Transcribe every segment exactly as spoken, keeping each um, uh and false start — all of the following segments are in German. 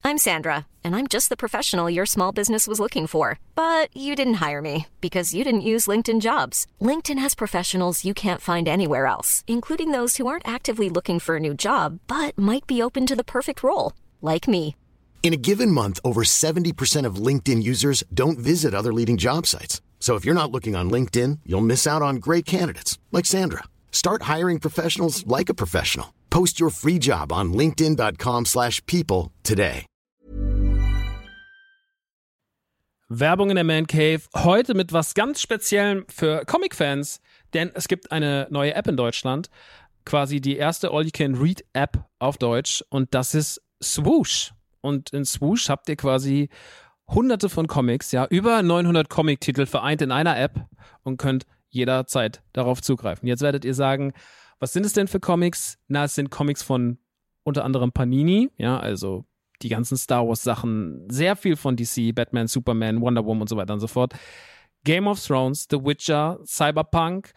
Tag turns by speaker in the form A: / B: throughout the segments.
A: I'm Sandra, and I'm just the professional your small business was looking for. But you didn't hire me because you didn't use LinkedIn Jobs. LinkedIn has professionals you can't find anywhere else, including those who aren't actively looking for a new job, but might be open to the perfect role, like me.
B: In a given month, over seventy percent of LinkedIn users don't visit other leading job sites. So if you're not looking on LinkedIn, you'll miss out on great candidates like Sandra. Start hiring professionals like a professional. Post your free job on linkedin dot com slash people today.
C: Werbung in der Man Cave. Heute mit was ganz Speziellem für Comic-Fans, denn es gibt eine neue App in Deutschland. Quasi die erste All-You-Can-Read-App auf Deutsch und das ist Swoosh. Und in Swoosh habt ihr quasi hunderte von Comics, ja, über neunhundert Comic-Titel vereint in einer App und könnt jederzeit darauf zugreifen. Jetzt werdet ihr sagen, was sind es denn für Comics? Na, es sind Comics von unter anderem Panini, ja, also die ganzen Star Wars Sachen, sehr viel von D C, Batman, Superman, Wonder Woman und so weiter und so fort. Game of Thrones, The Witcher, Cyberpunk,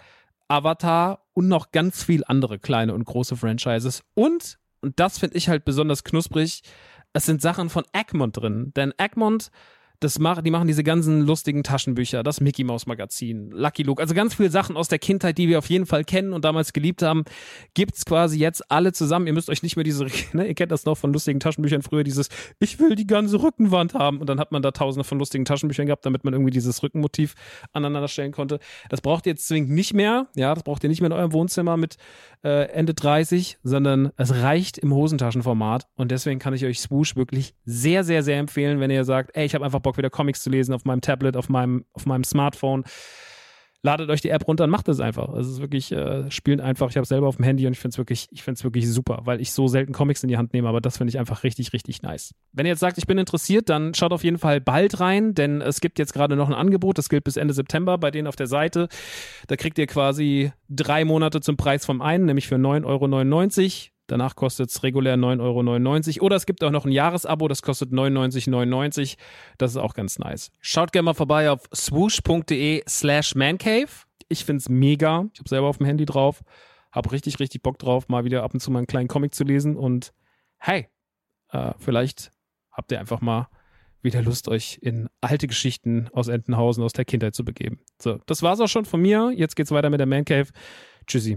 C: Avatar und noch ganz viel andere kleine und große Franchises. Und, und das finde ich halt besonders knusprig, es sind Sachen von Egmont drin, denn Egmont, das mach, die machen diese ganzen lustigen Taschenbücher, das Mickey Mouse Magazin, Lucky Luke, also ganz viele Sachen aus der Kindheit, die wir auf jeden Fall kennen und damals geliebt haben, gibt's quasi jetzt alle zusammen. Ihr müsst euch nicht mehr diese, ne, ihr kennt das noch von lustigen Taschenbüchern früher, dieses, ich will die ganze Rückenwand haben und dann hat man da tausende von lustigen Taschenbüchern gehabt, damit man irgendwie dieses Rückenmotiv aneinander stellen konnte. Das braucht ihr jetzt zwingend nicht mehr, ja, das braucht ihr nicht mehr in eurem Wohnzimmer mit äh, Ende dreißig, sondern es reicht im Hosentaschenformat und deswegen kann ich euch Swoosh wirklich sehr, sehr, sehr empfehlen, wenn ihr sagt, ey, ich habe einfach Bock wieder Comics zu lesen auf meinem Tablet, auf meinem, auf meinem Smartphone. Ladet euch die App runter und macht es einfach. Es ist wirklich, äh, spielt einfach. Ich habe es selber auf dem Handy und ich finde es wirklich, ich finde es wirklich super, weil ich so selten Comics in die Hand nehme, aber das finde ich einfach richtig, richtig nice. Wenn ihr jetzt sagt, ich bin interessiert, dann schaut auf jeden Fall bald rein, denn es gibt jetzt gerade noch ein Angebot, das gilt bis Ende September bei denen auf der Seite. Da kriegt ihr quasi drei Monate zum Preis vom einen, nämlich für neun Euro neunundneunzig. Danach kostet es regulär neun Euro neunundneunzig. Oder es gibt auch noch ein Jahresabo, das kostet neunundneunzig neunundneunzig. Das ist auch ganz nice. Schaut gerne mal vorbei auf swoosh.de slash mancave. Ich find's mega. Ich habe selber auf dem Handy drauf. Hab richtig, richtig Bock drauf, mal wieder ab und zu mal einen kleinen Comic zu lesen. Und hey, äh, vielleicht habt ihr einfach mal wieder Lust, euch in alte Geschichten aus Entenhausen, aus der Kindheit zu begeben. So, das war's auch schon von mir. Jetzt geht's weiter mit der Man Cave. Tschüssi.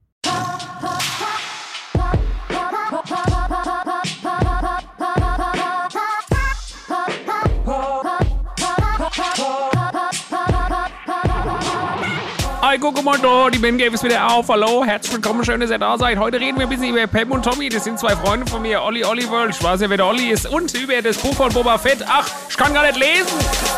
C: Hi, guck mal da, die Man Cave ist wieder auf. Hallo, herzlich willkommen, schön, dass ihr da seid. Heute reden wir ein bisschen über Pam und Tommy. Das sind zwei Freunde von mir, Olli, Oliver. Ich weiß ja, wer der Olli ist. Und über das Buch von Boba Fett. Ach, ich kann gar nicht lesen.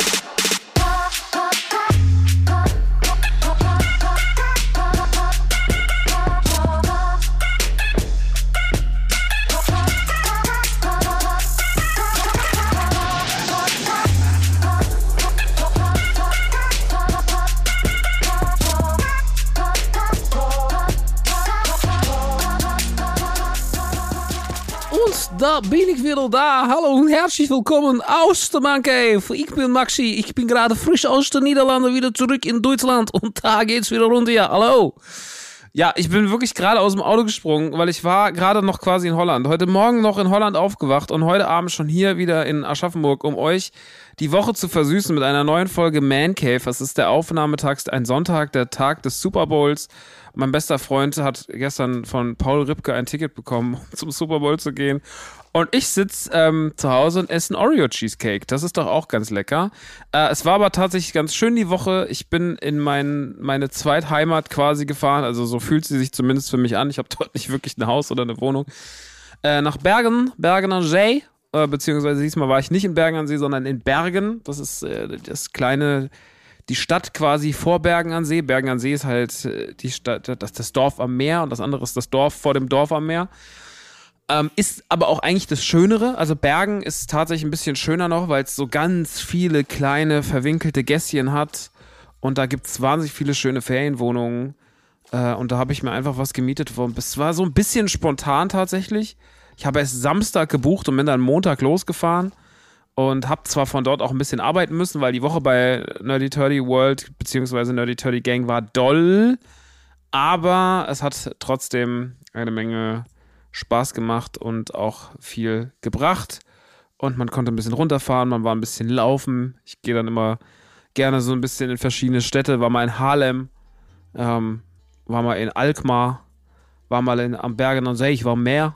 C: Da bin ich wieder da. Hallo und herzlich willkommen aus der Man Cave. Ich bin Maxi. Ich bin gerade frisch aus den Niederlanden wieder zurück in Deutschland und da geht's wieder runter. Ja, hallo. Ja, ich bin wirklich gerade aus dem Auto gesprungen, weil ich war gerade noch quasi in Holland. Heute Morgen noch in Holland aufgewacht und heute Abend schon hier wieder in Aschaffenburg, um euch die Woche zu versüßen mit einer neuen Folge Man Cave. Das ist der Aufnahmetag, ein Sonntag, der Tag des Super Bowls. Mein bester Freund hat gestern von Paul Ripke ein Ticket bekommen, um zum Super Bowl zu gehen. Und ich sitze ähm, zu Hause und esse einen Oreo-Cheesecake. Das ist doch auch ganz lecker. Äh, es war aber tatsächlich ganz schön die Woche. Ich bin in mein, meine Zweitheimat quasi gefahren. Also so fühlt sie sich zumindest für mich an. Ich habe dort nicht wirklich ein Haus oder eine Wohnung. Äh, nach Bergen, Bergen an See. Äh, beziehungsweise diesmal war ich nicht in Bergen an See, sondern in Bergen. Das ist äh, das kleine... Die Stadt quasi vor Bergen an See. Bergen an See ist halt die Stadt, das, das Dorf am Meer und das andere ist das Dorf vor dem Dorf am Meer. Ähm, ist aber auch eigentlich das Schönere. Also Bergen ist tatsächlich ein bisschen schöner noch, weil es so ganz viele kleine verwinkelte Gässchen hat und da gibt es wahnsinnig viele schöne Ferienwohnungen äh, und da habe ich mir einfach was gemietet. Es war so ein bisschen spontan tatsächlich. Ich habe erst Samstag gebucht und bin dann Montag losgefahren. Und habe zwar von dort auch ein bisschen arbeiten müssen, weil die Woche bei Nerdy Turdy World bzw. Nerdy Turdy Gang war doll, aber es hat trotzdem eine Menge Spaß gemacht und auch viel gebracht. und man konnte ein bisschen runterfahren, man war ein bisschen laufen. Ich gehe dann immer gerne so ein bisschen in verschiedene Städte, war mal in Haarlem, ähm, war mal in Alkmaar, war mal in, am Bergen am See, ich war am Meer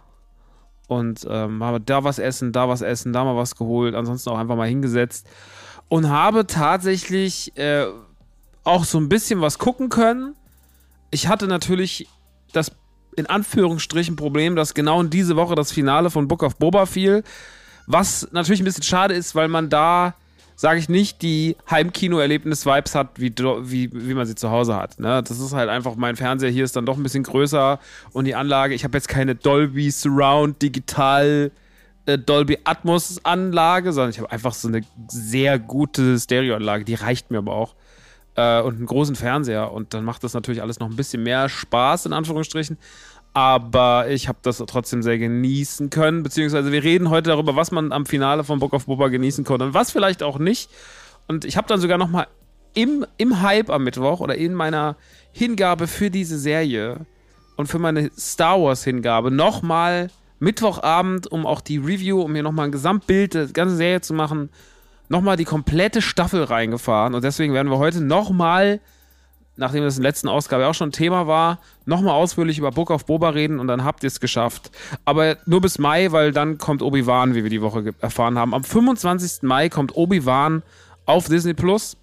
C: und ähm, habe da was essen, da was essen, da mal was geholt, ansonsten auch einfach mal hingesetzt und habe tatsächlich äh, auch so ein bisschen was gucken können. Ich hatte natürlich das in Anführungsstrichen Problem, dass genau in diese Woche das Finale von Book of Boba fiel, was natürlich ein bisschen schade ist, weil man da, sage ich nicht, die Heimkino-Erlebnis-Vibes hat, wie, wie, wie man sie zu Hause hat. Ne? Das ist halt einfach, mein Fernseher hier ist dann doch ein bisschen größer und die Anlage, ich habe jetzt keine Dolby Surround Digital äh, Dolby Atmos Anlage, sondern ich habe einfach so eine sehr gute Stereoanlage, die reicht mir aber auch. Äh, und einen großen Fernseher und dann macht das natürlich alles noch ein bisschen mehr Spaß, in Anführungsstrichen. Aber ich habe das trotzdem sehr genießen können, beziehungsweise wir reden heute darüber, was man am Finale von Book of Boba genießen konnte und was vielleicht auch nicht. Und ich habe dann sogar nochmal im, im Hype am Mittwoch oder in meiner Hingabe für diese Serie und für meine Star Wars Hingabe nochmal Mittwochabend, um auch die Review, um hier nochmal ein Gesamtbild der ganzen Serie zu machen, nochmal die komplette Staffel reingefahren. Und deswegen werden wir heute nochmal, nachdem das in der letzten Ausgabe auch schon Thema war, nochmal ausführlich über Book of Boba reden und dann habt ihr es geschafft. Aber nur bis Mai, weil dann kommt Obi-Wan, wie wir die Woche ge- erfahren haben. Am fünfundzwanzigsten Mai kommt Obi-Wan auf Disney Plus.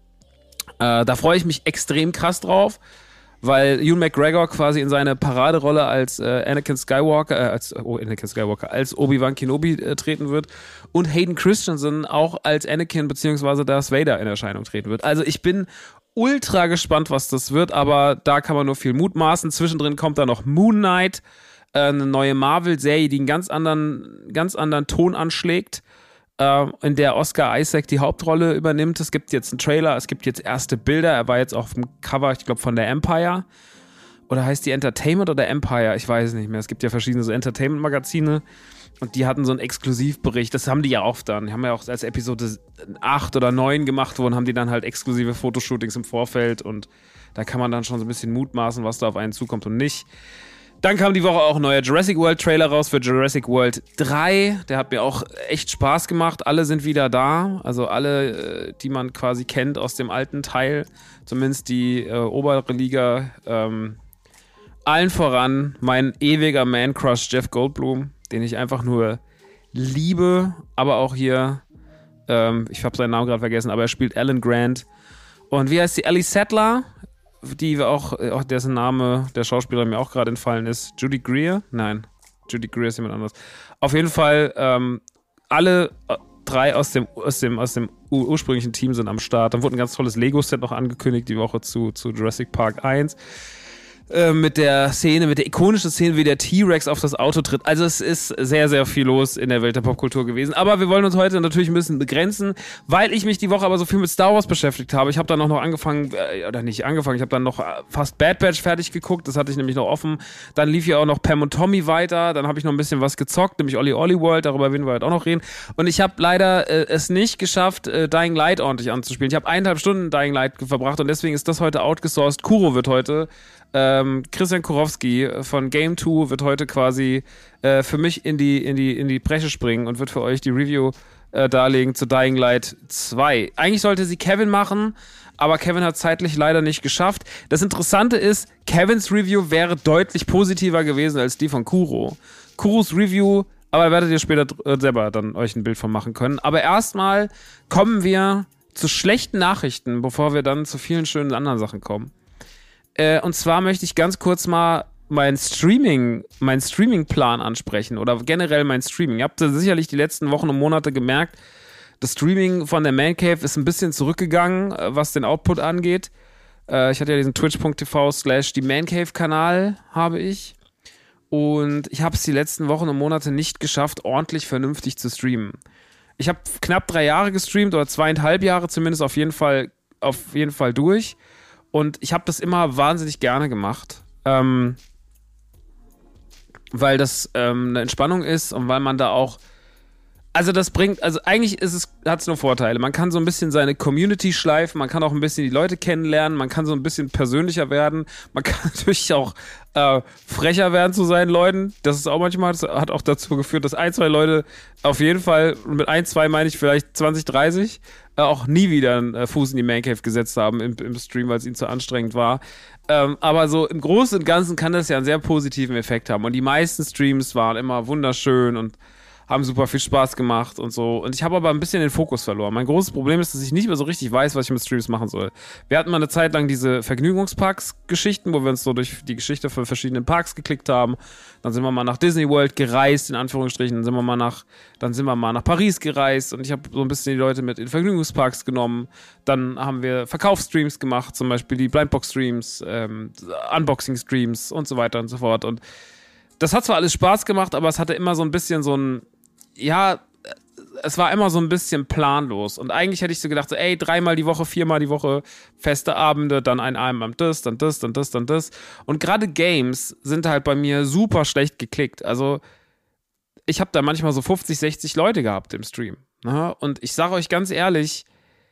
C: Äh, da freue ich mich extrem krass drauf, weil Ewan McGregor quasi in seine Paraderolle als äh, Anakin Skywalker, äh, als oh, Anakin Skywalker, als Obi-Wan Kenobi äh, treten wird und Hayden Christensen auch als Anakin bzw. Darth Vader in Erscheinung treten wird. Also ich bin ultra gespannt, was das wird, aber da kann man nur viel mutmaßen. Zwischendrin kommt da noch Moon Knight, äh, eine neue Marvel-Serie, die einen ganz anderen, ganz anderen Ton anschlägt, äh, in der Oscar Isaac die Hauptrolle übernimmt. Es gibt jetzt einen Trailer, es gibt jetzt erste Bilder. Er war jetzt auf dem Cover, ich glaube, von der Empire. Oder heißt die Entertainment oder Empire? Ich weiß es nicht mehr. Es gibt ja verschiedene so Entertainment-Magazine und die hatten so einen Exklusivbericht. Das haben die ja oft dann. Die haben ja auch als Episode acht oder neun gemacht worden, haben die dann halt exklusive Fotoshootings im Vorfeld und da kann man dann schon so ein bisschen mutmaßen, was da auf einen zukommt und nicht. Dann kam die Woche auch ein neuer Jurassic World Trailer raus für Jurassic World drei. Der hat mir auch echt Spaß gemacht. Alle sind wieder da. Also alle, die man quasi kennt aus dem alten Teil. Zumindest die äh, obere Liga. Ähm, allen voran mein ewiger Man-Crush Jeff Goldblum, den ich einfach nur liebe. Aber auch hier, ähm, ich habe seinen Namen gerade vergessen, aber er spielt Alan Grant. Und wie heißt die? Ellie Sattler? Die wir auch, auch dessen Name der Schauspielerin mir auch gerade entfallen ist. Judy Greer? Nein, Judy Greer ist jemand anderes. Auf jeden Fall, ähm, alle drei aus dem, aus dem, aus dem ursprünglichen Team sind am Start. Dann wurde ein ganz tolles Lego-Set noch angekündigt, die Woche zu, zu Jurassic Park eins. Mit der Szene, mit der ikonischen Szene, wie der T-Rex auf das Auto tritt. Also es ist sehr, sehr viel los in der Welt der Popkultur gewesen. Aber wir wollen uns heute natürlich ein bisschen begrenzen, weil ich mich die Woche aber so viel mit Star Wars beschäftigt habe. Ich habe dann auch noch angefangen, äh, oder nicht angefangen, ich habe dann noch fast Bad Batch fertig geguckt. Das hatte ich nämlich noch offen. Dann lief ja auch noch Pam und Tommy weiter. Dann habe ich noch ein bisschen was gezockt, nämlich Olli Olli World. Darüber werden wir heute auch noch reden. Und ich habe leider äh, es nicht geschafft, äh, Dying Light ordentlich anzuspielen. Ich habe eineinhalb Stunden Dying Light verbracht und deswegen ist das heute outgesourced. Kuro wird heute Ähm, Christian Kurowski von Game zwei wird heute quasi äh, für mich in die, in, die, in die Bresche springen und wird für euch die Review äh, darlegen zu Dying Light zwei. Eigentlich sollte sie Kevin machen, aber Kevin hat zeitlich leider nicht geschafft. Das Interessante ist, Kevins Review wäre deutlich positiver gewesen als die von Kuro. Kuros Review, aber da werdet ihr später äh, selber dann euch ein Bild von machen können. Aber erstmal kommen wir zu schlechten Nachrichten, bevor wir dann zu vielen schönen anderen Sachen kommen. Äh, und zwar möchte ich ganz kurz mal mein Streaming, meinen Streaming-Plan ansprechen oder generell mein Streaming. Ihr habt sicherlich die letzten Wochen und Monate gemerkt, das Streaming von der Man Cave ist ein bisschen zurückgegangen, was den Output angeht. Äh, ich hatte ja diesen twitch.tv slash die Man Cave Kanal, habe ich. Und ich habe es die letzten Wochen und Monate nicht geschafft, ordentlich vernünftig zu streamen. Ich habe knapp drei Jahre gestreamt oder zweieinhalb Jahre zumindest auf jeden Fall, auf jeden Fall durch. Und ich habe das immer wahnsinnig gerne gemacht, ähm, weil das ähm, eine Entspannung ist und weil man da auch Also das bringt, also eigentlich ist es, hat es nur Vorteile. Man kann so ein bisschen seine Community schleifen, man kann auch ein bisschen die Leute kennenlernen, man kann so ein bisschen persönlicher werden, man kann natürlich auch äh, frecher werden zu seinen Leuten. Das ist auch manchmal, das hat auch dazu geführt, dass ein, zwei Leute auf jeden Fall, mit ein, zwei meine ich vielleicht zwanzig, dreißig, äh, auch nie wieder einen äh, Fuß in die Man Cave gesetzt haben im, im Stream, weil es ihnen zu anstrengend war. Ähm, aber so im Großen und Ganzen kann das ja einen sehr positiven Effekt haben. Und die meisten Streams waren immer wunderschön und haben super viel Spaß gemacht und so. Und ich habe aber ein bisschen den Fokus verloren. Mein großes Problem ist, dass ich nicht mehr so richtig weiß, was ich mit Streams machen soll. Wir hatten mal eine Zeit lang diese Vergnügungsparks-Geschichten, wo wir uns so durch die Geschichte von verschiedenen Parks geklickt haben. Dann sind wir mal nach Disney World gereist, in Anführungsstrichen. Dann sind wir mal nach, dann sind wir mal nach Paris gereist und ich habe so ein bisschen die Leute mit in Vergnügungsparks genommen. Dann haben wir Verkaufsstreams gemacht, zum Beispiel die Blindbox-Streams, ähm, Unboxing-Streams und so weiter und so fort. Und das hat zwar alles Spaß gemacht, aber es hatte immer so ein bisschen so ein, ja, es war immer so ein bisschen planlos. Und eigentlich hätte ich so gedacht, so, ey, dreimal die Woche, viermal die Woche, feste Abende, dann ein Abend das, dann das, dann das, dann das. Und gerade Games sind halt bei mir super schlecht geklickt. Also ich habe da manchmal so fünfzig, sechzig Leute gehabt im Stream. Ne? Und ich sage euch ganz ehrlich,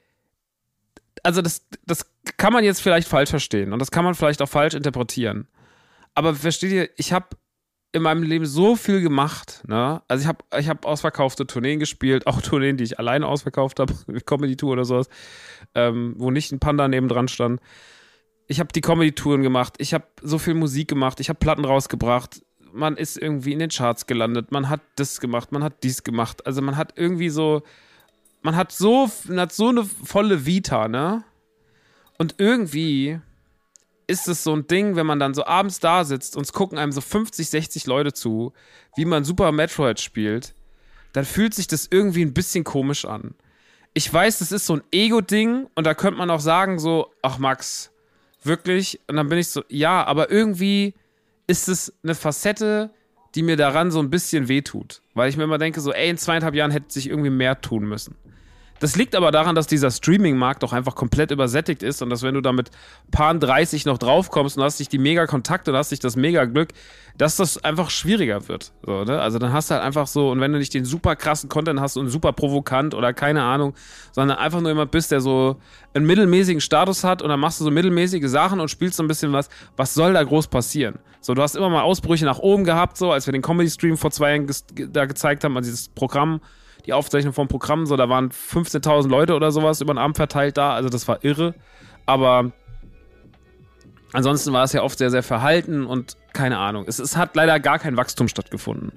C: also das, das kann man jetzt vielleicht falsch verstehen und das kann man vielleicht auch falsch interpretieren. Aber versteht ihr, ich habe in meinem Leben so viel gemacht, ne? Also ich habe ich hab ausverkaufte Tourneen gespielt, auch Tourneen, die ich alleine ausverkauft habe, Comedy-Tour oder sowas, ähm, wo nicht ein Panda nebendran stand. Ich habe die Comedy-Touren gemacht, ich habe so viel Musik gemacht, ich habe Platten rausgebracht, man ist irgendwie in den Charts gelandet, man hat das gemacht, man hat dies gemacht, also man hat irgendwie so, man hat so, man hat so eine volle Vita, ne? Und irgendwie ist es so ein Ding, wenn man dann so abends da sitzt und es gucken einem so fünfzig, sechzig Leute zu, wie man Super Metroid spielt, dann fühlt sich das irgendwie ein bisschen komisch an. Ich weiß, das ist so ein Ego-Ding und da könnte man auch sagen so, ach Max, wirklich? Und dann bin ich so, ja, aber irgendwie ist es eine Facette, die mir daran so ein bisschen wehtut. Weil ich mir immer denke so, ey, in zweieinhalb Jahren hätte sich irgendwie mehr tun müssen. Das liegt aber daran, dass dieser Streaming-Markt doch einfach komplett übersättigt ist und dass wenn du da mit paar dreißig noch draufkommst und hast dich die mega Kontakte und hast dich das mega Glück, dass das einfach schwieriger wird. So, ne? Also dann hast du halt einfach so, und wenn du nicht den super krassen Content hast und super provokant oder keine Ahnung, sondern einfach nur jemand bist, der so einen mittelmäßigen Status hat und dann machst du so mittelmäßige Sachen und spielst so ein bisschen was, was soll da groß passieren? So, du hast immer mal Ausbrüche nach oben gehabt, so, als wir den Comedy-Stream vor zwei Jahren ges- da gezeigt haben, also dieses Programm, die Aufzeichnung vom Programm, so, da waren fünfzehntausend Leute oder sowas über den Abend verteilt da, also das war irre, aber ansonsten war es ja oft sehr, sehr verhalten und keine Ahnung, es, es hat leider gar kein Wachstum stattgefunden.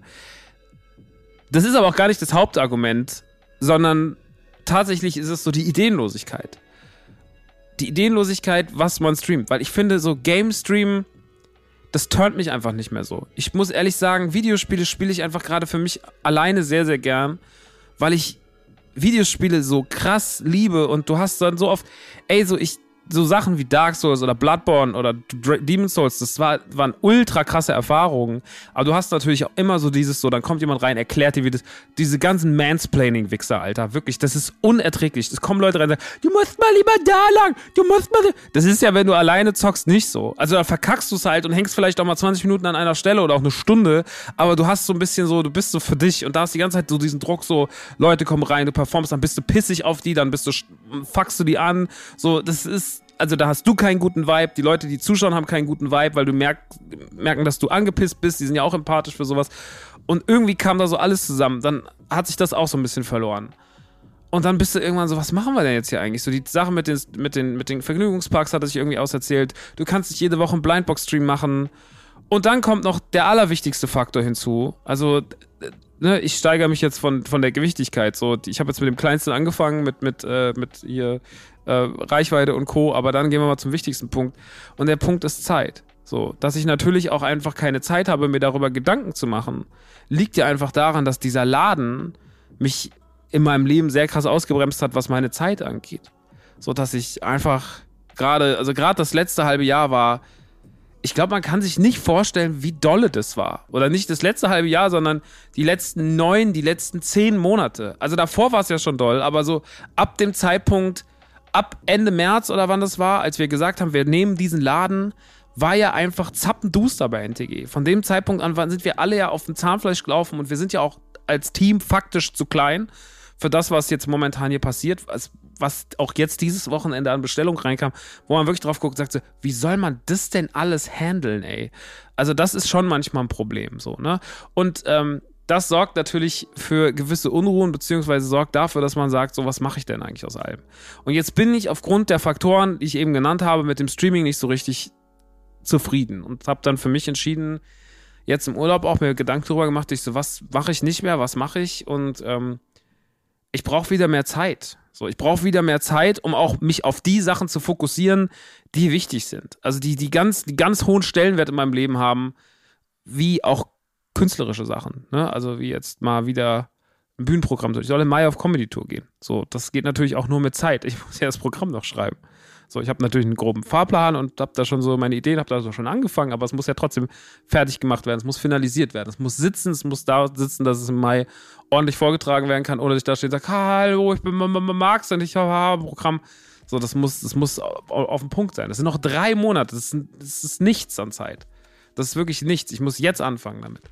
C: Das ist aber auch gar nicht das Hauptargument, sondern tatsächlich ist es so die Ideenlosigkeit. Die Ideenlosigkeit, was man streamt, weil ich finde, so Game-Streamen, das turnt mich einfach nicht mehr so. Ich muss ehrlich sagen, Videospiele spiele ich einfach gerade für mich alleine sehr, sehr gern, weil ich Videospiele so krass liebe und du hast dann so oft, ey, so ich, so Sachen wie Dark Souls oder Bloodborne oder Demon's Souls, das war, waren ultra krasse Erfahrungen, aber du hast natürlich auch immer so dieses so, dann kommt jemand rein, erklärt dir, wie das, diese ganzen Mansplaining-Wichser, Alter, wirklich, das ist unerträglich, es kommen Leute rein und sagen, du musst mal lieber da lang, du musst mal, das ist ja, wenn du alleine zockst, nicht so, also da verkackst du es halt und hängst vielleicht auch mal zwanzig Minuten an einer Stelle oder auch eine Stunde, aber du hast so ein bisschen so, du bist so für dich und da hast die ganze Zeit so diesen Druck, so, Leute kommen rein, du performst, dann bist du pissig auf die, dann bist du, fuckst du die an, so, das ist, also da hast du keinen guten Vibe, die Leute, die zuschauen, haben keinen guten Vibe, weil du merk, merken, dass du angepisst bist, die sind ja auch empathisch für sowas und irgendwie kam da so alles zusammen, dann hat sich das auch so ein bisschen verloren und dann bist du irgendwann so, was machen wir denn jetzt hier eigentlich? So die Sache mit den, mit den, mit den Vergnügungsparks hat sich irgendwie auserzählt, du kannst nicht jede Woche einen Blindbox-Stream machen und dann kommt noch der allerwichtigste Faktor hinzu, also ne, ich steigere mich jetzt von, von der Gewichtigkeit, so, ich habe jetzt mit dem Kleinsten angefangen, mit, mit, äh, mit hier Äh, Reichweite und Co., aber dann gehen wir mal zum wichtigsten Punkt und der Punkt ist Zeit. So, dass ich natürlich auch einfach keine Zeit habe, mir darüber Gedanken zu machen, liegt ja einfach daran, dass dieser Laden mich in meinem Leben sehr krass ausgebremst hat, was meine Zeit angeht. So, dass ich einfach gerade, also gerade das letzte halbe Jahr war, ich glaube, man kann sich nicht vorstellen, wie dolle das war. Oder nicht das letzte halbe Jahr, sondern die letzten neun, die letzten zehn Monate. Also davor war es ja schon doll, aber so ab dem Zeitpunkt ab Ende März oder wann das war, als wir gesagt haben, wir nehmen diesen Laden, war ja einfach zappenduster bei N T G. Von dem Zeitpunkt an sind wir alle ja auf dem Zahnfleisch gelaufen und wir sind ja auch als Team faktisch zu klein für das, was jetzt momentan hier passiert, was, was auch jetzt dieses Wochenende an Bestellung reinkam, wo man wirklich drauf guckt und sagt so, wie soll man das denn alles handeln, ey? Also das ist schon manchmal ein Problem, so, ne? Und ähm, das sorgt natürlich für gewisse Unruhen, beziehungsweise sorgt dafür, dass man sagt, so, was mache ich denn eigentlich aus allem? Und jetzt bin ich aufgrund der Faktoren, die ich eben genannt habe, mit dem Streaming nicht so richtig zufrieden und habe dann für mich entschieden, jetzt im Urlaub auch mir Gedanken darüber gemacht, ich so, was mache ich nicht mehr, was mache ich? Und ähm, ich brauche wieder mehr Zeit. So, ich brauche wieder mehr Zeit, um auch mich auf die Sachen zu fokussieren, die wichtig sind. Also die, die ganz, die ganz hohen Stellenwert in meinem Leben haben, wie auch künstlerische Sachen. Ne? Also wie jetzt mal wieder ein Bühnenprogramm. Ich soll im Mai auf Comedy-Tour gehen. So, das geht natürlich auch nur mit Zeit. Ich muss ja das Programm noch schreiben. So, ich habe natürlich einen groben Fahrplan und habe da schon so meine Ideen, habe da so schon angefangen, aber es muss ja trotzdem fertig gemacht werden, es muss finalisiert werden, es muss sitzen, es muss da sitzen, dass es im Mai ordentlich vorgetragen werden kann, ohne dass ich da stehe und sage, hallo, ich bin Max und ich habe ein Programm. So, das muss, das muss auf den Punkt sein. Das sind noch drei Monate, das ist, das ist nichts an Zeit. Das ist wirklich nichts. Ich muss jetzt anfangen damit.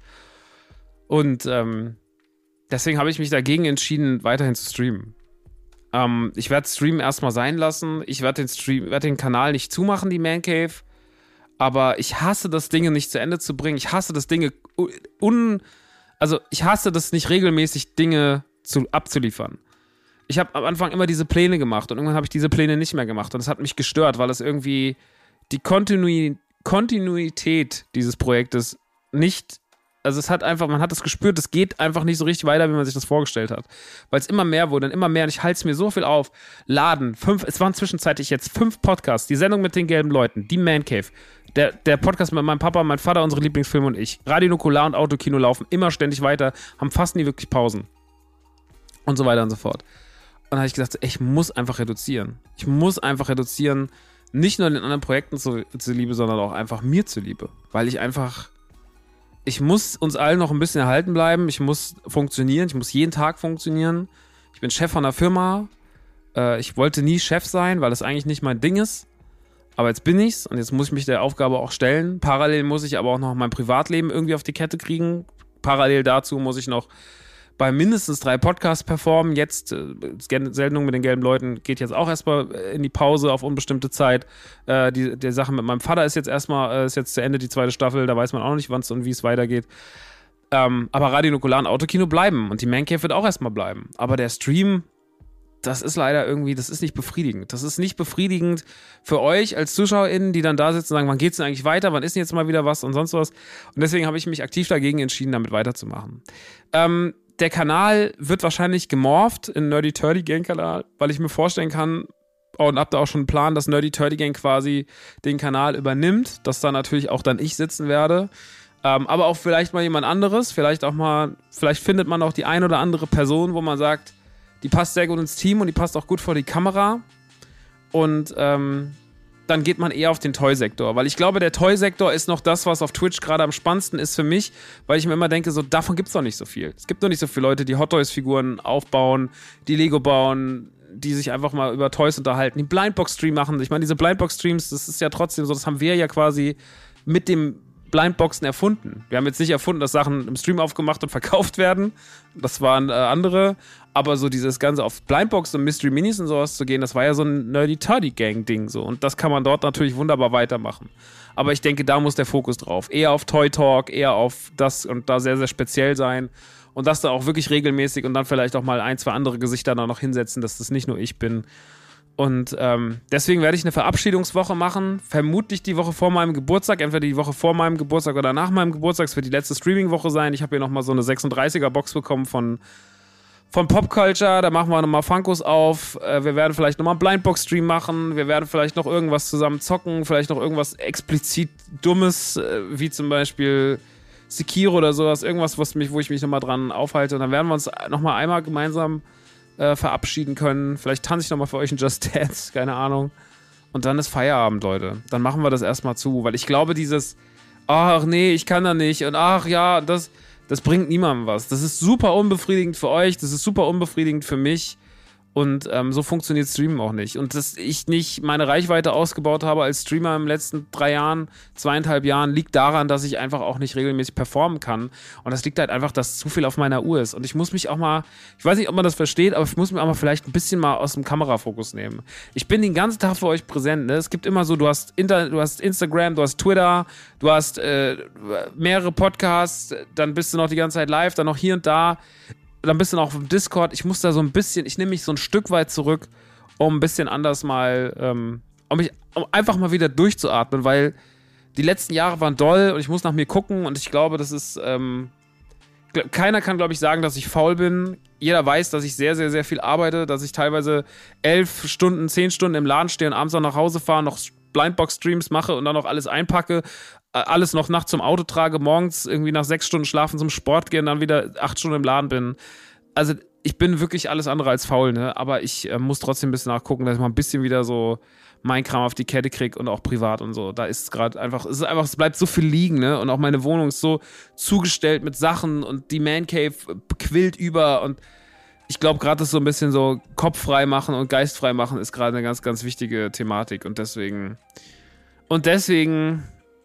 C: Und ähm, deswegen habe ich mich dagegen entschieden, weiterhin zu streamen. Ähm, ich werde Streamen erstmal sein lassen. Ich werde den Stream, werde den Kanal nicht zumachen, die Man Cave. Aber ich hasse das, Dinge nicht zu Ende zu bringen. Ich hasse das, Dinge un, also ich hasse das nicht regelmäßig, Dinge zu, abzuliefern. Ich habe am Anfang immer diese Pläne gemacht und irgendwann habe ich diese Pläne nicht mehr gemacht und das hat mich gestört, weil es irgendwie die Kontinui- Kontinuität dieses Projektes nicht. Also es hat einfach, man hat es gespürt, es geht einfach nicht so richtig weiter, wie man sich das vorgestellt hat. Weil es immer mehr wurde und immer mehr und ich halte es mir so viel auf. Laden, fünf, es waren zwischenzeitlich jetzt fünf Podcasts, die Sendung mit den gelben Leuten, die Man Cave, der, der Podcast mit meinem Papa, meinem Vater, unsere Lieblingsfilme und ich. Radio Nukular und Autokino laufen immer ständig weiter, haben fast nie wirklich Pausen. Und so weiter und so fort. Und dann habe ich gesagt, ich muss einfach reduzieren. Ich muss einfach reduzieren, nicht nur den anderen Projekten zu, zuliebe, sondern auch einfach mir zuliebe. Weil ich einfach... Ich muss uns allen noch ein bisschen erhalten bleiben. Ich muss funktionieren. Ich muss jeden Tag funktionieren. Ich bin Chef von einer Firma. Äh, ich wollte nie Chef sein, weil das eigentlich nicht mein Ding ist. Aber jetzt bin ich's und jetzt muss ich mich der Aufgabe auch stellen. Parallel muss ich aber auch noch mein Privatleben irgendwie auf die Kette kriegen. Parallel dazu muss ich noch bei mindestens drei Podcasts performen. Jetzt, äh, Sendung mit den gelben Leuten geht jetzt auch erstmal in die Pause auf unbestimmte Zeit. Äh, die, die Sache mit meinem Vater ist jetzt erstmal, äh, ist jetzt zu Ende, die zweite Staffel. Da weiß man auch noch nicht, wann es und wie es weitergeht. Ähm, aber Radio Nukular und Autokino bleiben. Und die Man Cave wird auch erstmal bleiben. Aber der Stream, das ist leider irgendwie, das ist nicht befriedigend. Das ist nicht befriedigend für euch als ZuschauerInnen, die dann da sitzen und sagen, wann geht's denn eigentlich weiter? Wann ist denn jetzt mal wieder was und sonst was? Und deswegen habe ich mich aktiv dagegen entschieden, damit weiterzumachen. Ähm, Der Kanal wird wahrscheinlich gemorpht in Nerdy Turdy Gang Kanal, weil ich mir vorstellen kann, und hab da auch schon einen Plan, dass Nerdy Turdy Gang quasi den Kanal übernimmt, dass da natürlich auch dann ich sitzen werde, ähm, aber auch vielleicht mal jemand anderes, vielleicht auch mal, vielleicht findet man auch die ein oder andere Person, wo man sagt, die passt sehr gut ins Team und die passt auch gut vor die Kamera und ähm, dann geht man eher auf den Toy-Sektor, weil ich glaube, der Toy-Sektor ist noch das, was auf Twitch gerade am spannendsten ist für mich, weil ich mir immer denke, so davon gibt's doch nicht so viel. Es gibt doch nicht so viele Leute, die Hot Toys-Figuren aufbauen, die Lego bauen, die sich einfach mal über Toys unterhalten, die Blindbox-Stream machen. Ich meine, diese Blindbox-Streams, das ist ja trotzdem so, das haben wir ja quasi mit dem Blindboxen erfunden. Wir haben jetzt nicht erfunden, dass Sachen im Stream aufgemacht und verkauft werden. Das waren äh, andere. Aber so dieses Ganze auf Blindbox und Mystery Minis und sowas zu gehen, das war ja so ein Nerdy-Turdy-Gang-Ding so. Und das kann man dort natürlich wunderbar weitermachen. Aber ich denke, da muss der Fokus drauf. Eher auf Toy Talk, eher auf das und da sehr, sehr speziell sein. Und das da auch wirklich regelmäßig und dann vielleicht auch mal ein, zwei andere Gesichter da noch hinsetzen, dass das nicht nur ich bin. Und ähm, deswegen werde ich eine Verabschiedungswoche machen, vermutlich die Woche vor meinem Geburtstag, entweder die Woche vor meinem Geburtstag oder nach meinem Geburtstag. Es wird die letzte Streaming-Woche sein. Ich habe hier nochmal so eine sechsunddreißiger-Box bekommen von, von Popculture. Da machen wir nochmal Funkos auf. Äh, wir werden vielleicht nochmal einen Blindbox-Stream machen. Wir werden vielleicht noch irgendwas zusammen zocken. Vielleicht noch irgendwas explizit Dummes, äh, wie zum Beispiel Sekiro oder sowas. Irgendwas, was mich, wo ich mich nochmal dran aufhalte. Und dann werden wir uns nochmal einmal gemeinsam Äh, verabschieden können. Vielleicht tanze ich nochmal für euch ein Just Dance, keine Ahnung. Und dann ist Feierabend, Leute. Dann machen wir das erstmal zu, weil ich glaube, dieses ach nee, ich kann da nicht und ach ja, das, das bringt niemandem was. Das ist super unbefriedigend für euch, das ist super unbefriedigend für mich Und ähm, so funktioniert Streamen auch nicht. Und dass ich nicht meine Reichweite ausgebaut habe als Streamer in den letzten drei Jahren, zweieinhalb Jahren, liegt daran, dass ich einfach auch nicht regelmäßig performen kann. Und das liegt halt einfach, dass zu viel auf meiner Uhr ist. Und ich muss mich auch mal, ich weiß nicht, ob man das versteht, aber ich muss mich auch mal vielleicht ein bisschen mal aus dem Kamerafokus nehmen. Ich bin den ganzen Tag für euch präsent. Ne? Es gibt immer so, du hast, Inter- du hast Instagram, du hast Twitter, du hast äh, mehrere Podcasts, dann bist du noch die ganze Zeit live, dann noch hier und da. Dann bist du noch auf dem Discord. Ich muss da so ein bisschen, ich nehme mich so ein Stück weit zurück, um ein bisschen anders mal, ähm, um mich um einfach mal wieder durchzuatmen, weil die letzten Jahre waren doll und ich muss nach mir gucken und ich glaube, das ist, ähm, keiner kann, glaube ich, sagen, dass ich faul bin. Jeder weiß, dass ich sehr, sehr, sehr viel arbeite, dass ich teilweise elf Stunden, zehn Stunden im Laden stehe und abends auch nach Hause fahre, noch Blindbox-Streams mache und dann noch alles einpacke, alles noch nachts zum Auto trage, morgens irgendwie nach sechs Stunden schlafen zum Sport gehen, dann wieder acht Stunden im Laden bin. Also ich bin wirklich alles andere als faul, ne? Aber ich äh, muss trotzdem ein bisschen nachgucken, dass ich mal ein bisschen wieder so mein Kram auf die Kette kriege und auch privat und so. Da ist es gerade einfach, es ist einfach, es bleibt so viel liegen, ne? Und auch meine Wohnung ist so zugestellt mit Sachen und die Man Cave quillt über und ich glaube gerade, dass so ein bisschen so Kopf frei machen und Geist frei machen ist gerade eine ganz, ganz wichtige Thematik und deswegen und deswegen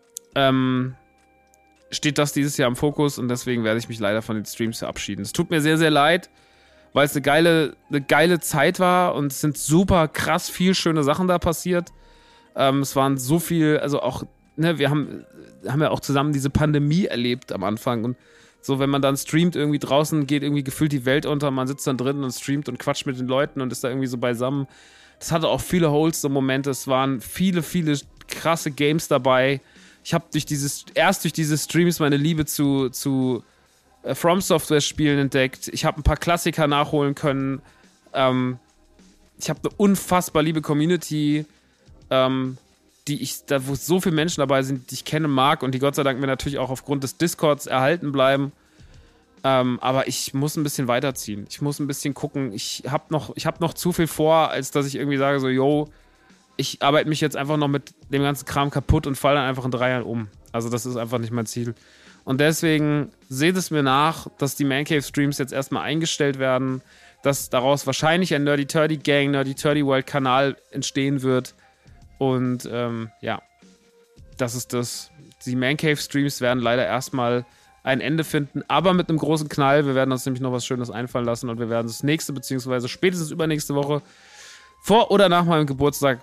C: Ähm, steht das dieses Jahr im Fokus und deswegen werde ich mich leider von den Streams verabschieden. Es tut mir sehr, sehr leid, weil es eine geile, eine geile Zeit war und es sind super krass viel schöne Sachen da passiert. Ähm, es waren so viel, also auch, ne, wir haben, haben ja auch zusammen diese Pandemie erlebt am Anfang und so, wenn man dann streamt, irgendwie draußen geht irgendwie gefühlt die Welt unter, man sitzt dann drin und streamt und quatscht mit den Leuten und ist da irgendwie so beisammen. Das hatte auch viele wholesome Momente, es waren viele, viele krasse Games dabei. Ich habe durch dieses, erst durch diese Streams meine Liebe zu, zu äh, From Software Spielen entdeckt. Ich habe ein paar Klassiker nachholen können. Ähm, ich habe eine unfassbar liebe Community, ähm, die ich, da wo so viele Menschen dabei sind, die ich kenne, mag und die Gott sei Dank mir natürlich auch aufgrund des Discords erhalten bleiben. Ähm, aber ich muss ein bisschen weiterziehen. Ich muss ein bisschen gucken. Ich habe noch, ich habe noch zu viel vor, als dass ich irgendwie sage so, yo, ich arbeite mich jetzt einfach noch mit dem ganzen Kram kaputt und falle dann einfach in drei Jahren um. Also das ist einfach nicht mein Ziel. Und deswegen seht es mir nach, dass die Man Cave Streams jetzt erstmal eingestellt werden, dass daraus wahrscheinlich ein Nerdy Turdy Gang, Nerdy Turdy World Kanal entstehen wird. Und ähm, ja, das ist das. Die Man Cave Streams werden leider erstmal ein Ende finden, aber mit einem großen Knall. Wir werden uns nämlich noch was Schönes einfallen lassen und wir werden das nächste, beziehungsweise spätestens übernächste Woche vor oder nach meinem Geburtstag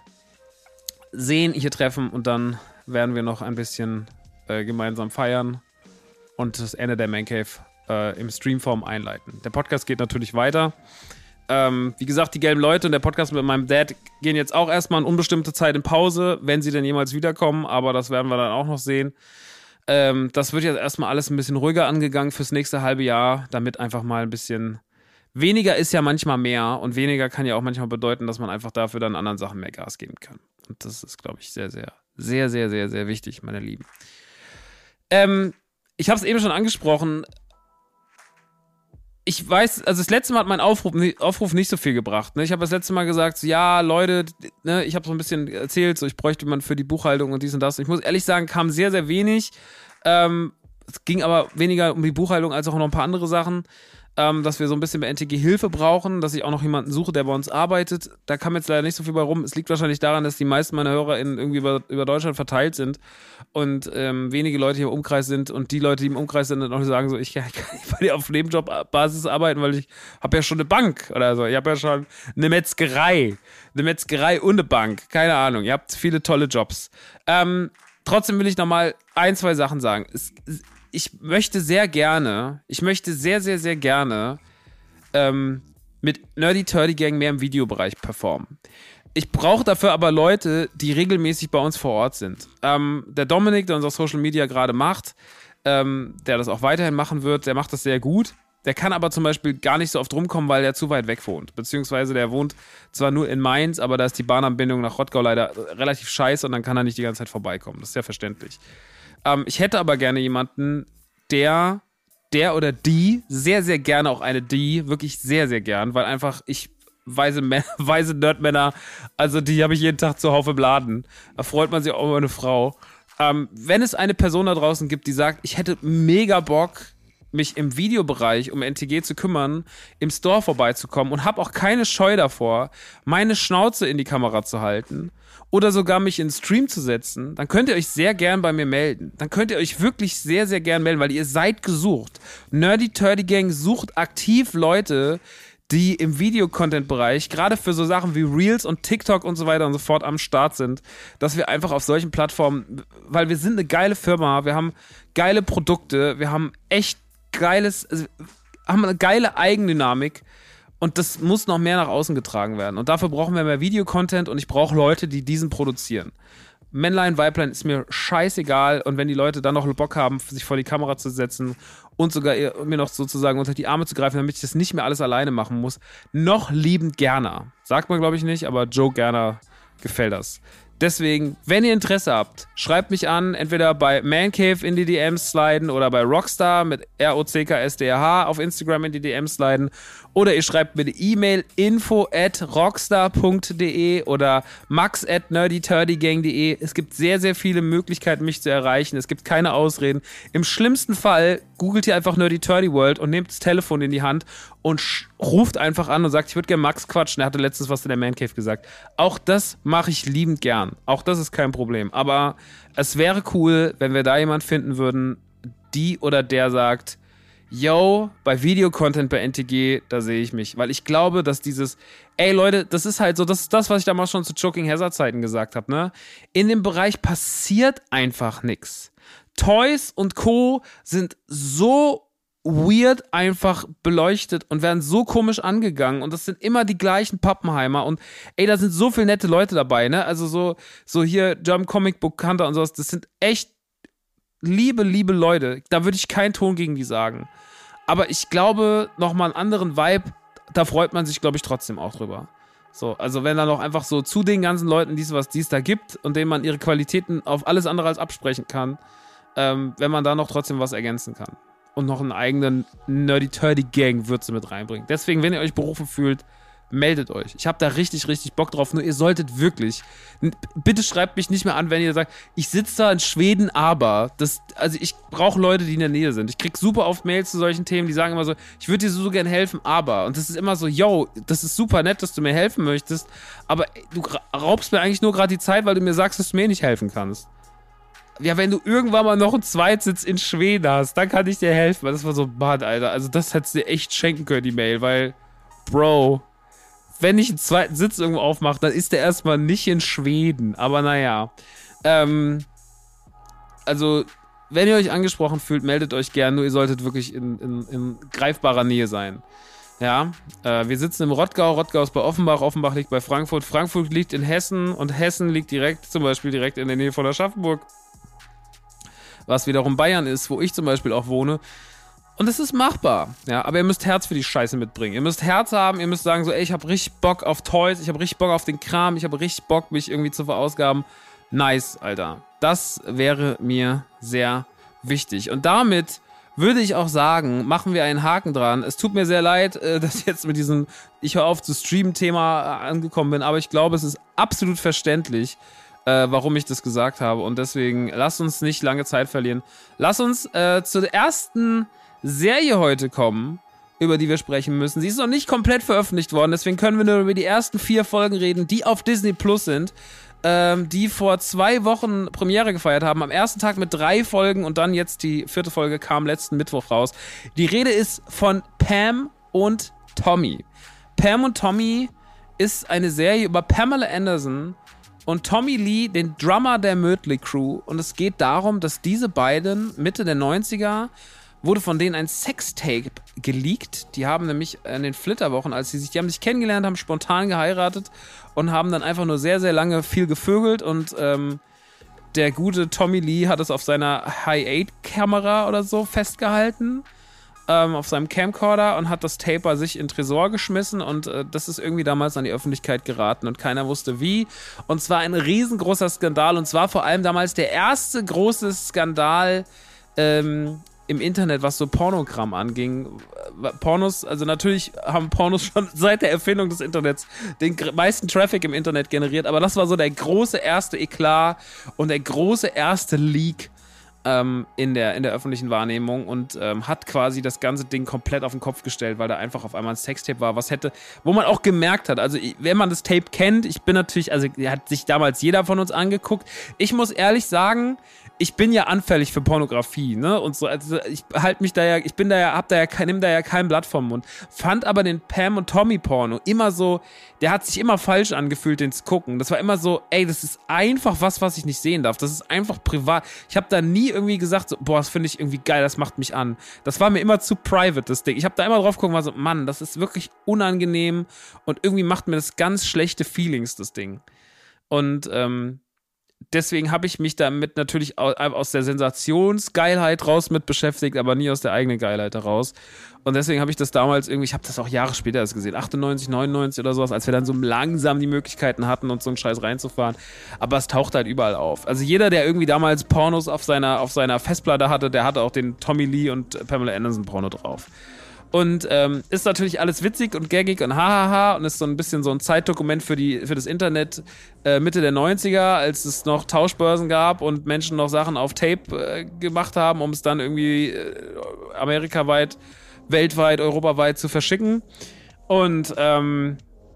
C: sehen, hier treffen und dann werden wir noch ein bisschen äh, gemeinsam feiern und das Ende der Man Cave äh, im Streamform einleiten. Der Podcast geht natürlich weiter. Ähm, wie gesagt, die gelben Leute und der Podcast mit meinem Dad gehen jetzt auch erstmal in unbestimmte Zeit in Pause, wenn sie denn jemals wiederkommen, aber das werden wir dann auch noch sehen. Ähm, das wird jetzt erstmal alles ein bisschen ruhiger angegangen fürs nächste halbe Jahr, damit einfach mal ein bisschen weniger ist ja manchmal mehr und weniger kann ja auch manchmal bedeuten, dass man einfach dafür dann anderen Sachen mehr Gas geben kann. Und das ist, glaube ich, sehr, sehr, sehr, sehr, sehr, sehr wichtig, meine Lieben. Ähm, ich habe es eben schon angesprochen. Ich weiß, also das letzte Mal hat mein Aufruf, Aufruf nicht so viel gebracht. Ne? Ich habe das letzte Mal gesagt, so, ja, Leute, ne, ich habe so ein bisschen erzählt, so ich bräuchte jemanden für die Buchhaltung und dies und das. Ich muss ehrlich sagen, kam sehr, sehr wenig. Ähm, es ging aber weniger um die Buchhaltung als auch noch ein paar andere Sachen. Ähm, dass wir so ein bisschen bei N T G Hilfe brauchen, dass ich auch noch jemanden suche, der bei uns arbeitet. Da kam jetzt leider nicht so viel bei rum. Es liegt wahrscheinlich daran, dass die meisten meiner HörerInnen irgendwie über, über Deutschland verteilt sind und ähm, wenige Leute hier im Umkreis sind und die Leute, die im Umkreis sind, dann auch sagen so, ich kann nicht bei dir auf Nebenjobbasis arbeiten, weil ich habe ja schon eine Bank oder so. Ich habe ja schon eine Metzgerei. Eine Metzgerei und eine Bank. Keine Ahnung. Ihr habt viele tolle Jobs. Ähm, trotzdem will ich nochmal ein, zwei Sachen sagen. Es, es Ich möchte sehr gerne, ich möchte sehr, sehr, sehr gerne ähm, mit Nerdy Turdy Gang mehr im Videobereich performen. Ich brauche dafür aber Leute, die regelmäßig bei uns vor Ort sind. Ähm, der Dominik, der unser Social Media gerade macht, ähm, der das auch weiterhin machen wird, der macht das sehr gut. Der kann aber zum Beispiel gar nicht so oft rumkommen, weil er zu weit weg wohnt. Beziehungsweise der wohnt zwar nur in Mainz, aber da ist die Bahnanbindung nach Rottgau leider relativ scheiße und dann kann er nicht die ganze Zeit vorbeikommen. Das ist ja verständlich. Ähm, ich hätte aber gerne jemanden, der, der oder die, sehr, sehr gerne auch eine die, wirklich sehr, sehr gern, weil einfach ich weise, weise Nerdmänner, also die habe ich jeden Tag zuhauf im Laden. Da freut man sich auch über eine Frau. Ähm, wenn es eine Person da draußen gibt, die sagt, ich hätte mega Bock, mich im Videobereich um N T G zu kümmern, im Store vorbeizukommen und habe auch keine Scheu davor, meine Schnauze in die Kamera zu halten oder sogar mich in den Stream zu setzen, dann könnt ihr euch sehr gern bei mir melden. Dann könnt ihr euch wirklich sehr, sehr gern melden, weil ihr seid gesucht. Nerdy Turdy Gang sucht aktiv Leute, die im Videocontent-Bereich, gerade für so Sachen wie Reels und TikTok und so weiter und so fort am Start sind, dass wir einfach auf solchen Plattformen, weil wir sind eine geile Firma, wir haben geile Produkte, wir haben echt geiles, also haben eine geile Eigendynamik und das muss noch mehr nach außen getragen werden. Und dafür brauchen wir mehr Videocontent und ich brauche Leute, die diesen produzieren. Männlein, Weiblein ist mir scheißegal und wenn die Leute dann noch Bock haben, sich vor die Kamera zu setzen und sogar mir noch sozusagen unter die Arme zu greifen, damit ich das nicht mehr alles alleine machen muss, noch liebend Gerner. Sagt man glaube ich nicht, aber Joe Gerner gefällt das. Deswegen, wenn ihr Interesse habt, schreibt mich an, entweder bei Mancave in die D Ms sliden oder bei Rockstar mit R O C K S D R H auf Instagram in die D Ms sliden oder ihr schreibt mir eine E-Mail info at rockstar punkt de oder max at nerdyturdygang punkt de. Es gibt sehr, sehr viele Möglichkeiten, mich zu erreichen. Es gibt keine Ausreden. Im schlimmsten Fall googelt ihr einfach Nerdy Turdy World und nehmt das Telefon in die Hand und ruft einfach an und sagt, ich würde gerne Max quatschen. Er hatte letztens was in der Mancave gesagt. Auch das mache ich liebend gern. Auch das ist kein Problem. Aber es wäre cool, wenn wir da jemanden finden würden, die oder der sagt, yo, bei Videocontent bei N T G, da sehe ich mich. Weil ich glaube, dass dieses, ey Leute, das ist halt so, das ist das, was ich damals schon zu Choking Hazard Zeiten gesagt habe, ne? In dem Bereich passiert einfach nichts. Toys und Co. sind so weird einfach beleuchtet und werden so komisch angegangen und das sind immer die gleichen Pappenheimer und ey, da sind so viele nette Leute dabei, ne? Also so, so hier German Comic Book Hunter und sowas, das sind echt liebe, liebe Leute. Da würde ich keinen Ton gegen die sagen. Aber ich glaube, nochmal einen anderen Vibe, da freut man sich, glaube ich, trotzdem auch drüber. So, also wenn da noch einfach so zu den ganzen Leuten, die es was dies da gibt und denen man ihre Qualitäten auf alles andere als absprechen kann, ähm, wenn man da noch trotzdem was ergänzen kann. Und noch einen eigenen Nerdy-Turdy-Gang-Würze mit reinbringen. Deswegen, wenn ihr euch berufen fühlt, meldet euch. Ich habe da richtig, richtig Bock drauf. Nur ihr solltet wirklich, bitte schreibt mich nicht mehr an, wenn ihr sagt, ich sitze da in Schweden, aber, das, also ich brauche Leute, die in der Nähe sind. Ich krieg super oft Mails zu solchen Themen, die sagen immer so, ich würde dir so, so gern helfen, aber. Und das ist immer so, yo, das ist super nett, dass du mir helfen möchtest, aber du raubst mir eigentlich nur gerade die Zeit, weil du mir sagst, dass du mir nicht helfen kannst. Ja, wenn du irgendwann mal noch einen Zweitsitz in Schweden hast, dann kann ich dir helfen. Das war so, Mann, Alter. Also das hättest du dir echt schenken können, die Mail, weil, Bro, wenn ich einen zweiten Sitz irgendwo aufmache, dann ist der erstmal nicht in Schweden. Aber naja. Ähm, also, wenn ihr euch angesprochen fühlt, meldet euch gern. Nur ihr solltet wirklich in, in, in greifbarer Nähe sein. Ja, äh, wir sitzen im Rottgau. Rottgau ist bei Offenbach. Offenbach liegt bei Frankfurt. Frankfurt liegt in Hessen. Und Hessen liegt direkt, zum Beispiel direkt in der Nähe von Aschaffenburg. Was wiederum Bayern ist, wo ich zum Beispiel auch wohne. Und es ist machbar, ja, aber ihr müsst Herz für die Scheiße mitbringen. Ihr müsst Herz haben, ihr müsst sagen so, ey, ich hab richtig Bock auf Toys, ich hab richtig Bock auf den Kram, ich hab richtig Bock, mich irgendwie zu verausgaben. Nice, Alter. Das wäre mir sehr wichtig. Und damit würde ich auch sagen, machen wir einen Haken dran. Es tut mir sehr leid, dass ich jetzt mit diesem Ich höre auf zu streamen Thema angekommen bin, aber ich glaube, es ist absolut verständlich, Äh, warum ich das gesagt habe. Und deswegen, lasst uns nicht lange Zeit verlieren. Lasst uns äh, zur ersten Serie heute kommen, über die wir sprechen müssen. Sie ist noch nicht komplett veröffentlicht worden, deswegen können wir nur über die ersten vier Folgen reden, die auf Disney Plus sind, ähm, die vor zwei Wochen Premiere gefeiert haben. Am ersten Tag mit drei Folgen und dann jetzt die vierte Folge kam letzten Mittwoch raus. Die Rede ist von Pam und Tommy. Pam und Tommy ist eine Serie über Pamela Anderson und Tommy Lee, den Drummer der Mötley Crew. Und es geht darum, dass diese beiden Mitte der neunziger wurde von denen ein Sextape geleakt. Die haben nämlich in den Flitterwochen, als sie sich, die haben sich kennengelernt, haben spontan geheiratet und haben dann einfach nur sehr, sehr lange viel gevögelt. Und ähm, der gute Tommy Lee hat es auf seiner Hi acht Kamera oder so festgehalten. Ähm, auf seinem Camcorder und hat das Tape bei sich in den Tresor geschmissen und äh, das ist irgendwie damals an die Öffentlichkeit geraten und keiner wusste wie. Und zwar ein riesengroßer Skandal und zwar vor allem damals der erste große Skandal ähm, im Internet, was so Pornogramm anging. Pornos, also natürlich haben Pornos schon seit der Erfindung des Internets den meisten Traffic im Internet generiert, aber das war so der große erste Eklat und der große erste Leak ähm, in, der, in der öffentlichen Wahrnehmung und ähm, hat quasi das ganze Ding komplett auf den Kopf gestellt, weil da einfach auf einmal ein Sextape war, was hätte, wo man auch gemerkt hat, also wenn man das Tape kennt, ich bin natürlich, also hat sich damals jeder von uns angeguckt. Ich muss ehrlich sagen, ich bin ja anfällig für Pornografie, ne, und so, also ich halte mich da ja, ich bin da ja, hab da ja, nimm da ja kein Blatt vom Mund, fand aber den Pam und Tommy Porno immer so, der hat sich immer falsch angefühlt, den zu gucken, das war immer so, ey, das ist einfach was, was ich nicht sehen darf, das ist einfach privat, ich habe da nie irgendwie gesagt, so, boah, das finde ich irgendwie geil, das macht mich an, das war mir immer zu private, das Ding, ich habe da immer drauf geguckt und war so, Mann, das ist wirklich unangenehm und irgendwie macht mir das ganz schlechte Feelings, das Ding, und, ähm, deswegen habe ich mich damit natürlich aus der Sensationsgeilheit raus mit beschäftigt, aber nie aus der eigenen Geilheit heraus. Und deswegen habe ich das damals irgendwie, ich habe das auch Jahre später erst gesehen, achtundneunzig, neunundneunzig oder sowas, als wir dann so langsam die Möglichkeiten hatten, uns so einen Scheiß reinzufahren. Aber es taucht halt überall auf. Also jeder, der irgendwie damals Pornos auf seiner, auf seiner Festplatte hatte, der hatte auch den Tommy Lee und Pamela Anderson Porno drauf. Und ähm, ist natürlich alles witzig und gaggig und hahaha und ist so ein bisschen so ein Zeitdokument für, die, für das Internet äh, Mitte der neunziger, als es noch Tauschbörsen gab und Menschen noch Sachen auf Tape äh, gemacht haben, um es dann irgendwie äh, amerikaweit, weltweit, europaweit zu verschicken. Und ähm,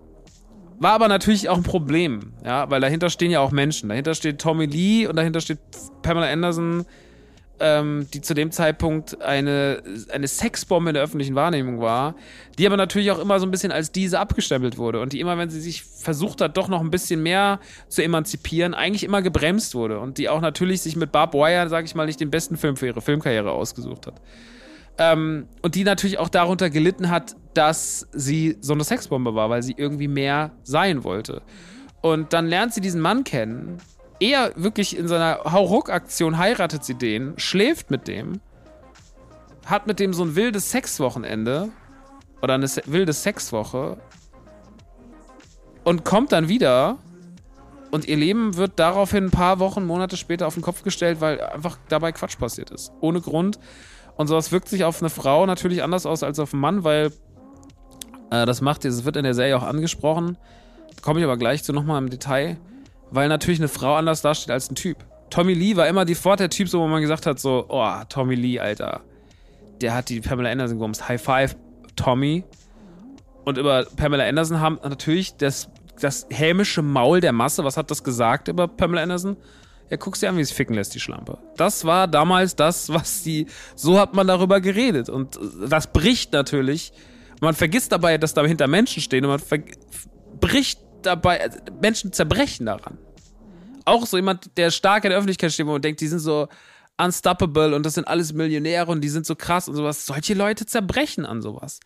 C: war aber natürlich auch ein Problem, ja, weil dahinter stehen ja auch Menschen. Dahinter steht Tommy Lee und dahinter steht Pamela Anderson, Ähm, die zu dem Zeitpunkt eine, eine Sexbombe in der öffentlichen Wahrnehmung war, die aber natürlich auch immer so ein bisschen als diese abgestempelt wurde und die immer, wenn sie sich versucht hat, doch noch ein bisschen mehr zu emanzipieren, eigentlich immer gebremst wurde und die auch natürlich sich mit Barb Wire, sag ich mal, nicht den besten Film für ihre Filmkarriere ausgesucht hat. Ähm, und die natürlich auch darunter gelitten hat, dass sie so eine Sexbombe war, weil sie irgendwie mehr sein wollte. Und dann lernt sie diesen Mann kennen, eher wirklich in seiner Hauruck-Aktion heiratet sie den, schläft mit dem, hat mit dem so ein wildes Sexwochenende oder eine se- wilde Sexwoche und kommt dann wieder und ihr Leben wird daraufhin ein paar Wochen, Monate später auf den Kopf gestellt, weil einfach dabei Quatsch passiert ist. Ohne Grund. Und sowas wirkt sich auf eine Frau natürlich anders aus als auf einen Mann, weil äh, das macht, das wird in der Serie auch angesprochen, komme ich aber gleich zu nochmal im Detail, weil natürlich eine Frau anders dasteht als ein Typ. Tommy Lee war immer sofort der Typ, so, wo man gesagt hat, so, oh, Tommy Lee, Alter, der hat die Pamela Anderson gebumst. High Five, Tommy. Und über Pamela Anderson haben natürlich das, das hämische Maul der Masse, was hat das gesagt über Pamela Anderson? Ja, guck sie an, wie sie ficken lässt, die Schlampe. Das war damals das, was die, so hat man darüber geredet. Und das bricht natürlich. Man vergisst dabei, dass dahinter Menschen stehen und man ver- bricht dabei, Menschen zerbrechen daran. Auch so jemand, der stark in der Öffentlichkeit steht, wo man denkt, die sind so unstoppable und das sind alles Millionäre und die sind so krass und sowas. Solche Leute zerbrechen an sowas.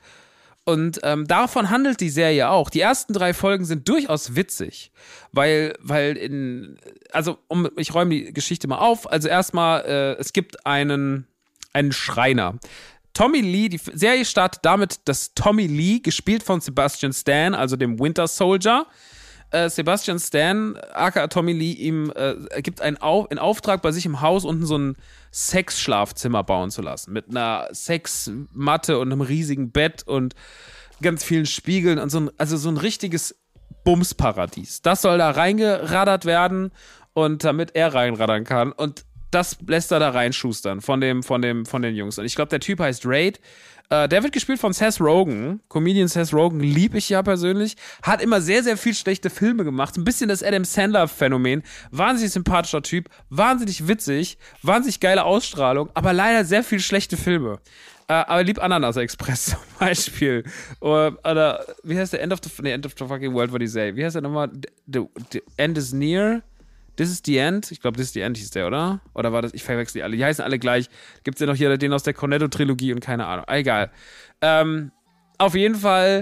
C: Und ähm, davon handelt die Serie auch. Die ersten drei Folgen sind durchaus witzig, weil, weil in, also um, ich räume die Geschichte mal auf. Also erstmal, äh, es gibt einen, einen Schreiner. Tommy Lee, die Serie startet damit, dass Tommy Lee, gespielt von Sebastian Stan, also dem Winter Soldier, äh, Sebastian Stan, aka Tommy Lee, ihm äh, gibt einen, Au- einen Auftrag, bei sich im Haus unten so ein Sexschlafzimmer bauen zu lassen. Mit einer Sexmatte und einem riesigen Bett und ganz vielen Spiegeln und so ein, also so ein richtiges Bumsparadies. Das soll da reingeraddert werden und damit er reinraddern kann und das lässt er da reinschustern von dem, von dem, von den Jungs. Und ich glaube, der Typ heißt Raid. Äh, der wird gespielt von Seth Rogen. Comedian Seth Rogen lieb ich ja persönlich. Hat immer sehr, sehr viel schlechte Filme gemacht. Ein bisschen das Adam Sandler-Phänomen. Wahnsinnig sympathischer Typ. Wahnsinnig witzig. Wahnsinnig geile Ausstrahlung. Aber leider sehr viel schlechte Filme. Äh, aber lieb Ananas Express zum Beispiel. Oder, oder wie heißt der? End of the, nee, End of the fucking World, what do you say? Wie heißt der nochmal? The, the End is near. This is the End. Ich glaube, This is the End hieß der, oder? Oder war das? Ich verwechsel die alle. Die heißen alle gleich. Gibt's ja noch hier den aus der Cornetto-Trilogie und keine Ahnung. Egal. Ähm, auf jeden Fall,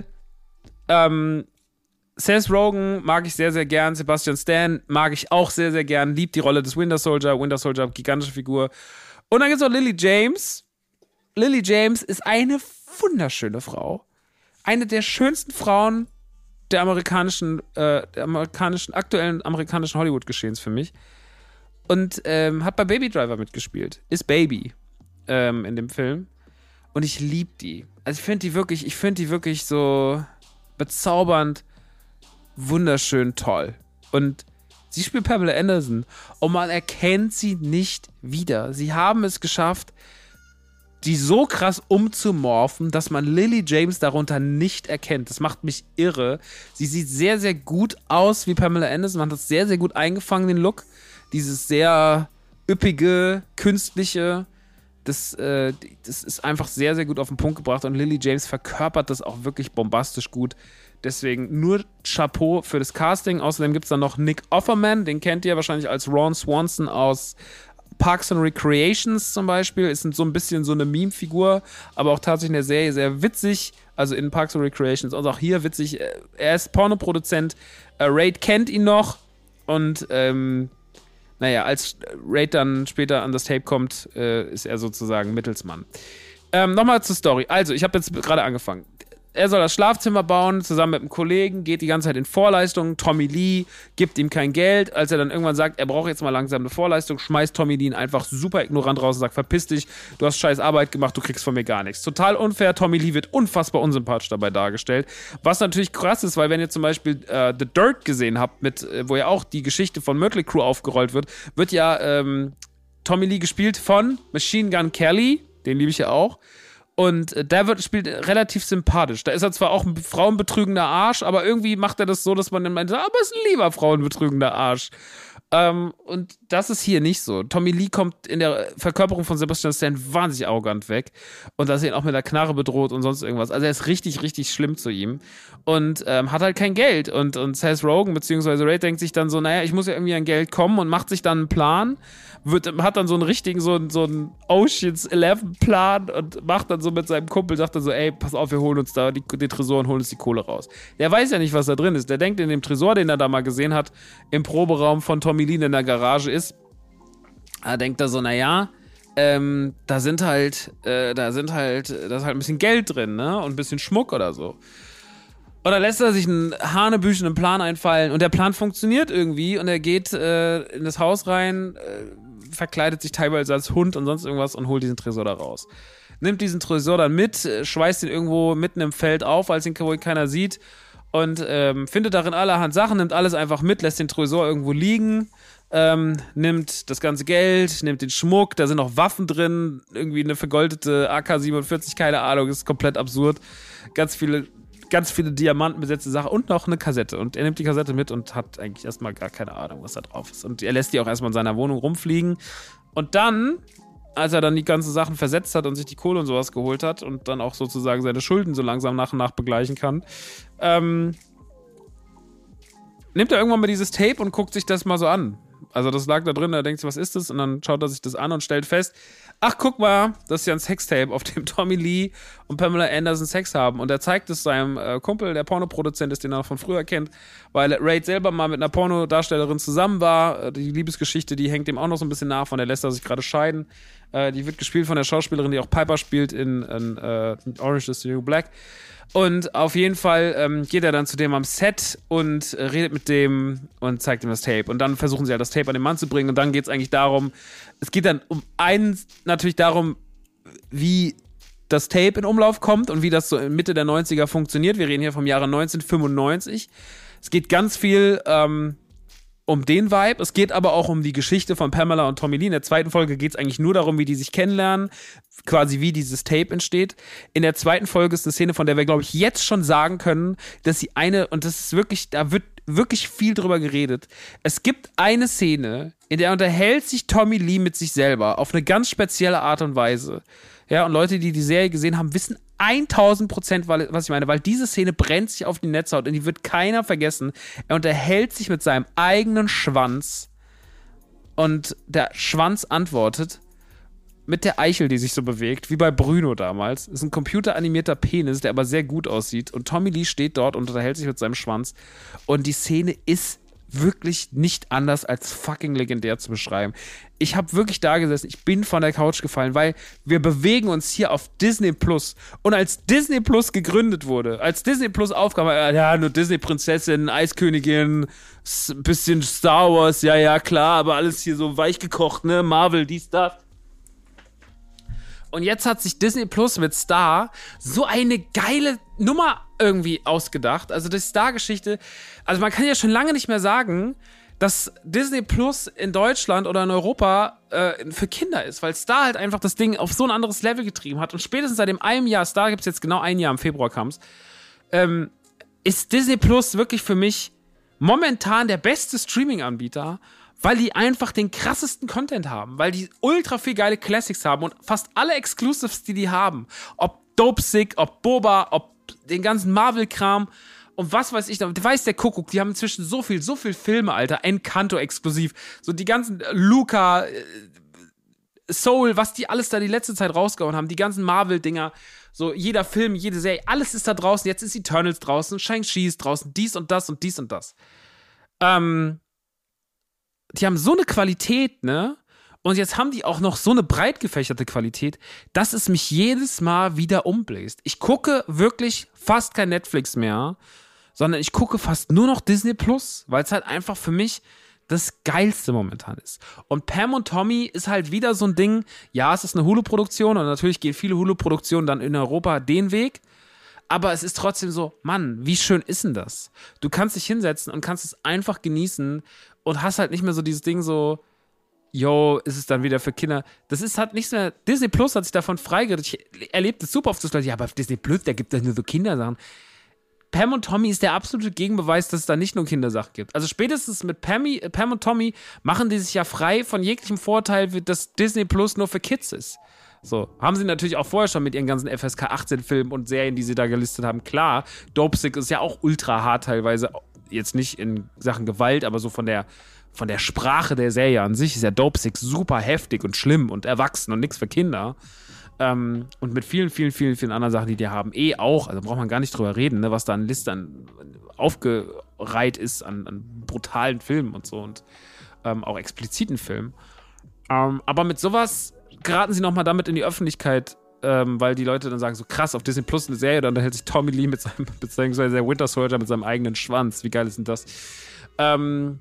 C: ähm, Seth Rogen mag ich sehr, sehr gern. Sebastian Stan mag ich auch sehr, sehr gern. Liebt die Rolle des Winter Soldier. Winter Soldier, gigantische Figur. Und dann gibt's noch Lily James. Lily James ist eine wunderschöne Frau. Eine der schönsten Frauen der amerikanischen, äh, der amerikanischen, aktuellen amerikanischen Hollywood-Geschehens für mich. Und ähm, hat bei Baby Driver mitgespielt. Ist Baby ähm, in dem Film. Und ich liebe die. Also ich finde die wirklich, ich finde die wirklich so bezaubernd, wunderschön toll. Und Sie spielt Pamela Anderson und man erkennt sie nicht wieder. Sie haben es geschafft, die so krass umzumorphen, dass man Lily James darunter nicht erkennt. Das macht mich irre. Sie sieht sehr, sehr gut aus wie Pamela Anderson. Man hat das sehr, sehr gut eingefangen, den Look. Dieses sehr üppige, künstliche, das, äh, das ist einfach sehr, sehr gut auf den Punkt gebracht und Lily James verkörpert das auch wirklich bombastisch gut. Deswegen nur Chapeau für das Casting. Außerdem gibt es dann noch Nick Offerman, den kennt ihr wahrscheinlich als Ron Swanson aus Parks and Recreations zum Beispiel. Ist so ein bisschen so eine Meme-Figur, aber auch tatsächlich in der Serie sehr witzig. Also in Parks and Recreations. Also auch hier witzig. Er ist Pornoproduzent. Raid kennt ihn noch. Und ähm, naja, als Raid dann später an das Tape kommt, äh, ist er sozusagen Mittelsmann. Ähm, nochmal zur Story. Also, ich habe jetzt gerade angefangen. Er soll das Schlafzimmer bauen, zusammen mit einem Kollegen, geht die ganze Zeit in Vorleistungen. Tommy Lee gibt ihm kein Geld. Als er dann irgendwann sagt, er braucht jetzt mal langsam eine Vorleistung, schmeißt Tommy Lee ihn einfach super ignorant raus und sagt, verpiss dich, du hast scheiß Arbeit gemacht, du kriegst von mir gar nichts. Total unfair. Tommy Lee wird unfassbar unsympathisch dabei dargestellt. Was natürlich krass ist, weil wenn ihr zum Beispiel äh, The Dirt gesehen habt, mit, äh, wo ja auch die Geschichte von Mötley Crüe aufgerollt wird, wird ja ähm, Tommy Lee gespielt von Machine Gun Kelly, den liebe ich ja auch. Und der wird, spielt relativ sympathisch. Da ist er zwar auch ein frauenbetrügender Arsch, aber irgendwie macht er das so, dass man dann meint, aber ist ein lieber frauenbetrügender Arsch. Ähm, und das ist hier nicht so. Tommy Lee kommt in der Verkörperung von Sebastian Stan wahnsinnig arrogant weg. Und dass er ihn auch mit der Knarre bedroht und sonst irgendwas. Also er ist richtig, richtig schlimm zu ihm. Und ähm, hat halt kein Geld. Und, und Seth Rogen bzw. Ray denkt sich dann so, naja, ich muss ja irgendwie an Geld kommen und macht sich dann einen Plan. Wird, hat dann so einen richtigen, so, so einen Ocean's Eleven Plan und macht dann so mit seinem Kumpel, sagt dann so, ey, pass auf, wir holen uns da die, den Tresor und holen uns die Kohle raus. Der weiß ja nicht, was da drin ist. Der denkt in dem Tresor, den er da mal gesehen hat, im Proberaum von Tommy Lee in der Garage ist, da denkt er so, naja, ähm, da sind halt, äh, da sind halt, da ist halt ein bisschen Geld drin, ne, und ein bisschen Schmuck oder so. Und dann lässt er sich einen hanebüchenen Plan einfallen und der Plan funktioniert irgendwie und er geht äh, in das Haus rein, äh, verkleidet sich teilweise als Hund und sonst irgendwas und holt diesen Tresor da raus. Nimmt diesen Tresor dann mit, äh, schweißt ihn irgendwo mitten im Feld auf, als ihn wohl keiner sieht und ähm, findet darin allerhand Sachen, nimmt alles einfach mit, lässt den Tresor irgendwo liegen, ähm, nimmt das ganze Geld, nimmt den Schmuck, da sind noch Waffen drin, irgendwie eine vergoldete A K siebenundvierzig, keine Ahnung, ist komplett absurd. Ganz viele ganz viele Diamanten besetzte Sache und noch eine Kassette. Und er nimmt die Kassette mit und hat eigentlich erstmal gar keine Ahnung, was da drauf ist. Und er lässt die auch erstmal in seiner Wohnung rumfliegen. Und dann, als er dann die ganzen Sachen versetzt hat und sich die Kohle und sowas geholt hat und dann auch sozusagen seine Schulden so langsam nach und nach begleichen kann, ähm, nimmt er irgendwann mal dieses Tape und guckt sich das mal so an. Also das lag da drin, er denkt sich, was ist das? Und dann schaut er sich das an und stellt fest, ach, guck mal, das ist ja ein Sextape, auf dem Tommy Lee und Pamela Anderson Sex haben. Und er zeigt es seinem äh, Kumpel, der Pornoproduzent ist, den er von früher kennt, weil Raid selber mal mit einer Pornodarstellerin zusammen war. Die Liebesgeschichte, die hängt ihm auch noch so ein bisschen nach, von der lässt er sich gerade scheiden. Äh, die wird gespielt von der Schauspielerin, die auch Piper spielt in, in äh, Orange is the New Black. Und auf jeden Fall ähm, geht er dann zu dem am Set und äh, redet mit dem und zeigt ihm das Tape. Und dann versuchen sie halt das Tape an den Mann zu bringen. Und dann geht es eigentlich darum, es geht dann um eins natürlich darum, wie das Tape in Umlauf kommt und wie das so in Mitte der neunziger funktioniert. Wir reden hier vom Jahre neunzehnhundertfünfundneunzig. Es geht ganz viel ähm, um den Vibe. Es geht aber auch um die Geschichte von Pamela und Tommy Lee. In der zweiten Folge geht es eigentlich nur darum, wie die sich kennenlernen, quasi wie dieses Tape entsteht. In der zweiten Folge ist eine Szene, von der wir, glaube ich, jetzt schon sagen können, dass sie eine, und das ist wirklich, da wird wirklich viel drüber geredet. Es gibt eine Szene, in der unterhält sich Tommy Lee mit sich selber auf eine ganz spezielle Art und Weise. Ja, und Leute, die die Serie gesehen haben, wissen tausend Prozent, was ich meine, weil diese Szene brennt sich auf die Netzhaut und die wird keiner vergessen. Er unterhält sich mit seinem eigenen Schwanz und der Schwanz antwortet mit der Eichel, die sich so bewegt, wie bei Bruno damals. Das ist ein computeranimierter Penis, der aber sehr gut aussieht und Tommy Lee steht dort und unterhält sich mit seinem Schwanz und die Szene ist wirklich nicht anders als fucking legendär zu beschreiben. Ich habe wirklich da gesessen, ich bin von der Couch gefallen, weil wir bewegen uns hier auf Disney Plus. Und als Disney Plus gegründet wurde, als Disney Plus aufkam, ja, nur Disney-Prinzessin, Eiskönigin, ein bisschen Star Wars, ja, ja, klar, aber alles hier so weich gekocht, ne, Marvel, dies, das. Und jetzt hat sich Disney Plus mit Star so eine geile Nummer irgendwie ausgedacht. Also die Star-Geschichte, also man kann ja schon lange nicht mehr sagen, dass Disney Plus in Deutschland oder in Europa äh, für Kinder ist, weil Star halt einfach das Ding auf so ein anderes Level getrieben hat. Und spätestens seit dem einem Jahr, Star gibt's jetzt genau ein Jahr, im Februar kam's, ähm, ist Disney Plus wirklich für mich momentan der beste Streaming-Anbieter, weil die einfach den krassesten Content haben, weil die ultra viel geile Classics haben und fast alle Exclusives, die die haben, ob Dopesick, ob Boba, ob den ganzen Marvel-Kram und was weiß ich, weiß der Kuckuck, die haben inzwischen so viel, so viel Filme, Alter, Encanto exklusiv, so die ganzen Luca, Soul, was die alles da die letzte Zeit rausgehauen haben, die ganzen Marvel-Dinger, so jeder Film, jede Serie, alles ist da draußen, jetzt ist Eternals draußen, Shang-Chi ist draußen, dies und das und dies und das. Ähm, die haben so eine Qualität, ne? Und jetzt haben die auch noch so eine breit gefächerte Qualität, dass es mich jedes Mal wieder umbläst. Ich gucke wirklich fast kein Netflix mehr, sondern ich gucke fast nur noch Disney Plus, weil es halt einfach für mich das Geilste momentan ist. Und Pam und Tommy ist halt wieder so ein Ding, ja, es ist eine Hulu-Produktion und natürlich gehen viele Hulu-Produktionen dann in Europa den Weg, aber es ist trotzdem so, Mann, wie schön ist denn das? Du kannst dich hinsetzen und kannst es einfach genießen und hast halt nicht mehr so dieses Ding so, yo, ist es dann wieder für Kinder. Das ist halt nichts mehr, Disney Plus hat sich davon freigeredet. Ich erlebe das super oft, dass Leute, ja, aber auf Disney Plus, da gibt es nur so Kindersachen. Pam und Tommy ist der absolute Gegenbeweis, dass es da nicht nur Kindersachen gibt. Also spätestens mit Pammy, Pam und Tommy machen die sich ja frei von jeglichem Vorteil, dass Disney Plus nur für Kids ist. So, haben sie natürlich auch vorher schon mit ihren ganzen F S K achtzehn Filmen und Serien, die sie da gelistet haben. Klar, Dopesick ist ja auch ultra hart teilweise, jetzt nicht in Sachen Gewalt, aber so von der von der Sprache der Serie an sich ist ja Dopesick super heftig und schlimm und erwachsen und nichts für Kinder. Ähm, und mit vielen, vielen, vielen, vielen anderen Sachen, die die haben, eh auch, also braucht man gar nicht drüber reden, ne, was da an Listen aufgereiht ist an, an brutalen Filmen und so und ähm, auch expliziten Filmen. Ähm, aber mit sowas geraten sie nochmal damit in die Öffentlichkeit, ähm, weil die Leute dann sagen, so krass, auf Disney Plus eine Serie, dann hält sich Tommy Lee mit seinem, beziehungsweise der Winter Soldier mit seinem eigenen Schwanz. Wie geil ist denn das? Ähm,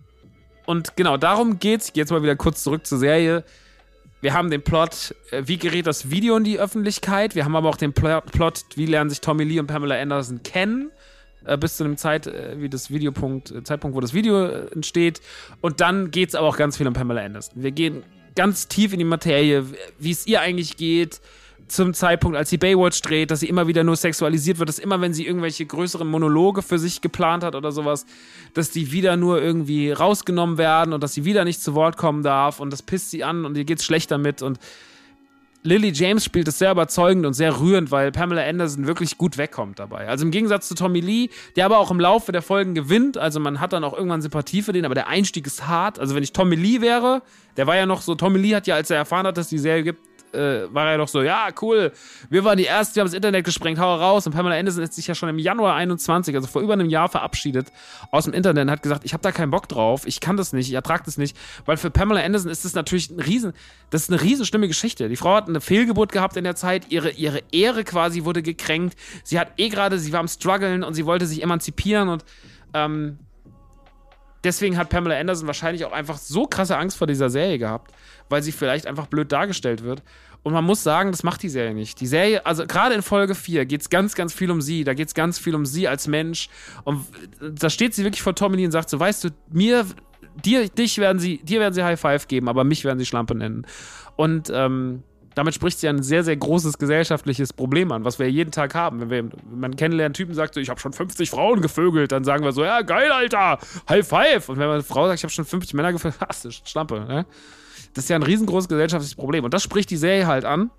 C: und genau, darum geht's. Ich gehe jetzt mal wieder kurz zurück zur Serie. Wir haben den Plot, wie gerät das Video in die Öffentlichkeit? Wir haben aber auch den Plot, wie lernen sich Tommy Lee und Pamela Anderson kennen? Äh, bis zu dem Zeit, äh, wie das Videopunkt, äh, Zeitpunkt, wo das Video äh, entsteht. Und dann geht's aber auch ganz viel um Pamela Anderson. Wir gehen ganz tief in die Materie, wie es ihr eigentlich geht, zum Zeitpunkt, als sie Baywatch dreht, dass sie immer wieder nur sexualisiert wird, dass immer, wenn sie irgendwelche größeren Monologe für sich geplant hat oder sowas, dass die wieder nur irgendwie rausgenommen werden und dass sie wieder nicht zu Wort kommen darf und das pisst sie an und ihr geht's schlecht damit und Lily James spielt es sehr überzeugend und sehr rührend, weil Pamela Anderson wirklich gut wegkommt dabei. Also im Gegensatz zu Tommy Lee, der aber auch im Laufe der Folgen gewinnt, also man hat dann auch irgendwann Sympathie für den, aber der Einstieg ist hart. Also wenn ich Tommy Lee wäre, der war ja noch so, Tommy Lee hat ja, als er erfahren hat, dass es die Serie gibt, äh, war er doch so, ja, cool, wir waren die Ersten, wir haben das Internet gesprengt, hau raus. Und Pamela Anderson ist sich ja schon im Januar einundzwanzig, also vor über einem Jahr verabschiedet aus dem Internet und hat gesagt, ich habe da keinen Bock drauf, ich kann das nicht, ich ertrage das nicht, weil für Pamela Anderson ist das natürlich ein riesen, das ist eine riesen schlimme Geschichte. Die Frau hat eine Fehlgeburt gehabt in der Zeit, ihre, ihre Ehre quasi wurde gekränkt, sie hat eh gerade, sie war am struggeln und sie wollte sich emanzipieren und ähm, deswegen hat Pamela Anderson wahrscheinlich auch einfach so krasse Angst vor dieser Serie gehabt, weil sie vielleicht einfach blöd dargestellt wird. Und man muss sagen, das macht die Serie nicht. Die Serie, also gerade in Folge vier geht es ganz, ganz viel um sie. Da geht es ganz viel um sie als Mensch. Und da steht sie wirklich vor Tommy Lee und sagt so, weißt du, mir, dir, dich werden sie, dir werden sie High Five geben, aber mich werden sie Schlampe nennen. Und ähm, damit spricht sie ein sehr, sehr großes gesellschaftliches Problem an, was wir jeden Tag haben. Wenn wir wenn man kennenlernen, Typen sagt so, ich habe schon fünfzig Frauen gevögelt, dann sagen wir so, ja, geil, Alter, High Five. Und wenn man eine Frau sagt, ich habe schon fünfzig Männer gevögelt, hast du Schlampe, ne? Das ist ja ein riesengroßes gesellschaftliches Problem. Und das spricht die Serie halt an.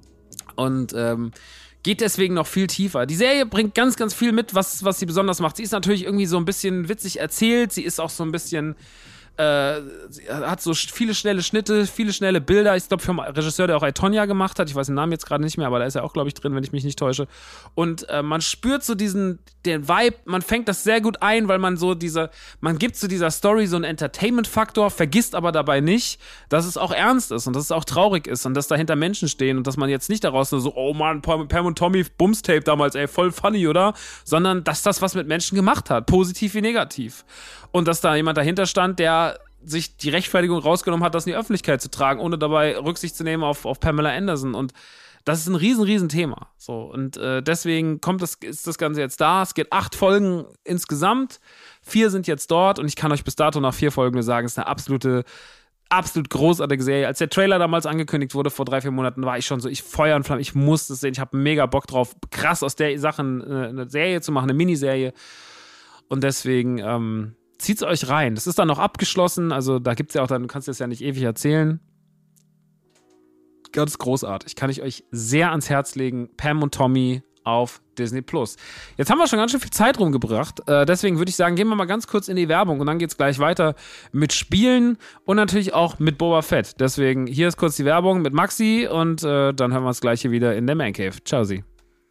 C: Und ähm, geht deswegen noch viel tiefer. Die Serie bringt ganz, ganz viel mit, was, was sie besonders macht. Sie ist natürlich irgendwie so ein bisschen witzig erzählt. Sie ist auch so ein bisschen Äh, hat so viele schnelle Schnitte, viele schnelle Bilder. Ich glaube, vom Regisseur, der auch Aitonia gemacht hat, ich weiß den Namen jetzt gerade nicht mehr, aber da ist er auch, glaube ich, drin, wenn ich mich nicht täusche. Und äh, man spürt so diesen, den Vibe, man fängt das sehr gut ein, weil man so diese, man gibt zu dieser Story so einen Entertainment-Faktor, vergisst aber dabei nicht, dass es auch ernst ist und dass es auch traurig ist und dass dahinter Menschen stehen und dass man jetzt nicht daraus nur so, oh Mann, Pam und Tommy Bumstape damals, ey, voll funny, oder? Sondern, dass das was mit Menschen gemacht hat, positiv wie negativ. Und dass da jemand dahinter stand, der sich die Rechtfertigung rausgenommen hat, das in die Öffentlichkeit zu tragen, ohne dabei Rücksicht zu nehmen auf, auf Pamela Anderson. Und Das ist ein riesen, riesen Thema. So, und äh, deswegen kommt das, ist das Ganze jetzt da. Es geht acht Folgen insgesamt. Vier sind jetzt dort und ich kann euch bis dato nach vier Folgen nur sagen, es ist eine absolute, absolut großartige Serie. Als der Trailer damals angekündigt wurde, vor drei, vier Monaten, war ich schon so, ich Feuer und Flamme, ich muss das sehen. Ich habe mega Bock drauf, krass aus der Sache eine, eine Serie zu machen, eine Miniserie. Und deswegen ähm, zieht's euch rein. Das ist dann noch abgeschlossen, also da gibt's ja auch dann, du kannst das ja nicht ewig erzählen. Ganz großartig. Kann ich euch sehr ans Herz legen. Pam und Tommy auf Disney Plus. Jetzt haben wir schon ganz schön viel Zeit rumgebracht. Äh, deswegen würde ich sagen, gehen wir mal ganz kurz in die Werbung und dann geht's gleich weiter mit Spielen und natürlich auch mit Boba Fett. Deswegen hier ist kurz die Werbung mit Maxi und äh, dann hören wir uns gleich hier wieder in der Man Cave. Ciao, Sie.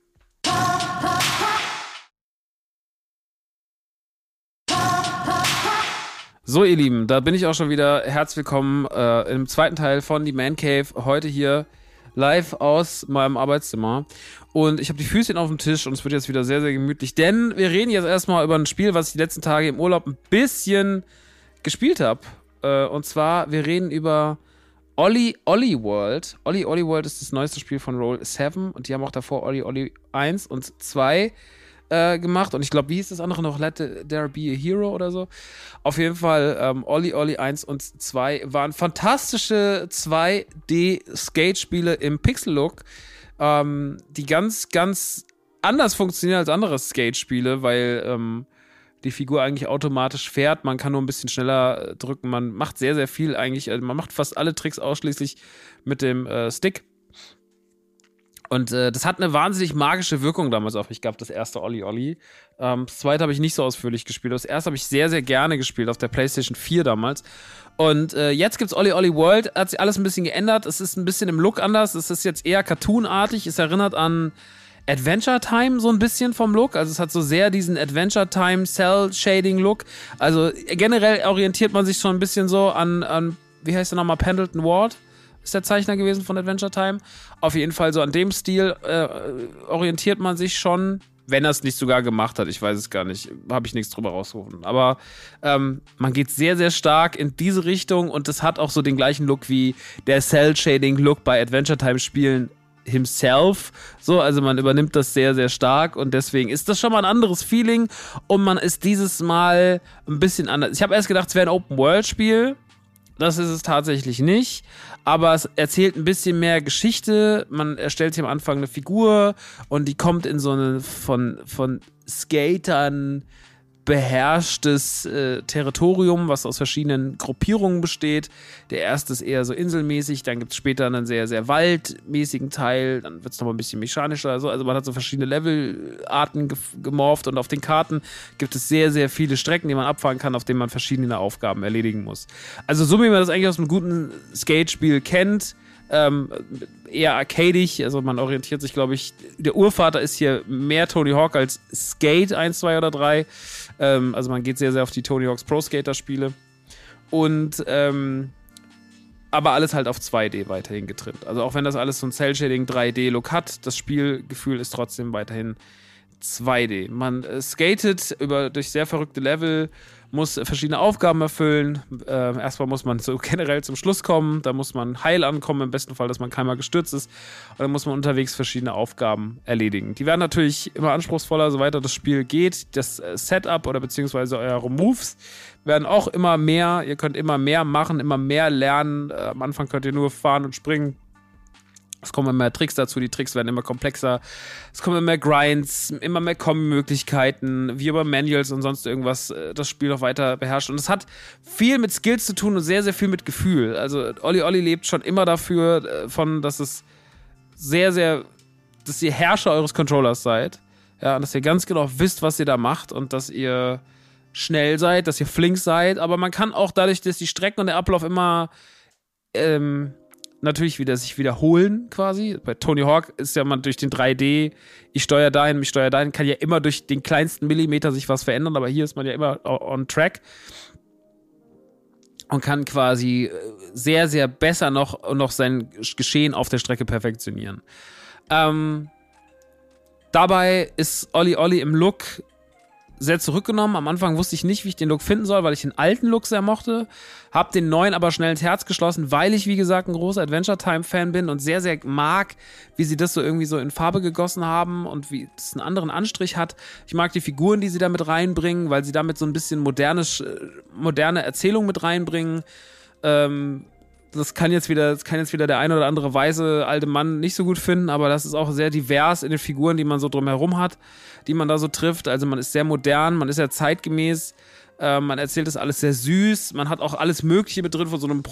C: So, ihr Lieben, da bin ich auch schon wieder. Herzlich willkommen äh, im zweiten Teil von die Man Cave. Heute hier live aus meinem Arbeitszimmer. Und ich habe die Füßchen auf dem Tisch und es wird jetzt wieder sehr, sehr gemütlich. Denn wir reden jetzt erstmal über ein Spiel, was ich die letzten Tage im Urlaub ein bisschen gespielt habe. Äh, und zwar, wir reden über Olli Olli World. Olli Olli World ist das neueste Spiel von Roll sieben. Und die haben auch davor Olli Olli eins und zwei gemacht und ich glaube, wie hieß das andere noch? Let There Be a Hero oder so. Auf jeden Fall, ähm, Olli Olli eins und zwei waren fantastische zwei D-Skate-Spiele im Pixel-Look, ähm, die ganz, ganz anders funktionieren als andere Skate-Spiele, weil ähm, die Figur eigentlich automatisch fährt, man kann nur ein bisschen schneller drücken, man macht sehr, sehr viel eigentlich, also man macht fast alle Tricks ausschließlich mit dem äh, Stick. Und äh, das hat eine wahnsinnig magische Wirkung damals auf mich gehabt, das erste Olli Olli. Ähm, das zweite habe ich nicht so ausführlich gespielt. Das erste habe ich sehr, sehr gerne gespielt, auf der PlayStation vier damals. Und äh, jetzt gibt's Olli Olli World, hat sich alles ein bisschen geändert. Es ist ein bisschen im Look anders. Es ist jetzt eher cartoonartig. Es erinnert an Adventure Time so ein bisschen vom Look. Also es hat so sehr diesen Adventure Time Cell-Shading-Look. Also generell orientiert man sich schon ein bisschen so an, an wie heißt der nochmal, Pendleton Ward? Ist der Zeichner gewesen von Adventure Time. Auf jeden Fall so an dem Stil äh, orientiert man sich schon, wenn er es nicht sogar gemacht hat. Ich weiß es gar nicht. Habe ich nichts drüber rausgefunden. Aber ähm, man geht sehr, sehr stark in diese Richtung und das hat auch so den gleichen Look wie der Cell-Shading-Look bei Adventure Time Spielen himself. So, also man übernimmt das sehr, sehr stark und deswegen ist das schon mal ein anderes Feeling und man ist dieses Mal ein bisschen anders. Ich habe erst gedacht, es wäre ein Open-World-Spiel. Das ist es tatsächlich nicht, aber es erzählt ein bisschen mehr Geschichte. Man erstellt sich am Anfang eine Figur und die kommt in so eine von, von Skatern beherrschtes äh, Territorium, was aus verschiedenen Gruppierungen besteht. Der erste ist eher so inselmäßig, dann gibt es später einen sehr, sehr waldmäßigen Teil, dann wird es nochmal ein bisschen mechanischer. Also, also man hat so verschiedene Levelarten ge- gemorpht und auf den Karten gibt es sehr, sehr viele Strecken, die man abfahren kann, auf denen man verschiedene Aufgaben erledigen muss. Also so wie man das eigentlich aus einem guten Skate-Spiel kennt, Ähm, eher arcadig, also man orientiert sich, glaube ich, der Urvater ist hier mehr Tony Hawk als Skate eins, zwei oder drei, ähm, also man geht sehr, sehr auf die Tony Hawk's Pro Skater Spiele und ähm, aber alles halt auf zwei D weiterhin getrimmt, also auch wenn das alles so ein Cell-Shading drei D-Look hat, das Spielgefühl ist trotzdem weiterhin zwei D. Man äh, skatet über, durch sehr verrückte Level, muss verschiedene Aufgaben erfüllen. Äh, erstmal muss man so generell zum Schluss kommen, da muss man heil ankommen, im besten Fall, dass man keinmal gestürzt ist. Und dann muss man unterwegs verschiedene Aufgaben erledigen. Die werden natürlich immer anspruchsvoller, so weiter das Spiel geht. Das äh, Setup oder beziehungsweise eure Moves werden auch immer mehr. Ihr könnt immer mehr machen, immer mehr lernen. Äh, am Anfang könnt ihr nur fahren und springen. Es kommen immer mehr Tricks dazu, die Tricks werden immer komplexer. Es kommen immer mehr Grinds, immer mehr Kombi-Möglichkeiten, wie über Manuals und sonst irgendwas das Spiel noch weiter beherrscht. Und es hat viel mit Skills zu tun und sehr, sehr viel mit Gefühl. Also Olli Olli lebt schon immer dafür, von, dass es sehr, sehr, dass ihr Herrscher eures Controllers seid. Ja, und dass ihr ganz genau wisst, was ihr da macht und dass ihr schnell seid, dass ihr flink seid. Aber man kann auch dadurch, dass die Strecken und der Ablauf immer ähm, natürlich wieder sich wiederholen quasi. Bei Tony Hawk ist ja man durch den drei D, ich steuere dahin, ich steuere dahin, kann ja immer durch den kleinsten Millimeter sich was verändern, aber hier ist man ja immer on track und kann quasi sehr, sehr besser noch, noch sein Geschehen auf der Strecke perfektionieren. Ähm, dabei ist Olli Olli im Look sehr zurückgenommen. Am Anfang wusste ich nicht, wie ich den Look finden soll, weil ich den alten Look sehr mochte. Hab den neuen aber schnell ins Herz geschlossen, weil ich, wie gesagt, ein großer Adventure-Time-Fan bin und sehr, sehr mag, wie sie das so irgendwie so in Farbe gegossen haben und wie es einen anderen Anstrich hat. Ich mag die Figuren, die sie da mit reinbringen, weil sie damit so ein bisschen modernes, moderne Erzählung mit reinbringen. Ähm, das kann jetzt wieder, das kann jetzt wieder der eine oder andere weise alte Mann nicht so gut finden, aber das ist auch sehr divers in den Figuren, die man so drumherum hat, die man da so trifft. Also man ist sehr modern, man ist sehr zeitgemäß, äh, man erzählt das alles sehr süß, man hat auch alles Mögliche mit drin, von so einem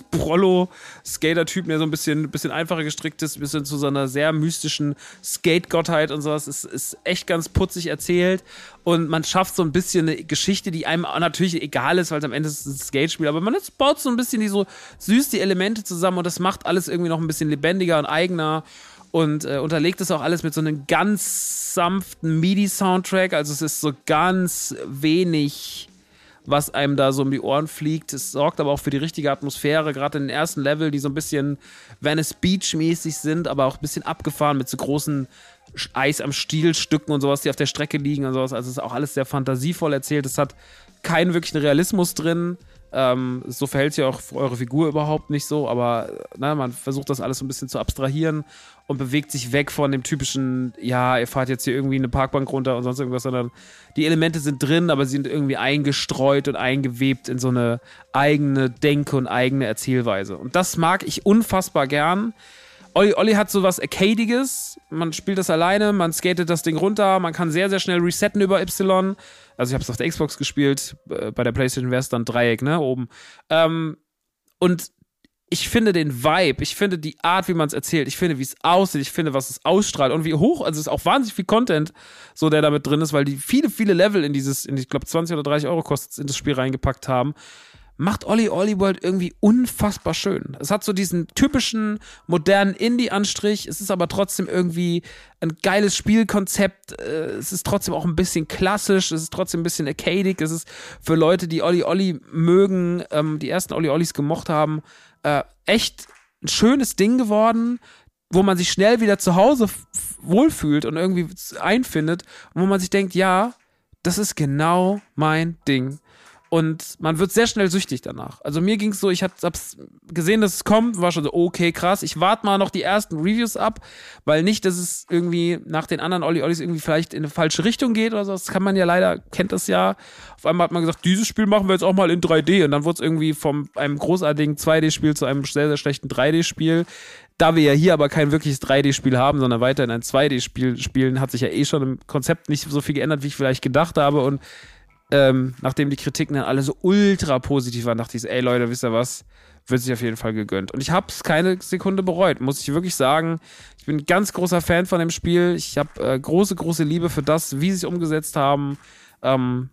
C: Prollo-Skater-Typen, der so ein bisschen, bisschen einfacher gestrickt ist, bis hin zu so einer sehr mystischen Skate-Gottheit und sowas. Es ist echt ganz putzig erzählt und man schafft so ein bisschen eine Geschichte, die einem natürlich egal ist, weil es am Ende ist ein Skatespiel, aber man baut so ein bisschen die so süß die Elemente zusammen und das macht alles irgendwie noch ein bisschen lebendiger und eigener. Und äh, unterlegt es auch alles mit so einem ganz sanften MIDI-Soundtrack. Also es ist so ganz wenig, was einem da so um die Ohren fliegt. Es sorgt aber auch für die richtige Atmosphäre, gerade in den ersten Level, die so ein bisschen Venice Beach-mäßig sind, aber auch ein bisschen abgefahren mit so großen Eis am Stielstücken und sowas, die auf der Strecke liegen und sowas. Also es ist auch alles sehr fantasievoll erzählt. Es hat keinen wirklichen Realismus drin. Ähm, so verhält sich auch eure Figur überhaupt nicht so, aber na, man versucht das alles so ein bisschen zu abstrahieren und bewegt sich weg von dem typischen, ja, ihr fahrt jetzt hier irgendwie eine Parkbank runter und sonst irgendwas, sondern die Elemente sind drin, aber sie sind irgendwie eingestreut und eingewebt in so eine eigene Denke und eigene Erzählweise. Und das mag ich unfassbar gern. Olli Olli hat sowas Arcadiges, man spielt das alleine, man skatet das Ding runter, man kann sehr, sehr schnell resetten über Y. Also ich habe es auf der Xbox gespielt, bei der PlayStation wäre es dann Dreieck, ne, oben. Ähm, und ich finde den Vibe, ich finde die Art, wie man es erzählt, ich finde, wie es aussieht, ich finde, was es ausstrahlt und wie hoch, also es ist auch wahnsinnig viel Content, so der damit drin ist, weil die viele, viele Level in dieses, in, ich glaube zwanzig oder dreißig Euro kostet es, in das Spiel reingepackt haben, macht Olli Olli World irgendwie unfassbar schön. Es hat so diesen typischen modernen Indie-Anstrich, es ist aber trotzdem irgendwie ein geiles Spielkonzept, es ist trotzdem auch ein bisschen klassisch, es ist trotzdem ein bisschen arcadic, es ist für Leute, die Olli Olli mögen, ähm, die ersten Olli Ollis gemocht haben, äh, echt ein schönes Ding geworden, wo man sich schnell wieder zu Hause f- wohlfühlt und irgendwie einfindet und wo man sich denkt, ja, das ist genau mein Ding. Und man wird sehr schnell süchtig danach. Also mir ging es so, ich hab's gesehen, dass es kommt, war schon so, okay, krass, ich warte mal noch die ersten Reviews ab, weil nicht, dass es irgendwie nach den anderen Olli Ollis irgendwie vielleicht in eine falsche Richtung geht oder so, das kann man ja leider, kennt das ja. Auf einmal hat man gesagt, dieses Spiel machen wir jetzt auch mal in drei D und dann wurde es irgendwie von einem großartigen zwei D-Spiel zu einem sehr, sehr schlechten drei D-Spiel. Da wir ja hier aber kein wirkliches drei D-Spiel haben, sondern weiterhin ein zwei D-Spiel spielen, hat sich ja eh schon im Konzept nicht so viel geändert, wie ich vielleicht gedacht habe und Ähm, nachdem die Kritiken dann alle so ultra positiv waren, dachte ich so, ey Leute, wisst ihr was, wird sich auf jeden Fall gegönnt. Und ich habe es keine Sekunde bereut, muss ich wirklich sagen. Ich bin ein ganz großer Fan von dem Spiel. Ich habe äh, große, große Liebe für das, wie sie es umgesetzt haben. Ähm,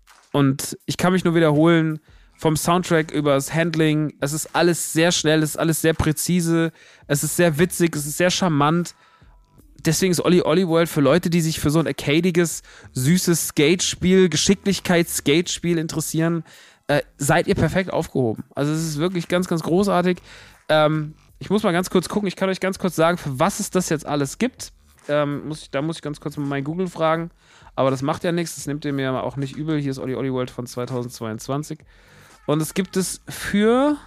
C: und ich kann mich nur wiederholen, vom Soundtrack über das Handling, es ist alles sehr schnell, es ist alles sehr präzise, es ist sehr witzig, es ist sehr charmant. Deswegen ist Olli Olli World für Leute, die sich für so ein arcadiges, süßes Skatespiel, Geschicklichkeits-Skatespiel interessieren, äh, seid ihr perfekt aufgehoben. Also es ist wirklich ganz, ganz großartig. Ähm, ich muss mal ganz kurz gucken, ich kann euch ganz kurz sagen, für was es das jetzt alles gibt. Ähm, muss ich, da muss ich ganz kurz mal mein Google fragen. Aber das macht ja nichts, das nimmt ihr mir auch nicht übel. Hier ist Olli Olli World von zweitausendzweiundzwanzig. Und es gibt es für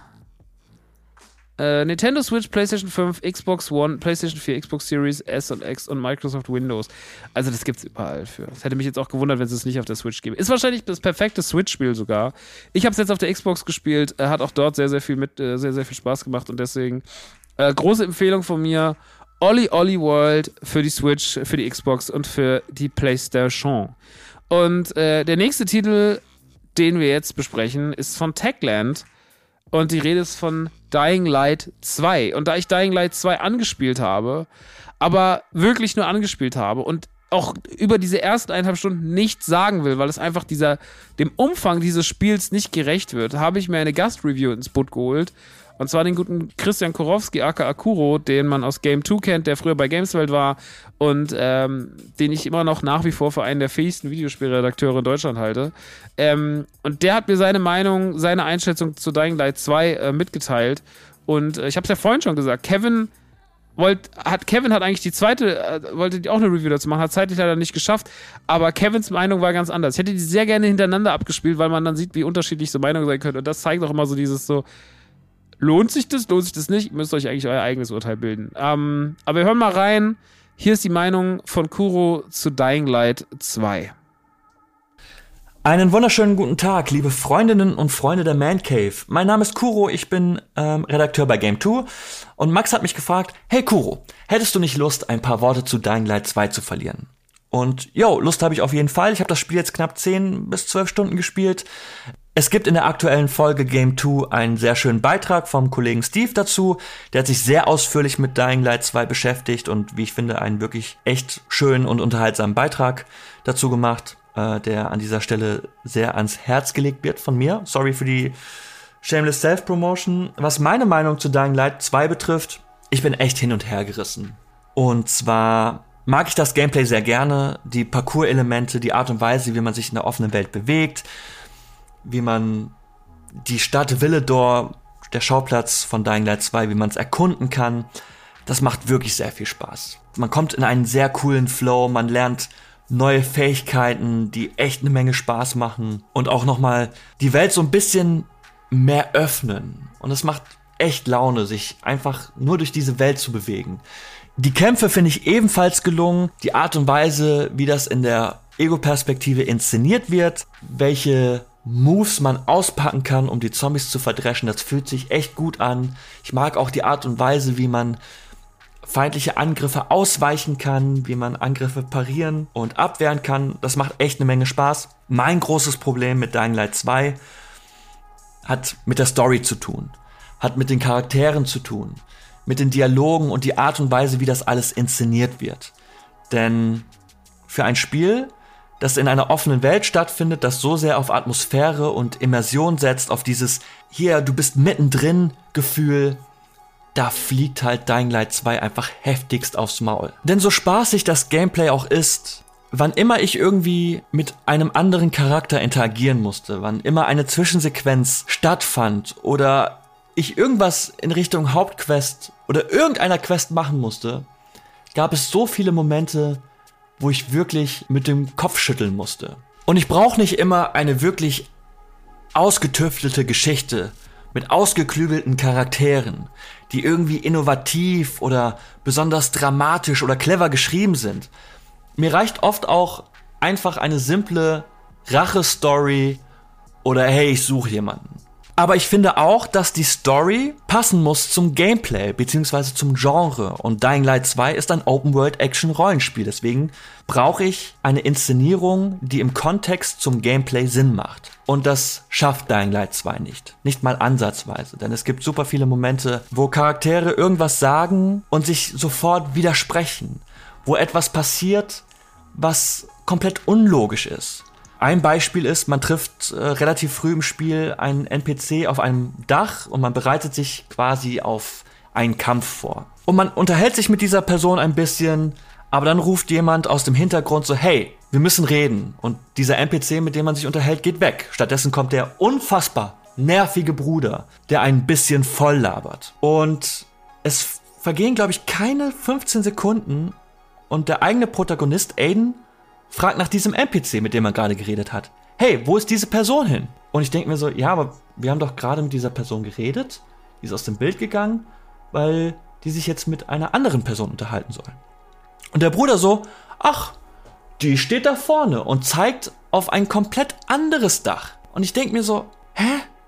C: Uh, Nintendo Switch, PlayStation fünf, Xbox One, PlayStation vier, Xbox Series S und X und Microsoft Windows. Also das gibt's überall für. Das hätte mich jetzt auch gewundert, wenn es es nicht auf der Switch gäbe. Ist wahrscheinlich das perfekte Switch-Spiel sogar. Ich habe es jetzt auf der Xbox gespielt, äh, hat auch dort sehr, sehr viel mit, äh, sehr, sehr viel Spaß gemacht und deswegen äh, große Empfehlung von mir. Olli Olli World für die Switch, für die Xbox und für die PlayStation. Und äh, der nächste Titel, den wir jetzt besprechen, ist von Techland. Und die Rede ist von Dying Light zwei. Und da ich Dying Light zwei angespielt habe, aber wirklich nur angespielt habe und auch über diese ersten eineinhalb Stunden nichts sagen will, weil es einfach dieser, dem Umfang dieses Spiels nicht gerecht wird, habe ich mir eine Gastreview ins Boot geholt. Und zwar den guten Christian Korowski, aka Kuro, den man aus Game zwei kennt, der früher bei Gameswelt war und ähm, den ich immer noch nach wie vor für einen der fähigsten Videospielredakteure in Deutschland halte. Ähm, und der hat mir seine Meinung, seine Einschätzung zu Dying Light zwei äh, mitgeteilt. Und äh, ich habe es ja vorhin schon gesagt, Kevin wollt, hat Kevin hat eigentlich die zweite, äh, wollte auch eine Review dazu machen, hat zeitlich leider nicht geschafft, aber Kevins Meinung war ganz anders. Ich hätte die sehr gerne hintereinander abgespielt, weil man dann sieht, wie unterschiedlich so Meinungen sein können und das zeigt auch immer so dieses so, lohnt sich das, lohnt sich das nicht, müsst euch eigentlich euer eigenes Urteil bilden. Ähm, aber wir hören mal rein, hier ist die Meinung von Kuro zu Dying Light zwei.
D: Einen wunderschönen guten Tag, liebe Freundinnen und Freunde der Man Cave. Mein Name ist Kuro, ich bin ähm, Redakteur bei Game zwei und Max hat mich gefragt, hey Kuro, hättest du nicht Lust, ein paar Worte zu Dying Light zwei zu verlieren? Und yo, Lust habe ich auf jeden Fall. Ich habe das Spiel jetzt knapp zehn bis zwölf Stunden gespielt. Es gibt in der aktuellen Folge Game zwei einen sehr schönen Beitrag vom Kollegen Steve dazu. Der hat sich sehr ausführlich mit Dying Light zwei beschäftigt und wie ich finde, einen wirklich echt schönen und unterhaltsamen Beitrag dazu gemacht, der an dieser Stelle sehr ans Herz gelegt wird von mir. Sorry für die shameless Self-Promotion. Was meine Meinung zu Dying Light zwei betrifft, ich bin echt hin und her gerissen. Und zwar mag ich das Gameplay sehr gerne, die Parcours-Elemente, die Art und Weise, wie man sich in der offenen Welt bewegt, wie man die Stadt Villedor, der Schauplatz von Dying Light zwei, wie man es erkunden kann. Das macht wirklich sehr viel Spaß. Man kommt in einen sehr coolen Flow, man lernt neue Fähigkeiten, die echt eine Menge Spaß machen und auch nochmal die Welt so ein bisschen mehr öffnen. Und es macht echt Laune, sich einfach nur durch diese Welt zu bewegen. Die Kämpfe finde ich ebenfalls gelungen. Die Art und Weise, wie das in der Ego-Perspektive inszeniert wird, welche Moves man auspacken kann, um die Zombies zu verdreschen, das fühlt sich echt gut an. Ich mag auch die Art und Weise, wie man feindliche Angriffe ausweichen kann, wie man Angriffe parieren und abwehren kann. Das macht echt eine Menge Spaß. Mein großes Problem mit Dying Light zwei hat mit der Story zu tun, hat mit den Charakteren zu tun, mit den Dialogen und die Art und Weise, wie das alles inszeniert wird. Denn für ein Spiel, das in einer offenen Welt stattfindet, das so sehr auf Atmosphäre und Immersion setzt, auf dieses hier, du bist mittendrin Gefühl, da fliegt halt Dying Light zwei einfach heftigst aufs Maul. Denn so spaßig das Gameplay auch ist, wann immer ich irgendwie mit einem anderen Charakter interagieren musste, wann immer eine Zwischensequenz stattfand oder ich irgendwas in Richtung Hauptquest oder irgendeiner Quest machen musste, gab es so viele Momente, wo ich wirklich mit dem Kopf schütteln musste. Und ich brauche nicht immer eine wirklich ausgetüftelte Geschichte mit ausgeklügelten Charakteren, die irgendwie innovativ oder besonders dramatisch oder clever geschrieben sind. Mir reicht oft auch einfach eine simple Rache-Story oder hey, ich suche jemanden. Aber ich finde auch, dass die Story passen muss zum Gameplay bzw. zum Genre. Und Dying Light zwei ist ein Open-World-Action-Rollenspiel. Deswegen brauche ich eine Inszenierung, die im Kontext zum Gameplay Sinn macht. Und das schafft Dying Light zwei nicht. Nicht mal ansatzweise. Denn es gibt super viele Momente, wo Charaktere irgendwas sagen und sich sofort widersprechen. Wo etwas passiert, was komplett unlogisch ist. Ein Beispiel ist, man trifft äh, relativ früh im Spiel einen N P C auf einem Dach und man bereitet sich quasi auf einen Kampf vor. Und man unterhält sich mit dieser Person ein bisschen, aber dann ruft jemand aus dem Hintergrund so, hey, wir müssen reden. Und dieser N P C, mit dem man sich unterhält, geht weg. Stattdessen kommt der unfassbar nervige Bruder, der ein bisschen voll labert. Und es vergehen, glaube ich, keine fünfzehn Sekunden und der eigene Protagonist, Aiden, fragt nach diesem N P C, mit dem man gerade geredet hat. Hey, wo ist diese Person hin? Und ich denke mir so, ja, aber wir haben doch gerade mit dieser Person geredet. Die ist aus dem Bild gegangen, weil die sich jetzt mit einer anderen Person unterhalten soll. Und der Bruder so, ach, die steht da vorne und zeigt auf ein komplett anderes Dach. Und ich denke mir so, hä?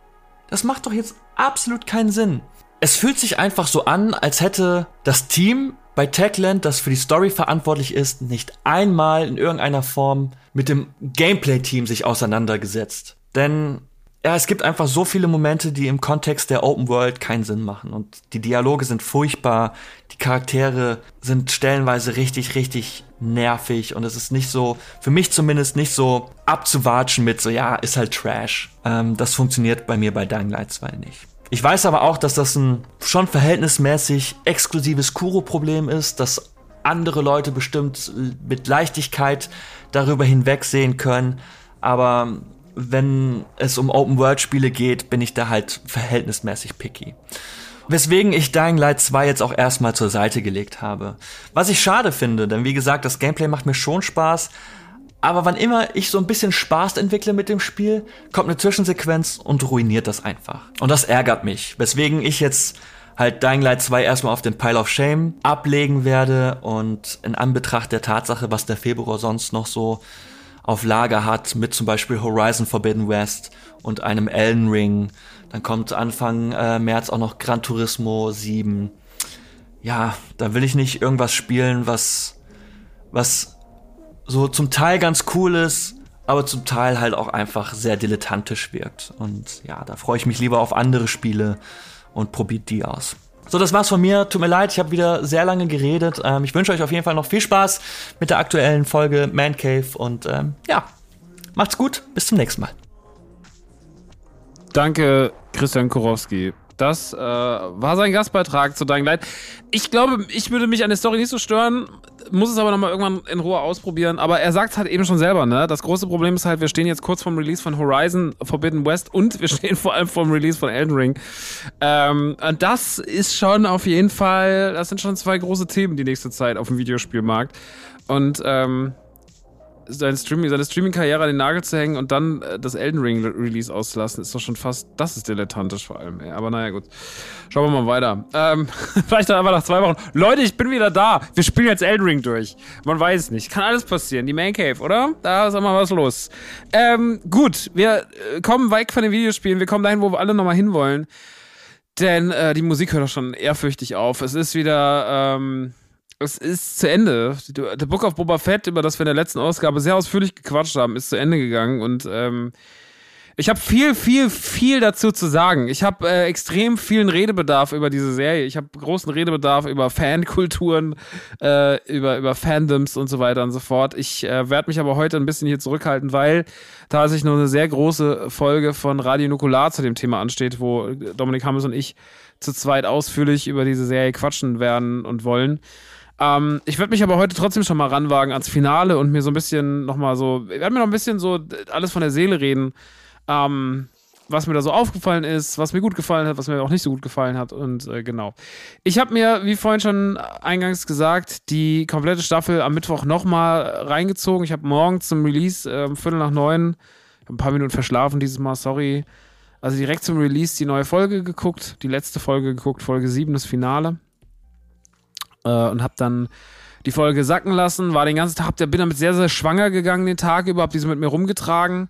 D: Das macht doch jetzt absolut keinen Sinn. Es fühlt sich einfach so an, als hätte das Team bei Techland, das für die Story verantwortlich ist, nicht einmal in irgendeiner Form mit dem Gameplay-Team sich auseinandergesetzt. Denn ja, es gibt einfach so viele Momente, die im Kontext der Open World keinen Sinn machen. Und die Dialoge sind furchtbar, die Charaktere sind stellenweise richtig, richtig nervig. Und es ist nicht so, für mich zumindest nicht so abzuwatschen mit so, ja, ist halt Trash. Ähm, das funktioniert bei mir bei Dying Light zwei nicht. Ich weiß aber auch, dass das ein schon verhältnismäßig exklusives Kuro-Problem ist, dass andere Leute bestimmt mit Leichtigkeit darüber hinwegsehen können. Aber wenn es um Open-World-Spiele geht, bin ich da halt verhältnismäßig picky. Weswegen ich Dying Light zwei jetzt auch erstmal zur Seite gelegt habe. Was ich schade finde, denn wie gesagt, das Gameplay macht mir schon Spaß. Aber wann immer ich so ein bisschen Spaß entwickle mit dem Spiel, kommt eine Zwischensequenz und ruiniert das einfach. Und das ärgert mich. Weswegen ich jetzt halt Dying Light zwei erstmal auf den Pile of Shame ablegen werde. Und in Anbetracht der Tatsache, was der Februar sonst noch so auf Lager hat, mit zum Beispiel Horizon Forbidden West und einem Elden Ring. Dann kommt Anfang äh, März auch noch Gran Turismo sieben. Ja, da will ich nicht irgendwas spielen, was, was so zum Teil ganz cool ist, aber zum Teil halt auch einfach sehr dilettantisch wirkt. Und ja, da freue ich mich lieber auf andere Spiele und probiert die aus. So, das war's von mir. Tut mir leid, ich habe wieder sehr lange geredet. Ähm, ich wünsche euch auf jeden Fall noch viel Spaß mit der aktuellen Folge Man Cave. Und ähm, ja, macht's gut. Bis zum nächsten Mal.
C: Danke, Christian Kurowski. Das äh, war sein Gastbeitrag zu Dying Light. Ich glaube, ich würde mich an der Story nicht so stören, muss es aber nochmal irgendwann in Ruhe ausprobieren. Aber er sagt es halt eben schon selber, ne? Das große Problem ist halt, wir stehen jetzt kurz vorm Release von Horizon Forbidden West und wir stehen vor allem vorm Release von Elden Ring. Ähm, und das ist schon auf jeden Fall, das sind schon zwei große Themen die nächste Zeit auf dem Videospielmarkt. Und ähm, seine, Streaming, seine Streaming-Karriere an den Nagel zu hängen und dann äh, das Elden Ring-Release auszulassen, ist doch schon fast, das ist dilettantisch vor allem, ey. Aber naja, gut. Schauen wir mal weiter. Ähm, vielleicht dann einfach nach zwei Wochen. Leute, ich bin wieder da. Wir spielen jetzt Elden Ring durch. Man weiß es nicht. Kann alles passieren. Die Man Cave, oder? Da ist immer was los. Ähm, gut. Wir äh, kommen weg von den Videospielen. Wir kommen dahin, wo wir alle nochmal hinwollen. Denn äh, die Musik hört doch schon ehrfürchtig auf. Es ist wieder, ähm, es ist zu Ende. The Book of Boba Fett, über das wir in der letzten Ausgabe sehr ausführlich gequatscht haben, ist zu Ende gegangen und ähm, ich habe viel, viel, viel dazu zu sagen. Ich habe äh, extrem vielen Redebedarf über diese Serie. Ich habe großen Redebedarf über Fankulturen, äh, über, über Fandoms und so weiter und so fort. Ich äh, werde mich aber heute ein bisschen hier zurückhalten, weil tatsächlich noch eine sehr große Folge von Radio Nukular zu dem Thema ansteht, wo Dominik Hammes und ich zu zweit ausführlich über diese Serie quatschen werden und wollen. Ähm, ich werde mich aber heute trotzdem schon mal ranwagen ans Finale und mir so ein bisschen nochmal so, ich werde mir noch ein bisschen so alles von der Seele reden, ähm, was mir da so aufgefallen ist, was mir gut gefallen hat, was mir auch nicht so gut gefallen hat und äh, genau. Ich habe mir, wie vorhin schon eingangs gesagt, die komplette Staffel am Mittwoch nochmal reingezogen. Ich habe morgen zum Release äh, um Viertel nach neun, ich habe ein paar Minuten verschlafen dieses Mal, sorry, also direkt zum Release die neue Folge geguckt, die letzte Folge geguckt, Folge sieben, das Finale. Und hab dann die Folge sacken lassen, war den ganzen Tag, bin damit sehr, sehr schwanger gegangen den Tag über, hab diese mit mir rumgetragen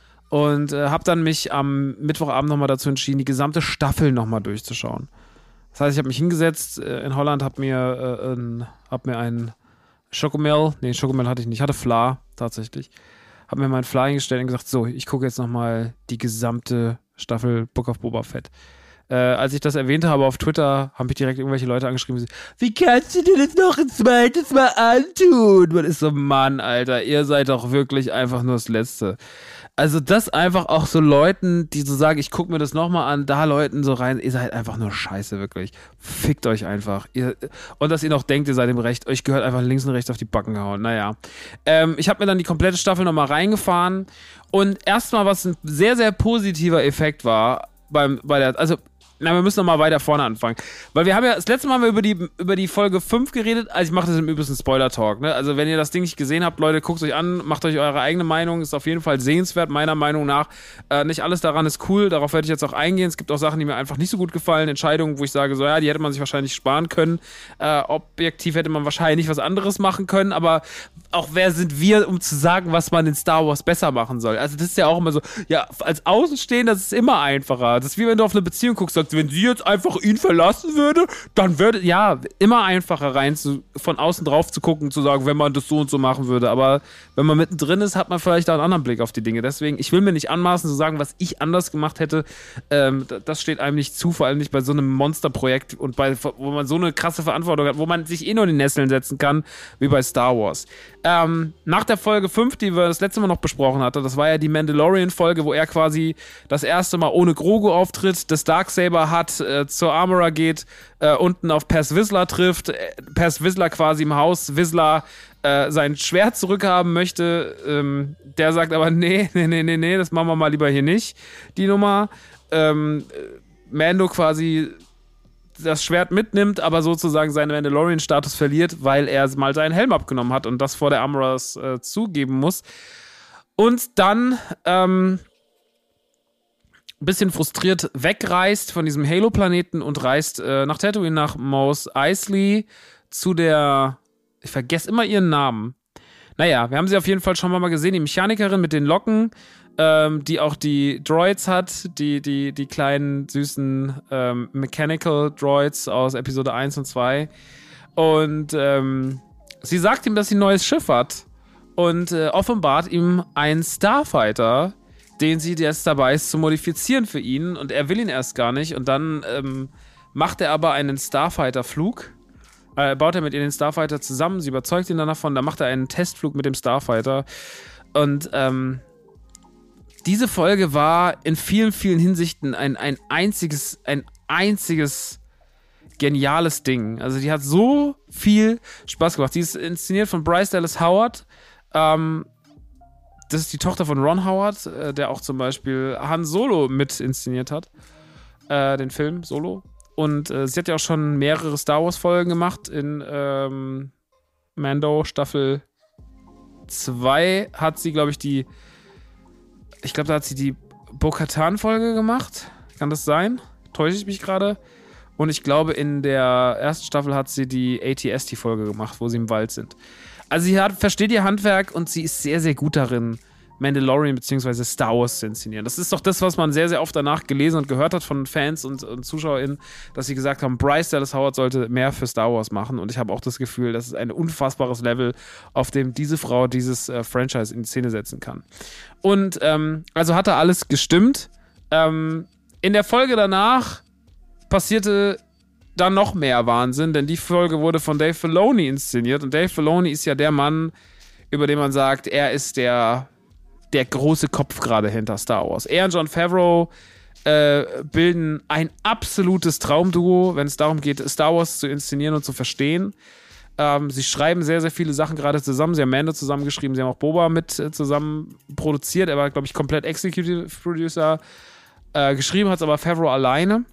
C: und äh, hab dann mich am Mittwochabend nochmal dazu entschieden, die gesamte Staffel nochmal durchzuschauen. Das heißt, ich habe mich hingesetzt äh, in Holland, hab mir, äh, ein, hab mir einen Schocomel, nee, Schocomel hatte ich nicht, ich hatte Fla tatsächlich, hab mir meinen Fla hingestellt und gesagt, so, ich gucke jetzt nochmal die gesamte Staffel Book of Boba Fett. Äh, als ich das erwähnt habe auf Twitter, haben mich direkt irgendwelche Leute angeschrieben, wie kannst du dir das noch ein zweites Mal antun? Man ist so, Mann, Alter, ihr seid doch wirklich einfach nur das Letzte. Also das einfach auch so Leuten, die so sagen, ich guck mir das nochmal an, da Leuten so rein, ihr seid einfach nur scheiße, wirklich. Fickt euch einfach. Ihr, und dass ihr noch denkt, ihr seid im Recht, euch gehört einfach links und rechts auf die Backen gehauen. Naja. Ähm, ich habe mir dann die komplette Staffel nochmal reingefahren und erstmal, was ein sehr, sehr positiver Effekt war, beim, bei der, also na, wir müssen noch mal weiter vorne anfangen. Weil wir haben ja, das letzte Mal haben wir über die, über die Folge fünf geredet, also ich mache das im übrigen Spoiler-Talk, ne? Also wenn ihr das Ding nicht gesehen habt, Leute, guckt euch an, macht euch eure eigene Meinung, ist auf jeden Fall sehenswert, meiner Meinung nach. Äh, nicht alles daran ist cool, darauf werde ich jetzt auch eingehen. Es gibt auch Sachen, die mir einfach nicht so gut gefallen, Entscheidungen, wo ich sage, so ja, die hätte man sich wahrscheinlich sparen können. Äh, objektiv hätte man wahrscheinlich was anderes machen können, aber auch wer sind wir, um zu sagen, was man in Star Wars besser machen soll? Also das ist ja auch immer so, ja, als Außenstehender, das ist immer einfacher. Das ist wie wenn du auf eine Beziehung guckst, sagst, wenn sie jetzt einfach ihn verlassen würde, dann würde, ja, immer einfacher rein, zu, von außen drauf zu gucken, zu sagen, wenn man das so und so machen würde. Aber wenn man mittendrin ist, hat man vielleicht auch einen anderen Blick auf die Dinge. Deswegen, ich will mir nicht anmaßen zu sagen, was ich anders gemacht hätte. Ähm, das steht einem nicht zu, vor allem nicht bei so einem Monsterprojekt und bei, wo man so eine krasse Verantwortung hat, wo man sich eh nur in die Nesseln setzen kann, wie bei Star Wars. Ähm, nach der Folge fünf, die wir das letzte Mal noch besprochen hatten, das war ja die Mandalorian-Folge, wo er quasi das erste Mal ohne Grogu auftritt, das Darksaber hat, äh, zur Armorer geht, äh, unten auf Paz Vizsla trifft, äh, Paz Vizsla quasi im Haus Vizsla äh, sein Schwert zurückhaben möchte, ähm, der sagt aber, nee, nee, nee, nee, nee, das machen wir mal lieber hier nicht, die Nummer. Ähm, Mando quasi das Schwert mitnimmt, aber sozusagen seinen Mandalorian-Status verliert, weil er mal seinen Helm abgenommen hat und das vor der Amras äh, zugeben muss. Und dann ähm, ein bisschen frustriert wegreist von diesem Halo-Planeten und reist äh, nach Tatooine, nach Mos Eisley zu der, ich vergesse immer ihren Namen. Naja, wir haben sie auf jeden Fall schon mal gesehen, die Mechanikerin mit den Locken, ähm, die auch die Droids hat, die, die, die kleinen, süßen ähm, Mechanical Droids aus Episode eins und zwei. Und ähm, sie sagt ihm, dass sie ein neues Schiff hat und äh, offenbart ihm einen Starfighter, den sie jetzt dabei ist zu modifizieren für ihn. Und er will ihn erst gar nicht. Und dann ähm, macht er aber einen Starfighter-Flug. Äh, baut er mit ihr den Starfighter zusammen. Sie überzeugt ihn dann davon. Dann macht er einen Testflug mit dem Starfighter. Und ähm, diese Folge war in vielen, vielen Hinsichten ein, ein einziges, ein einziges geniales Ding. Also die hat so viel Spaß gemacht. Die ist inszeniert von Bryce Dallas Howard. Ähm, das ist die Tochter von Ron Howard, äh, der auch zum Beispiel Han Solo mit inszeniert hat. Äh, den Film Solo. Und äh, sie hat ja auch schon mehrere Star Wars Folgen gemacht. In ähm, Mando Staffel zwei hat sie, glaube ich, die ich glaube, da hat sie die Bo-Katan-Folge gemacht. Kann das sein? Täusche ich mich gerade? Und ich glaube, in der ersten Staffel hat sie die A T S T-Folge gemacht, wo sie im Wald sind. Also sie hat, versteht ihr Handwerk und sie ist sehr, sehr gut darin, Mandalorian bzw. Star Wars zu inszenieren. Das ist doch das, was man sehr, sehr oft danach gelesen und gehört hat von Fans und, und ZuschauerInnen, dass sie gesagt haben, Bryce Dallas Howard sollte mehr für Star Wars machen. Und ich habe auch das Gefühl, das ist ein unfassbares Level, auf dem diese Frau dieses äh, Franchise in Szene setzen kann. Und ähm, also hat da alles gestimmt. Ähm, in der Folge danach passierte dann noch mehr Wahnsinn, denn die Folge wurde von Dave Filoni inszeniert. Und Dave Filoni ist ja der Mann, über den man sagt, er ist der der große Kopf gerade hinter Star Wars. Er und Jon Favreau äh, bilden ein absolutes Traumduo, wenn es darum geht, Star Wars zu inszenieren und zu verstehen. Ähm, sie schreiben sehr, sehr viele Sachen gerade zusammen. Sie haben Mando zusammengeschrieben, sie haben auch Boba mit äh, zusammen produziert. Er war, glaube ich, komplett Executive Producer. Äh, geschrieben hat es aber Favreau alleine,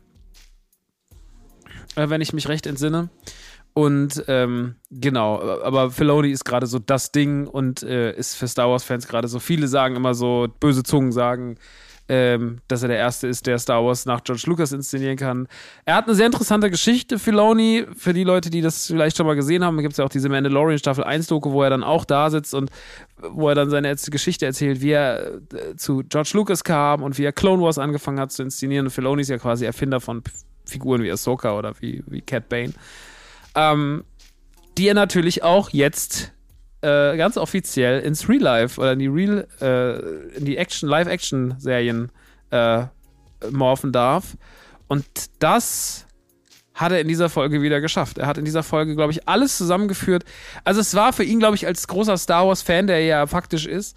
C: äh, wenn ich mich recht entsinne. Und ähm, genau, aber Filoni ist gerade so das Ding und äh, ist für Star Wars-Fans gerade so. Viele sagen immer so, böse Zungen sagen, ähm, dass er der Erste ist, der Star Wars nach George Lucas inszenieren kann. Er hat eine sehr interessante Geschichte, Filoni, für die Leute, die das vielleicht schon mal gesehen haben. Da gibt es ja auch diese Mandalorian Staffel eins Doku, wo er dann auch da sitzt und wo er dann seine Geschichte erzählt, wie er äh, zu George Lucas kam und wie er Clone Wars angefangen hat zu inszenieren. Und Filoni ist ja quasi Erfinder von Figuren wie Ahsoka oder wie, wie Cat Bane. Ähm, die er natürlich auch jetzt äh, ganz offiziell ins Real Life oder in die Real, äh, in die Action, Live-Action-Serien äh, morphen darf. Und das hat er in dieser Folge wieder geschafft. Er hat in dieser Folge, glaube ich, alles zusammengeführt. Also es war für ihn, glaube ich, als großer Star Wars-Fan, der er ja faktisch ist,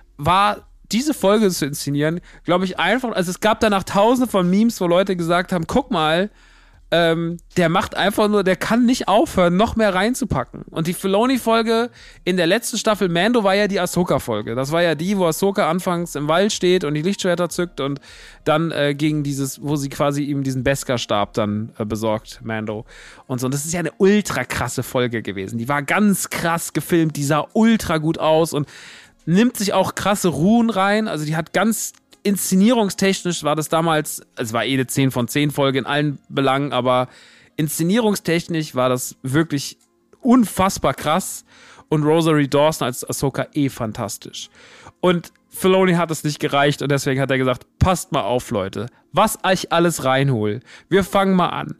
C: war diese Folge zu inszenieren, glaube ich, einfach, also es gab danach tausende von Memes, wo Leute gesagt haben, guck mal, Ähm, der macht einfach nur, der kann nicht aufhören, noch mehr reinzupacken. Und die Filoni-Folge in der letzten Staffel Mando war ja die Ahsoka-Folge. Das war ja die, wo Ahsoka anfangs im Wald steht und die Lichtschwerter zückt und dann äh, gegen dieses, wo sie quasi ihm diesen Beskar-Stab dann äh, besorgt, Mando. Und so. Und das ist ja eine ultra krasse Folge gewesen. Die war ganz krass gefilmt, die sah ultra gut aus und nimmt sich auch krasse Ruhen rein. Also die hat ganz inszenierungstechnisch war das damals, es war eh eine zehn von zehn Folge in allen Belangen, aber inszenierungstechnisch war das wirklich unfassbar krass und Rosario Dawson als Ahsoka eh fantastisch. Und Filoni hat es nicht gereicht und deswegen hat er gesagt, passt mal auf, Leute, was ich alles reinhol. Wir fangen mal an.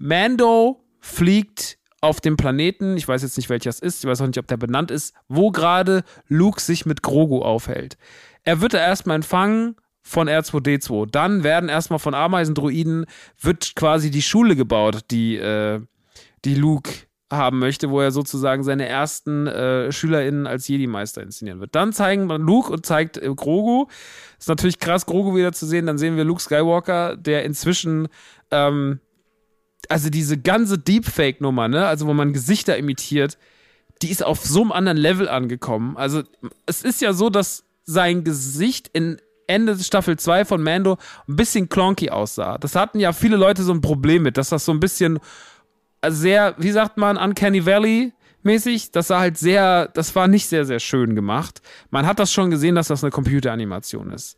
C: Mando fliegt auf dem Planeten, ich weiß jetzt nicht, welcher es ist, ich weiß auch nicht, ob der benannt ist, wo gerade Luke sich mit Grogu aufhält. Er wird da erstmal empfangen von R zwei D zwei. Dann werden erstmal von Ameisendruiden wird quasi die Schule gebaut, die, äh, die Luke haben möchte, wo er sozusagen seine ersten äh, SchülerInnen als Jedi-Meister inszenieren wird. Dann zeigen wir Luke und zeigt äh, Grogu. Ist natürlich krass, Grogu wieder zu sehen. Dann sehen wir Luke Skywalker, der inzwischen ähm, also diese ganze Deepfake-Nummer, ne, also wo man Gesichter imitiert, die ist auf so einem anderen Level angekommen. Also es ist ja so, dass sein Gesicht in Ende Staffel zwei von Mando ein bisschen clunky aussah. Das hatten ja viele Leute so ein Problem mit, dass das so ein bisschen sehr, wie sagt man, Uncanny Valley mäßig, das sah halt sehr, das war nicht sehr, sehr schön gemacht. Man hat das schon gesehen, dass das eine Computeranimation ist.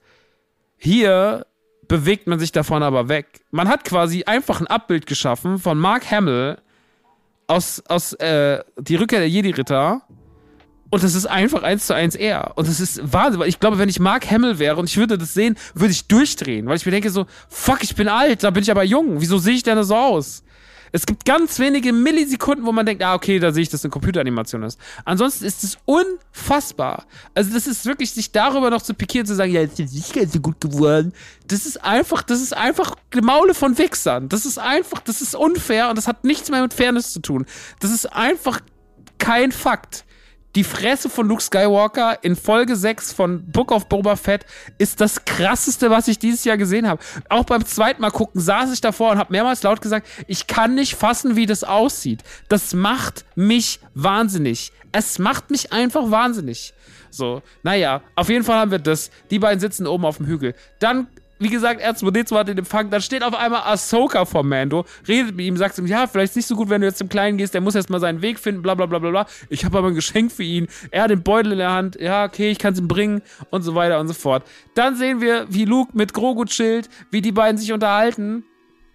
C: Hier bewegt man sich davon aber weg. Man hat quasi einfach ein Abbild geschaffen von Mark Hamill aus, aus äh, Die Rückkehr der Jedi-Ritter und das ist einfach eins zu eins er. Und das ist Wahnsinn, weil ich glaube, wenn ich Mark Hamill wäre und ich würde das sehen, würde ich durchdrehen, weil ich mir denke so, fuck, ich bin alt, da bin ich aber jung, wieso sehe ich denn so aus? Es gibt ganz wenige Millisekunden, wo man denkt, ah, okay, da sehe ich, dass eine Computeranimation ist. Ansonsten ist es unfassbar. Also das ist wirklich, sich darüber noch zu pikieren, zu sagen, ja, jetzt ist nicht ganz so gut geworden. Das ist einfach, das ist einfach Gemaule von Wichsern. Das ist einfach, das ist unfair und das hat nichts mehr mit Fairness zu tun. Das ist einfach kein Fakt. Die Fresse von Luke Skywalker in Folge sechs von Book of Boba Fett ist das krasseste, was ich dieses Jahr gesehen habe. Auch beim zweiten Mal gucken saß ich davor und habe mehrmals laut gesagt, ich kann nicht fassen, wie das aussieht. Das macht mich wahnsinnig. Es macht mich einfach wahnsinnig. So, naja, auf jeden Fall haben wir das. Die beiden sitzen oben auf dem Hügel. Dann, wie gesagt, R zwei D zwei hat den Empfang, dann steht auf einmal Ahsoka vor Mando, redet mit ihm, sagt ihm, ja, vielleicht ist nicht so gut, wenn du jetzt zum Kleinen gehst, der muss erst mal seinen Weg finden, bla bla bla bla bla. Ich habe aber ein Geschenk für ihn, er hat den Beutel in der Hand, ja, okay, ich kann es ihm bringen und so weiter und so fort. Dann sehen wir, wie Luke mit Grogu chillt, wie die beiden sich unterhalten.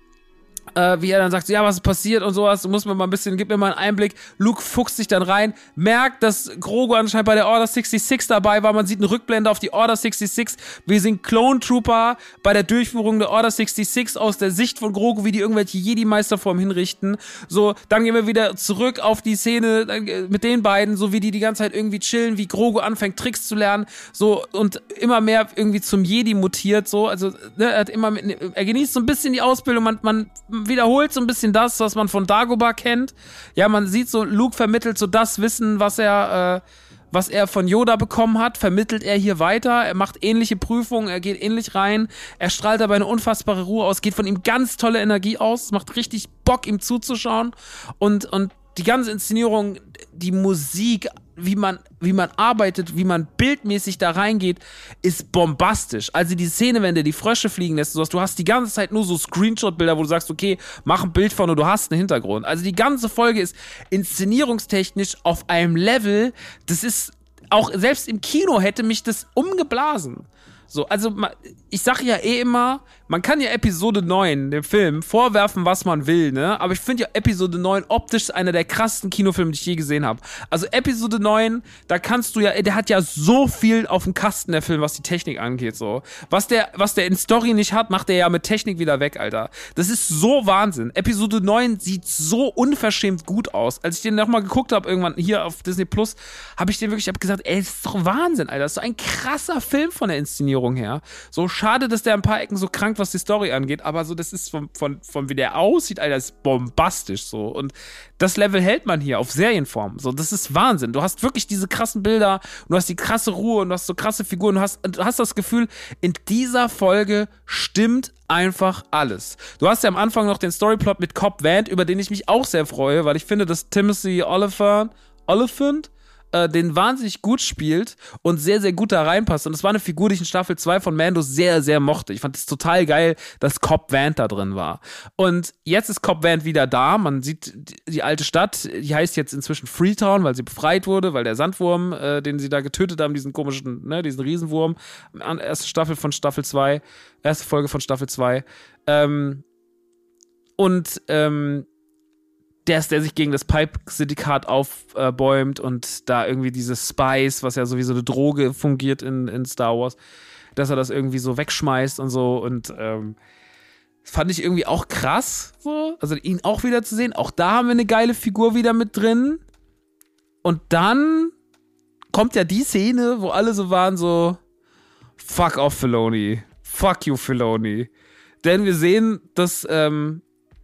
C: Äh, wie er dann sagt, so, ja, was ist passiert und sowas, du musst mir mal ein bisschen, gib mir mal einen Einblick. Luke fuchst sich dann rein, merkt, dass Grogu anscheinend bei der Order sechsundsechzig dabei war, man sieht eine Rückblende auf die Order sechsundsechzig, wir sehen Clone Trooper bei der Durchführung der Order sechsundsechzig aus der Sicht von Grogu, wie die irgendwelche Jedi-Meister vor ihm hinrichten, so, dann gehen wir wieder zurück auf die Szene mit den beiden, so wie die die ganze Zeit irgendwie chillen, wie Grogu anfängt Tricks zu lernen, so, und immer mehr irgendwie zum Jedi mutiert, so, also, ne, er hat immer, er genießt so ein bisschen die Ausbildung, man, man wiederholt so ein bisschen das, was man von Dagobah kennt. Ja, man sieht so, Luke vermittelt so das Wissen, was er, äh, was er von Yoda bekommen hat, vermittelt er hier weiter. Er macht ähnliche Prüfungen, er geht ähnlich rein. Er strahlt dabei eine unfassbare Ruhe aus, geht von ihm ganz tolle Energie aus. Es macht richtig Bock, ihm zuzuschauen. Und, und die ganze Inszenierung, die Musik, wie man, wie man arbeitet, wie man bildmäßig da reingeht, ist bombastisch. Also die Szene, wenn der die Frösche fliegen lässt, du hast, du hast die ganze Zeit nur so Screenshot-Bilder, wo du sagst, okay, mach ein Bild von und du hast einen Hintergrund. Also die ganze Folge ist inszenierungstechnisch auf einem Level, das ist, auch selbst im Kino hätte mich das umgeblasen. So, also ich sag ja eh immer, man kann ja Episode neun, dem Film, vorwerfen, was man will, ne? Aber ich finde ja Episode neun optisch einer der krassesten Kinofilme, die ich je gesehen habe. Also Episode neun, da kannst du ja, der hat ja so viel auf dem Kasten, der Film, was die Technik angeht, so. Was der, was der in Story nicht hat, macht der ja mit Technik wieder weg, Alter. Das ist so Wahnsinn. Episode neun sieht so unverschämt gut aus. Als ich den nochmal geguckt habe, irgendwann hier auf Disney Plus, habe ich den wirklich, ich hab gesagt, ey, das ist doch Wahnsinn, Alter. Das ist so ein krasser Film von der Inszenierung her. So schade, dass der ein paar Ecken so krank, was die Story angeht, aber so, das ist von, von, von wie der aussieht, Alter, das ist bombastisch, so. Und das Level hält man hier auf Serienform. So, das ist Wahnsinn. Du hast wirklich diese krassen Bilder, du hast die krasse Ruhe und du hast so krasse Figuren, du hast, du hast das Gefühl, in dieser Folge stimmt einfach alles. Du hast ja am Anfang noch den Storyplot mit Cobb Vanth, über den ich mich auch sehr freue, weil ich finde, dass Timothy Olyphant, Olyphant Äh, den wahnsinnig gut spielt und sehr, sehr gut da reinpasst. Und das war eine Figur, die ich in Staffel zwei von Mando sehr, sehr mochte. Ich fand es total geil, dass Cobb Vanth da drin war. Und jetzt ist Cobb Vanth wieder da. Man sieht die, die alte Stadt, die heißt jetzt inzwischen Freetown, weil sie befreit wurde, weil der Sandwurm, äh, den sie da getötet haben, diesen komischen, ne, diesen Riesenwurm, erste Staffel von Staffel zwei, erste Folge von Staffel zwei. Ähm, und, ähm, der ist, der sich gegen das Pipe-Syndikat aufbäumt äh, und da irgendwie dieses Spice, was ja sowieso eine Droge fungiert in, in Star Wars, dass er das irgendwie so wegschmeißt und so und ähm, das fand ich irgendwie auch krass, so, also ihn auch wieder zu sehen. Auch da haben wir eine geile Figur wieder mit drin und dann kommt ja die Szene, wo alle so waren so fuck off Filoni, fuck you Filoni, denn wir sehen, dass ähm,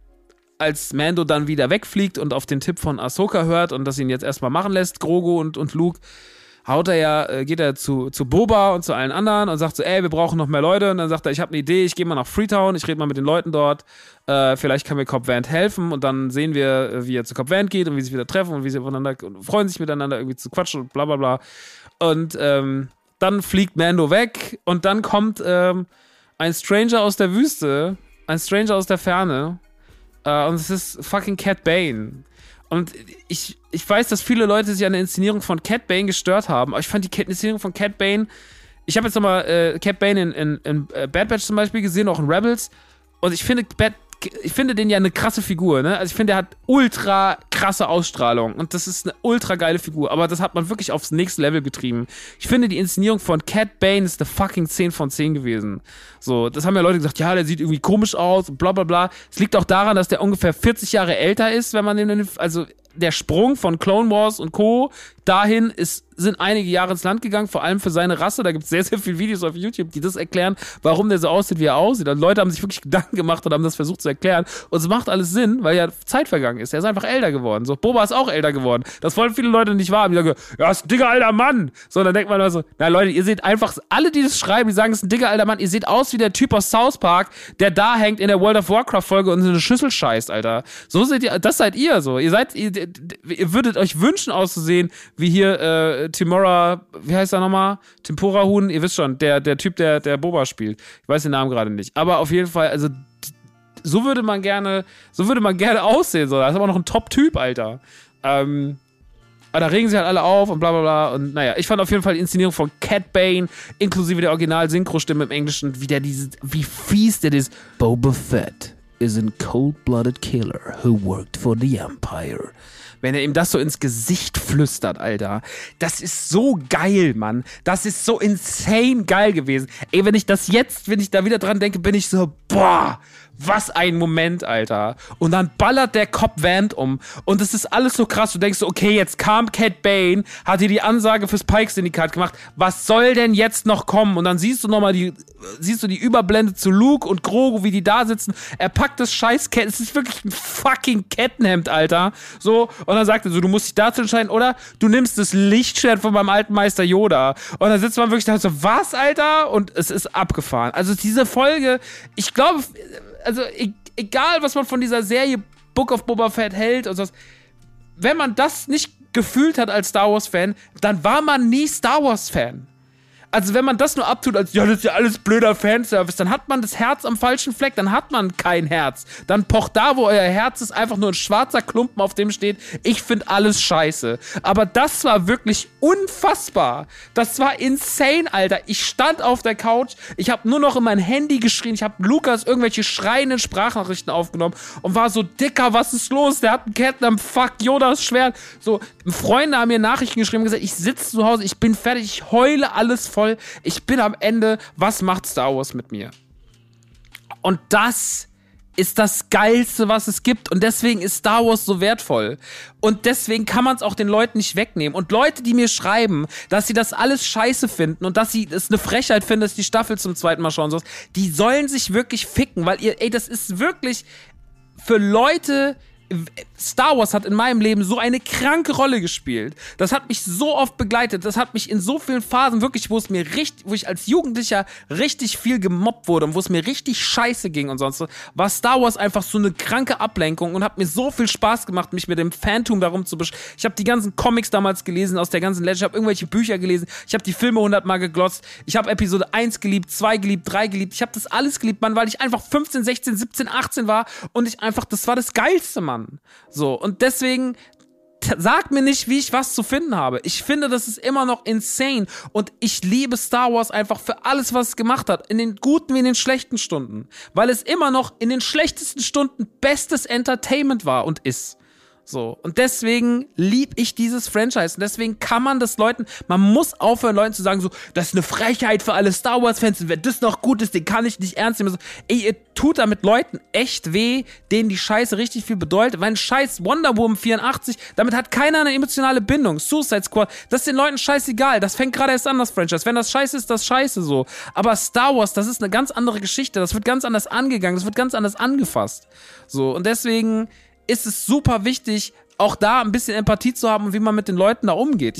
C: als Mando dann wieder wegfliegt und auf den Tipp von Ahsoka hört und das ihn jetzt erstmal machen lässt, Grogu und, und Luke, haut er ja, geht er zu, zu Boba und zu allen anderen und sagt so, ey, wir brauchen noch mehr Leute. Und dann sagt er, ich habe eine Idee, ich gehe mal nach Freetown, ich rede mal mit den Leuten dort, äh, vielleicht kann mir Cobb Vanth helfen. Und dann sehen wir, wie er zu Cobb Vanth geht und wie sie sich wieder treffen und wie sie voneinander und freuen sich miteinander irgendwie zu quatschen und bla bla bla. Und ähm, dann fliegt Mando weg und dann kommt ähm, ein Stranger aus der Wüste, ein Stranger aus der Ferne äh, und es ist fucking Cad Bane. Und ich, ich weiß, dass viele Leute sich an der Inszenierung von Cad Bane gestört haben, aber ich fand die Inszenierung von Cad Bane, ich habe jetzt nochmal äh, Cad Bane in, in, in Bad Batch zum Beispiel gesehen, auch in Rebels, und ich finde Bad Ich finde den ja eine krasse Figur, ne? Also ich finde, der hat ultra krasse Ausstrahlung und das ist eine ultra geile Figur, aber das hat man wirklich aufs nächste Level getrieben. Ich finde, die Inszenierung von Cad Bane ist eine fucking zehn von zehn gewesen. So, das haben ja Leute gesagt, ja, der sieht irgendwie komisch aus und bla bla bla. Es liegt auch daran, dass der ungefähr vierzig Jahre älter ist, wenn man den, also der Sprung von Clone Wars und Co. dahin ist, sind einige Jahre ins Land gegangen, vor allem für seine Rasse. Da gibt es sehr, sehr viele Videos auf YouTube, die das erklären, warum der so aussieht, wie er aussieht. Und Leute haben sich wirklich Gedanken gemacht und haben das versucht zu erklären. Und es macht alles Sinn, weil ja Zeit vergangen ist. Er ist einfach älter geworden. So, Boba ist auch älter geworden. Das wollen viele Leute nicht wahrhaben. Die sagen, ja, ist ein dicker alter Mann. So, dann denkt man immer so, na Leute, ihr seht einfach, alle, die das schreiben, die sagen, es ist ein dicker alter Mann. Ihr seht aus wie der Typ aus South Park, der da hängt in der World of Warcraft-Folge und in eine Schüssel scheißt, Alter. So seht ihr, das seid ihr so. Ihr seid, ihr, ihr würdet euch wünschen auszusehen, wie hier äh, Timora, wie heißt er nochmal? Tempura-Huhn, ihr wisst schon, der, der Typ, der, der Boba spielt. Ich weiß den Namen gerade nicht. Aber auf jeden Fall, also so würde man gerne, so würde man gerne aussehen. So. Das ist aber noch ein Top-Typ, Alter. Ähm, aber da regen sie halt alle auf und bla bla bla. Und naja, ich fand auf jeden Fall die Inszenierung von Cad Bane, inklusive der Original-Synchro-Stimme im Englischen, wie der dieses, wie fies der ist. Boba Fett is a cold-blooded killer who worked for the Empire. Wenn er ihm das so ins Gesicht flüstert, Alter. Das ist so geil, Mann. Das ist so insane geil gewesen. Ey, wenn ich das jetzt, wenn ich da wieder dran denke, bin ich so, boah, was ein Moment, Alter. Und dann ballert der Cobb Vanth um. Und das ist alles so krass. Du denkst so, okay, jetzt kam Cad Bane, hat dir die Ansage fürs Pike-Syndikat gemacht. Was soll denn jetzt noch kommen? Und dann siehst du nochmal die, siehst du die Überblende zu Luke und Grogu, wie die da sitzen. Er packt das scheiß Ketten, es ist wirklich ein fucking Kettenhemd, Alter. So, und dann sagt er so, du musst dich dazu entscheiden, oder du nimmst das Lichtschwert von meinem alten Meister Yoda. Und dann sitzt man wirklich da so, was, Alter? Und es ist abgefahren. Also diese Folge, ich glaube, also e- egal, was man von dieser Serie Book of Boba Fett hält und so, wenn man das nicht gefühlt hat als Star Wars-Fan, dann war man nie Star Wars-Fan. Also wenn man das nur abtut als, ja, das ist ja alles blöder Fanservice, dann hat man das Herz am falschen Fleck, dann hat man kein Herz. Dann pocht da, wo euer Herz ist, einfach nur ein schwarzer Klumpen, auf dem steht, ich finde alles scheiße. Aber das war wirklich unfassbar. Das war insane, Alter. Ich stand auf der Couch, ich habe nur noch in mein Handy geschrien, ich habe Lukas irgendwelche schreienden Sprachnachrichten aufgenommen und war so, Dicker, was ist los? Der hat einen Kettenhemd, fuck, Yodas Schwert. So, Freunde haben mir Nachrichten geschrieben und gesagt, ich sitze zu Hause, ich bin fertig, ich heule alles voll. Ich bin am Ende, was macht Star Wars mit mir? Und das ist das Geilste, was es gibt. Und deswegen ist Star Wars so wertvoll. Und deswegen kann man es auch den Leuten nicht wegnehmen. Und Leute, die mir schreiben, dass sie das alles scheiße finden und dass sie es eine Frechheit finden, dass die Staffel zum zweiten Mal schauen sollst, die sollen sich wirklich ficken. Weil ihr, ey, das ist wirklich für Leute... Star Wars hat in meinem Leben so eine kranke Rolle gespielt. Das hat mich so oft begleitet. Das hat mich in so vielen Phasen wirklich, wo es mir richtig, wo ich als Jugendlicher richtig viel gemobbt wurde und wo es mir richtig scheiße ging und sonst so, war Star Wars einfach so eine kranke Ablenkung und hat mir so viel Spaß gemacht, mich mit dem Phantom darum zu beschäftigen. Ich habe die ganzen Comics damals gelesen aus der ganzen Legend. Ich habe irgendwelche Bücher gelesen. Ich habe die Filme hundertmal geglotzt. Ich habe Episode eins geliebt, zwei geliebt, drei geliebt. Ich habe das alles geliebt, Mann, weil ich einfach fünfzehn, sechzehn, siebzehn, achtzehn war und ich einfach, das war das Geilste, Mann. So, und deswegen t- sag mir nicht, wie ich was zu finden habe. Ich finde, das ist immer noch insane und ich liebe Star Wars einfach für alles, was es gemacht hat, in den guten wie in den schlechten Stunden, weil es immer noch in den schlechtesten Stunden bestes Entertainment war und ist. So, und deswegen lieb ich dieses Franchise und deswegen kann man das Leuten, man muss aufhören, Leuten zu sagen so, das ist eine Frechheit für alle Star Wars Fans und wenn das noch gut ist, den kann ich nicht ernst nehmen. So, ey, ihr tut damit Leuten echt weh, denen die Scheiße richtig viel bedeutet, weil ein scheiß Wonder Woman vierundachtzig, damit hat keiner eine emotionale Bindung. Suicide Squad, das ist den Leuten scheißegal, das fängt gerade erst an, das Franchise. Wenn das scheiße ist, das scheiße so. Aber Star Wars, das ist eine ganz andere Geschichte, das wird ganz anders angegangen, das wird ganz anders angefasst. So, und deswegen ist es super wichtig, auch da ein bisschen Empathie zu haben und wie man mit den Leuten da umgeht. Ich,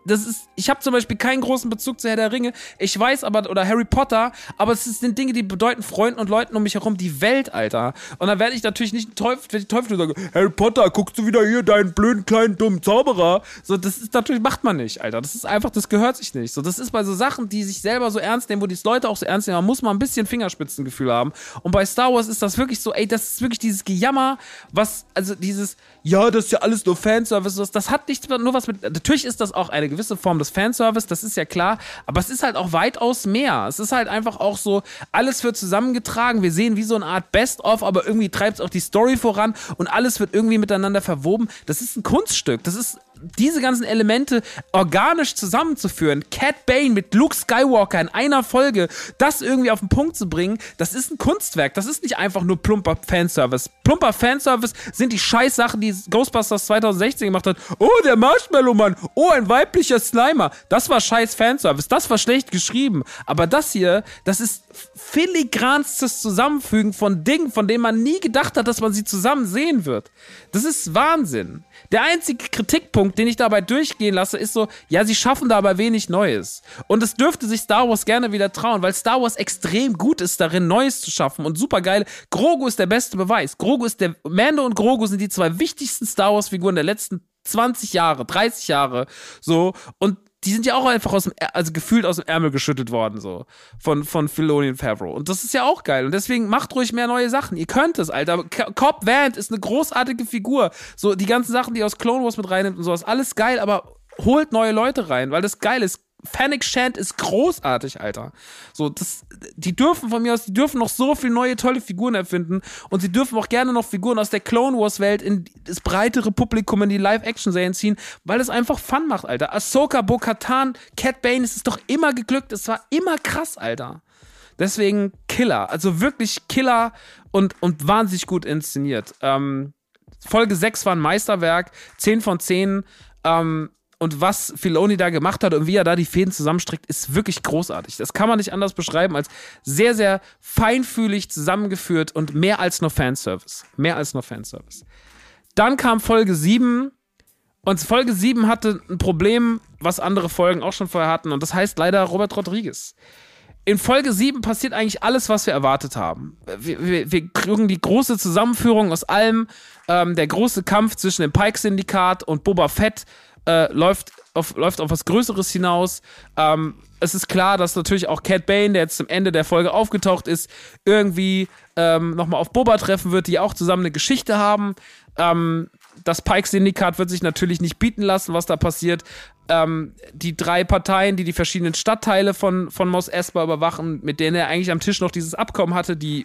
C: das ist, ich habe zum Beispiel keinen großen Bezug zu Herr der Ringe, ich weiß aber, oder Harry Potter, aber es sind Dinge, die bedeuten Freunden und Leuten um mich herum die Welt, Alter. Und dann werde ich natürlich nicht Teufel, die Teufel sagen, Harry Potter, guckst du wieder hier deinen blöden, kleinen, dummen Zauberer? So, das ist natürlich, macht man nicht, Alter. Das ist einfach, das gehört sich nicht. So, das ist bei so Sachen, die sich selber so ernst nehmen, wo die Leute auch so ernst nehmen, man muss mal ein bisschen Fingerspitzengefühl haben. Und bei Star Wars ist das wirklich so, ey, das ist wirklich dieses Gejammer, was, also dieses, ja, das ist ja alles nur Fanservice, das, das hat nichts, nur was mit, natürlich ist das auch eine gewisse Form des Fanservice, das ist ja klar, aber es ist halt auch weitaus mehr. Es ist halt einfach auch so, alles wird zusammengetragen, wir sehen wie so eine Art Best-of, aber irgendwie treibt es auch die Story voran und alles wird irgendwie miteinander verwoben. Das ist ein Kunststück, das ist diese ganzen Elemente organisch zusammenzuführen, Cad Bane mit Luke Skywalker in einer Folge, das irgendwie auf den Punkt zu bringen, das ist ein Kunstwerk, das ist nicht einfach nur plumper Fanservice. Plumper Fanservice sind die Scheißsachen, die Ghostbusters zwanzig sechzehn gemacht hat. Oh, der Marshmallow-Mann, oh, ein weiblicher Slimer. Das war scheiß Fanservice, das war schlecht geschrieben. Aber das hier, das ist filigranstes Zusammenfügen von Dingen, von denen man nie gedacht hat, dass man sie zusammen sehen wird. Das ist Wahnsinn. Der einzige Kritikpunkt, den ich dabei durchgehen lasse, ist so, ja, sie schaffen da aber wenig Neues. Und es dürfte sich Star Wars gerne wieder trauen, weil Star Wars extrem gut ist darin, Neues zu schaffen und supergeil. Grogu ist der beste Beweis. Grogu ist der, Mando und Grogu sind die zwei wichtigsten Star Wars Figuren der letzten zwanzig Jahre, dreißig Jahre, so. Und die sind ja auch einfach aus dem, also gefühlt aus dem Ärmel geschüttelt worden, so. Von, von Filoni und Favreau. Und das ist ja auch geil. Und deswegen macht ruhig mehr neue Sachen. Ihr könnt es, Alter. Cobb Vanth ist eine großartige Figur. So, die ganzen Sachen, die aus Clone Wars mit reinnimmt und sowas. Alles geil, aber holt neue Leute rein, weil das geil ist. Fennec Shand ist großartig, Alter. So, das, die dürfen von mir aus, die dürfen noch so viele neue, tolle Figuren erfinden und sie dürfen auch gerne noch Figuren aus der Clone Wars Welt in das breitere Publikum, in die Live-Action-Serien ziehen, weil es einfach Fun macht, Alter. Ahsoka, Bo-Katan, Cad Bane, es ist doch immer geglückt, es war immer krass, Alter. Deswegen Killer, also wirklich Killer und, und wahnsinnig gut inszeniert. Ähm, Folge sechs war ein Meisterwerk, zehn von zehn, ähm, und was Filoni da gemacht hat und wie er da die Fäden zusammenstrickt, ist wirklich großartig. Das kann man nicht anders beschreiben als sehr, sehr feinfühlig zusammengeführt und mehr als nur Fanservice. Mehr als nur Fanservice. Dann kam Folge sieben und Folge sieben hatte ein Problem, was andere Folgen auch schon vorher hatten und das heißt leider Robert Rodriguez. In Folge sieben passiert eigentlich alles, was wir erwartet haben. Wir, wir, wir kriegen die große Zusammenführung aus allem, ähm, der große Kampf zwischen dem Pike-Syndikat und Boba Fett Äh, läuft, auf, läuft auf was Größeres hinaus. Ähm, es ist klar, dass natürlich auch Cad Bane, der jetzt zum Ende der Folge aufgetaucht ist, irgendwie ähm, nochmal auf Boba treffen wird, die auch zusammen eine Geschichte haben. Ähm, das Pike-Syndikat wird sich natürlich nicht bieten lassen, was da passiert. Ähm, die drei Parteien, die die verschiedenen Stadtteile von, von Mos Espa überwachen, mit denen er eigentlich am Tisch noch dieses Abkommen hatte, die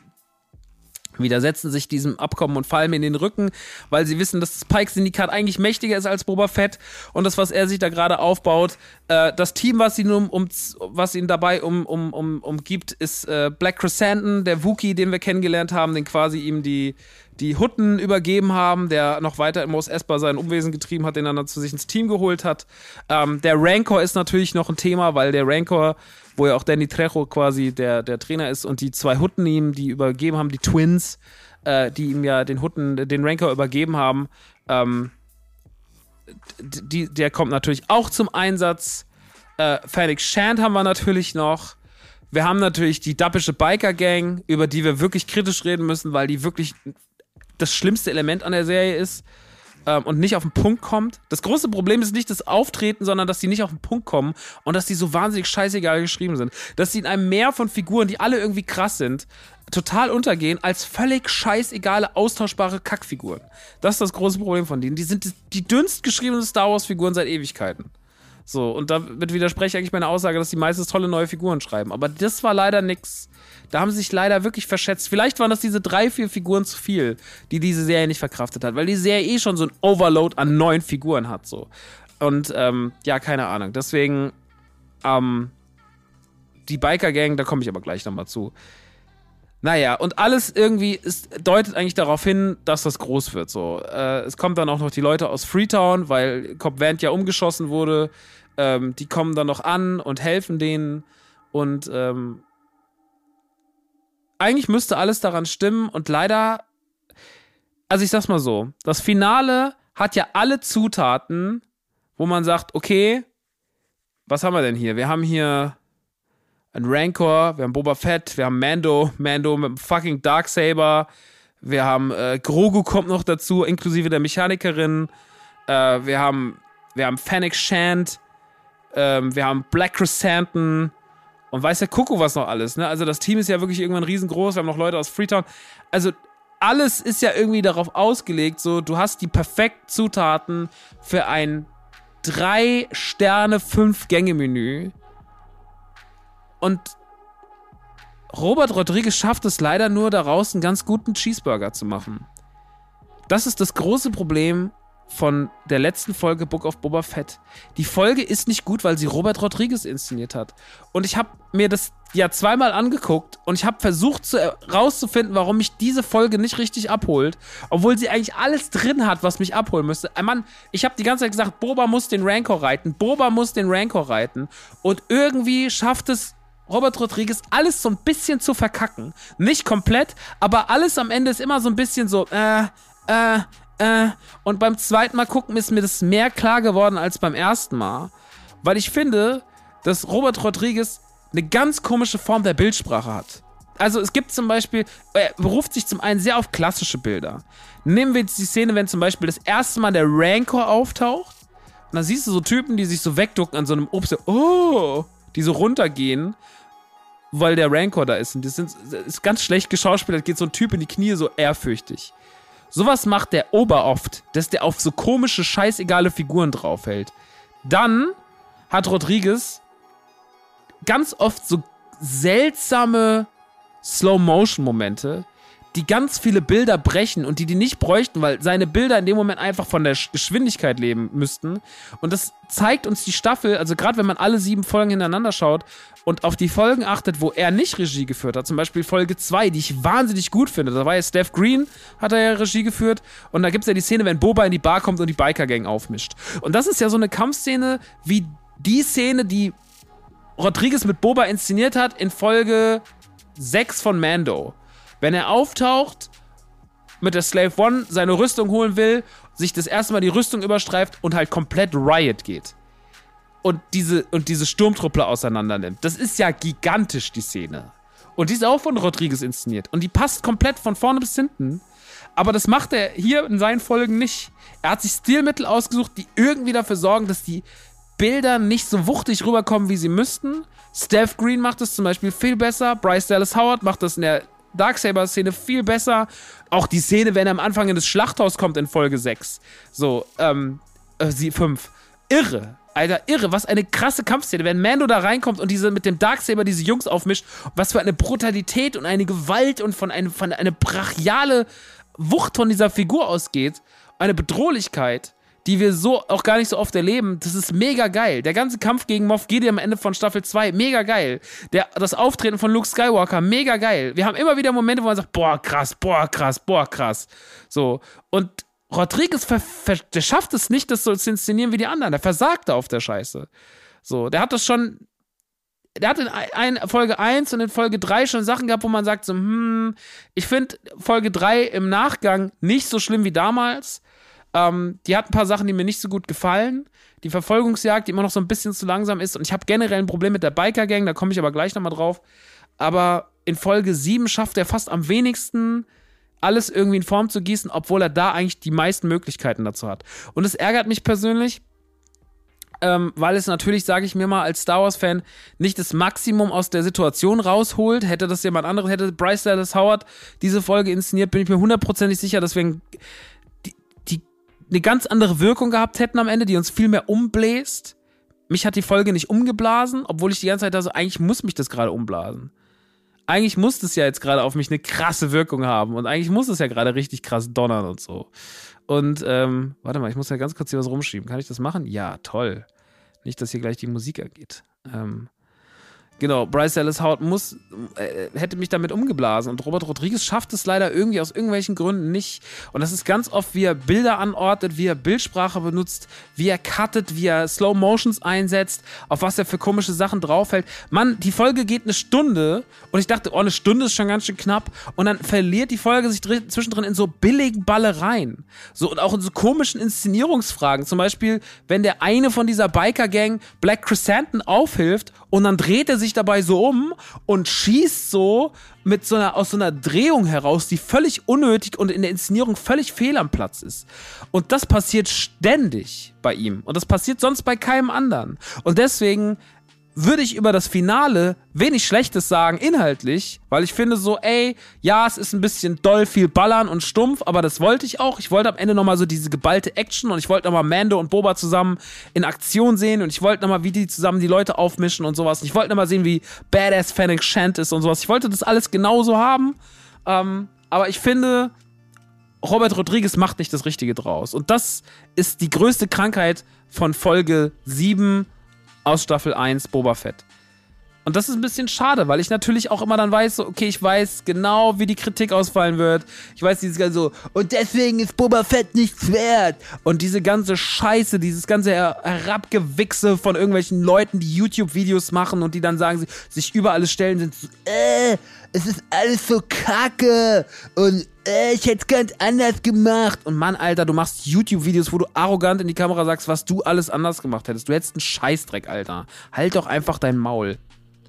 C: widersetzen sich diesem Abkommen und fallen mir in den Rücken, weil sie wissen, dass das Pike-Syndikat eigentlich mächtiger ist als Boba Fett und das, was er sich da gerade aufbaut, äh, das Team, was ihn, um, um, was ihn dabei um, um, um, umgibt, ist äh, Black Chrysanthemum, der Wookiee, den wir kennengelernt haben, den quasi ihm die, die Hutten übergeben haben, der noch weiter in Mos Espa sein Unwesen getrieben hat, den er dann zu sich ins Team geholt hat. Ähm, der Rancor ist natürlich noch ein Thema, weil der Rancor, wo ja auch Danny Trejo quasi der, der Trainer ist und die zwei Hutten ihm, die übergeben haben, die Twins, äh, die ihm ja den Hutten, den Rancor übergeben haben, ähm, die, der kommt natürlich auch zum Einsatz. Äh, Fennec Shand haben wir natürlich noch. Wir haben natürlich die dappische Biker-Gang, über die wir wirklich kritisch reden müssen, weil die wirklich das schlimmste Element an der Serie ist ähm, und nicht auf den Punkt kommt. Das große Problem ist nicht das Auftreten, sondern dass die nicht auf den Punkt kommen und dass die so wahnsinnig scheißegal geschrieben sind. Dass sie in einem Meer von Figuren, die alle irgendwie krass sind, total untergehen als völlig scheißegale, austauschbare Kackfiguren. Das ist das große Problem von denen. Die sind die dünnst geschriebenen Star Wars-Figuren seit Ewigkeiten. So, und damit widerspreche ich eigentlich meine Aussage, dass die meistens tolle neue Figuren schreiben. Aber das war leider nix. Da haben sie sich leider wirklich verschätzt. Vielleicht waren das diese drei, vier Figuren zu viel, die diese Serie nicht verkraftet hat. Weil die Serie eh schon so ein Overload an neuen Figuren hat. So. Und, ähm, ja, keine Ahnung. Deswegen, ähm, die Biker-Gang, da komme ich aber gleich nochmal zu. Naja, und alles irgendwie ist, deutet eigentlich darauf hin, dass das groß wird. So. Äh, es kommt dann auch noch die Leute aus Freetown, weil Cobb Vanth ja umgeschossen wurde. Ähm, die kommen dann noch an und helfen denen. Und ähm, eigentlich müsste alles daran stimmen. Und leider, also ich sag's mal so, das Finale hat ja alle Zutaten, wo man sagt, okay, was haben wir denn hier? Wir haben hier einen Rancor, wir haben Boba Fett, wir haben Mando, Mando mit dem fucking Darksaber, wir haben äh, Grogu kommt noch dazu, inklusive der Mechanikerin, äh, wir haben wir haben Fennec Shand, äh, wir haben Black Chrysanthemum und weiß der Kuckuck was noch alles, ne? Also das Team ist ja wirklich irgendwann riesengroß, wir haben noch Leute aus Freetown, also alles ist ja irgendwie darauf ausgelegt, so, du hast die perfekten Zutaten für ein drei Sterne, fünf Gänge Menü. Und Robert Rodriguez schafft es leider nur, daraus einen ganz guten Cheeseburger zu machen. Das ist das große Problem von der letzten Folge Book of Boba Fett. Die Folge ist nicht gut, weil sie Robert Rodriguez inszeniert hat. Und ich habe mir das ja zweimal angeguckt und ich habe versucht zu, rauszufinden, warum mich diese Folge nicht richtig abholt, obwohl sie eigentlich alles drin hat, was mich abholen müsste. Äh, Mann, ich habe die ganze Zeit gesagt, Boba muss den Rancor reiten, Boba muss den Rancor reiten und irgendwie schafft es Robert Rodriguez alles so ein bisschen zu verkacken. Nicht komplett, aber alles am Ende ist immer so ein bisschen so, äh, äh, äh. Und beim zweiten Mal gucken ist mir das mehr klar geworden als beim ersten Mal. Weil ich finde, dass Robert Rodriguez eine ganz komische Form der Bildsprache hat. Also es gibt zum Beispiel, er beruft sich zum einen sehr auf klassische Bilder. Nehmen wir jetzt die Szene, wenn zum Beispiel das erste Mal der Rancor auftaucht und dann siehst du so Typen, die sich so wegducken an so einem Obst, oh, die so runtergehen, weil der Rancor da ist. Und das, sind, das ist ganz schlecht geschauspielert, geht so ein Typ in die Knie so ehrfürchtig. Sowas macht der Ober oft, dass der auf so komische, scheißegale Figuren draufhält. Dann hat Rodriguez ganz oft so seltsame Slow-Motion-Momente, die ganz viele Bilder brechen und die die nicht bräuchten, weil seine Bilder in dem Moment einfach von der Geschwindigkeit leben müssten. Und das zeigt uns die Staffel, also gerade wenn man alle sieben Folgen hintereinander schaut und auf die Folgen achtet, wo er nicht Regie geführt hat, zum Beispiel Folge zwei, die ich wahnsinnig gut finde, da war ja Steph Green, hat er ja Regie geführt und da gibt es ja die Szene, wenn Boba in die Bar kommt und die Biker-Gang aufmischt. Und das ist ja so eine Kampfszene wie die Szene, die Rodriguez mit Boba inszeniert hat in Folge sechs von Mando. Wenn er auftaucht, mit der Slave One seine Rüstung holen will, sich das erste Mal die Rüstung überstreift und halt komplett Riot geht. Und diese, und diese Sturmtruppler auseinander nimmt. Das ist ja gigantisch, die Szene. Und die ist auch von Rodriguez inszeniert. Und die passt komplett von vorne bis hinten. Aber das macht er hier in seinen Folgen nicht. Er hat sich Stilmittel ausgesucht, die irgendwie dafür sorgen, dass die Bilder nicht so wuchtig rüberkommen, wie sie müssten. Steph Green macht das zum Beispiel viel besser. Bryce Dallas Howard macht das in der Darksaber-Szene viel besser. Auch die Szene, wenn er am Anfang in das Schlachthaus kommt in Folge sechs. So, ähm, äh, sie fünf. Irre. Alter, irre. Was eine krasse Kampfszene. Wenn Mando da reinkommt und diese mit dem Darksaber diese Jungs aufmischt, was für eine Brutalität und eine Gewalt und von, eine, von eine brachiale Wucht von dieser Figur ausgeht. Eine Bedrohlichkeit, die wir so auch gar nicht so oft erleben. Das ist mega geil. Der ganze Kampf gegen Moff Gideon am Ende von Staffel zwei, mega geil. Der, das Auftreten von Luke Skywalker, mega geil. Wir haben immer wieder Momente, wo man sagt, boah, krass, boah, krass, boah, krass. So. Und Rodriguez, ver, ver, der schafft es nicht, das so zu inszenieren wie die anderen. Der versagt da auf der Scheiße. So, der hat das schon, der hat in ein, Folge eins und in Folge drei schon Sachen gehabt, wo man sagt so, hm, ich finde Folge drei im Nachgang nicht so schlimm wie damals. Ähm, die hat ein paar Sachen, die mir nicht so gut gefallen. Die Verfolgungsjagd, die immer noch so ein bisschen zu langsam ist. Und ich habe generell ein Problem mit der Biker-Gang, da komme ich aber gleich nochmal drauf. Aber in Folge sieben schafft er fast am wenigsten, alles irgendwie in Form zu gießen, obwohl er da eigentlich die meisten Möglichkeiten dazu hat. Und es ärgert mich persönlich, ähm, weil es natürlich, sage ich mir mal, als Star Wars-Fan nicht das Maximum aus der Situation rausholt. Hätte das jemand anderes, hätte Bryce Dallas Howard diese Folge inszeniert, bin ich mir hundertprozentig sicher, dass wir eine ganz andere Wirkung gehabt hätten am Ende, die uns viel mehr umbläst. Mich hat die Folge nicht umgeblasen, obwohl ich die ganze Zeit da so, eigentlich muss mich das gerade umblasen. Eigentlich muss das ja jetzt gerade auf mich eine krasse Wirkung haben und eigentlich muss es ja gerade richtig krass donnern und so. Und, ähm, warte mal, ich muss ja ganz kurz hier was rumschieben. Kann ich das machen? Ja, toll. Nicht, dass hier gleich die Musik angeht. Ähm, Genau, Bryce Dallas Howard muss, äh, hätte mich damit umgeblasen und Robert Rodriguez schafft es leider irgendwie aus irgendwelchen Gründen nicht. Und das ist ganz oft, wie er Bilder anordnet, wie er Bildsprache benutzt, wie er cuttet, wie er Slow Motions einsetzt, auf was er für komische Sachen draufhält. Mann, die Folge geht eine Stunde und ich dachte, oh, eine Stunde ist schon ganz schön knapp und dann verliert die Folge sich drin, zwischendrin in so billigen Ballereien. So, und auch in so komischen Inszenierungsfragen. Zum Beispiel, wenn der eine von dieser Biker-Gang Black Chrysanthemum aufhilft und dann dreht er sich dabei so um und schießt so mit so einer, aus so einer Drehung heraus, die völlig unnötig und in der Inszenierung völlig fehl am Platz ist. Und das passiert ständig bei ihm. Und das passiert sonst bei keinem anderen. Und deswegen würde ich über das Finale wenig Schlechtes sagen, inhaltlich, weil ich finde so, ey, ja, es ist ein bisschen doll, viel Ballern und stumpf, aber das wollte ich auch. Ich wollte am Ende nochmal so diese geballte Action und ich wollte nochmal Mando und Boba zusammen in Aktion sehen und ich wollte nochmal, wie die zusammen die Leute aufmischen und sowas. Und ich wollte nochmal sehen, wie badass Fennec Shand ist und sowas. Ich wollte das alles genauso haben, ähm, aber ich finde, Robert Rodriguez macht nicht das Richtige draus. Und das ist die größte Krankheit von Folge sieben aus Staffel eins Boba Fett. Und das ist ein bisschen schade, weil ich natürlich auch immer dann weiß, so, okay, ich weiß genau, wie die Kritik ausfallen wird. Ich weiß dieses ganze so, und deswegen ist Boba Fett nichts wert. Und diese ganze Scheiße, dieses ganze Her- Herabgewichse von irgendwelchen Leuten, die YouTube-Videos machen und die dann sagen, sie sich über alles stellen, sind so, äh, es ist alles so kacke und äh, ich hätte es ganz anders gemacht. Und Mann, Alter, du machst YouTube-Videos, wo du arrogant in die Kamera sagst, was du alles anders gemacht hättest. Du hättest einen Scheißdreck, Alter. Halt doch einfach dein Maul.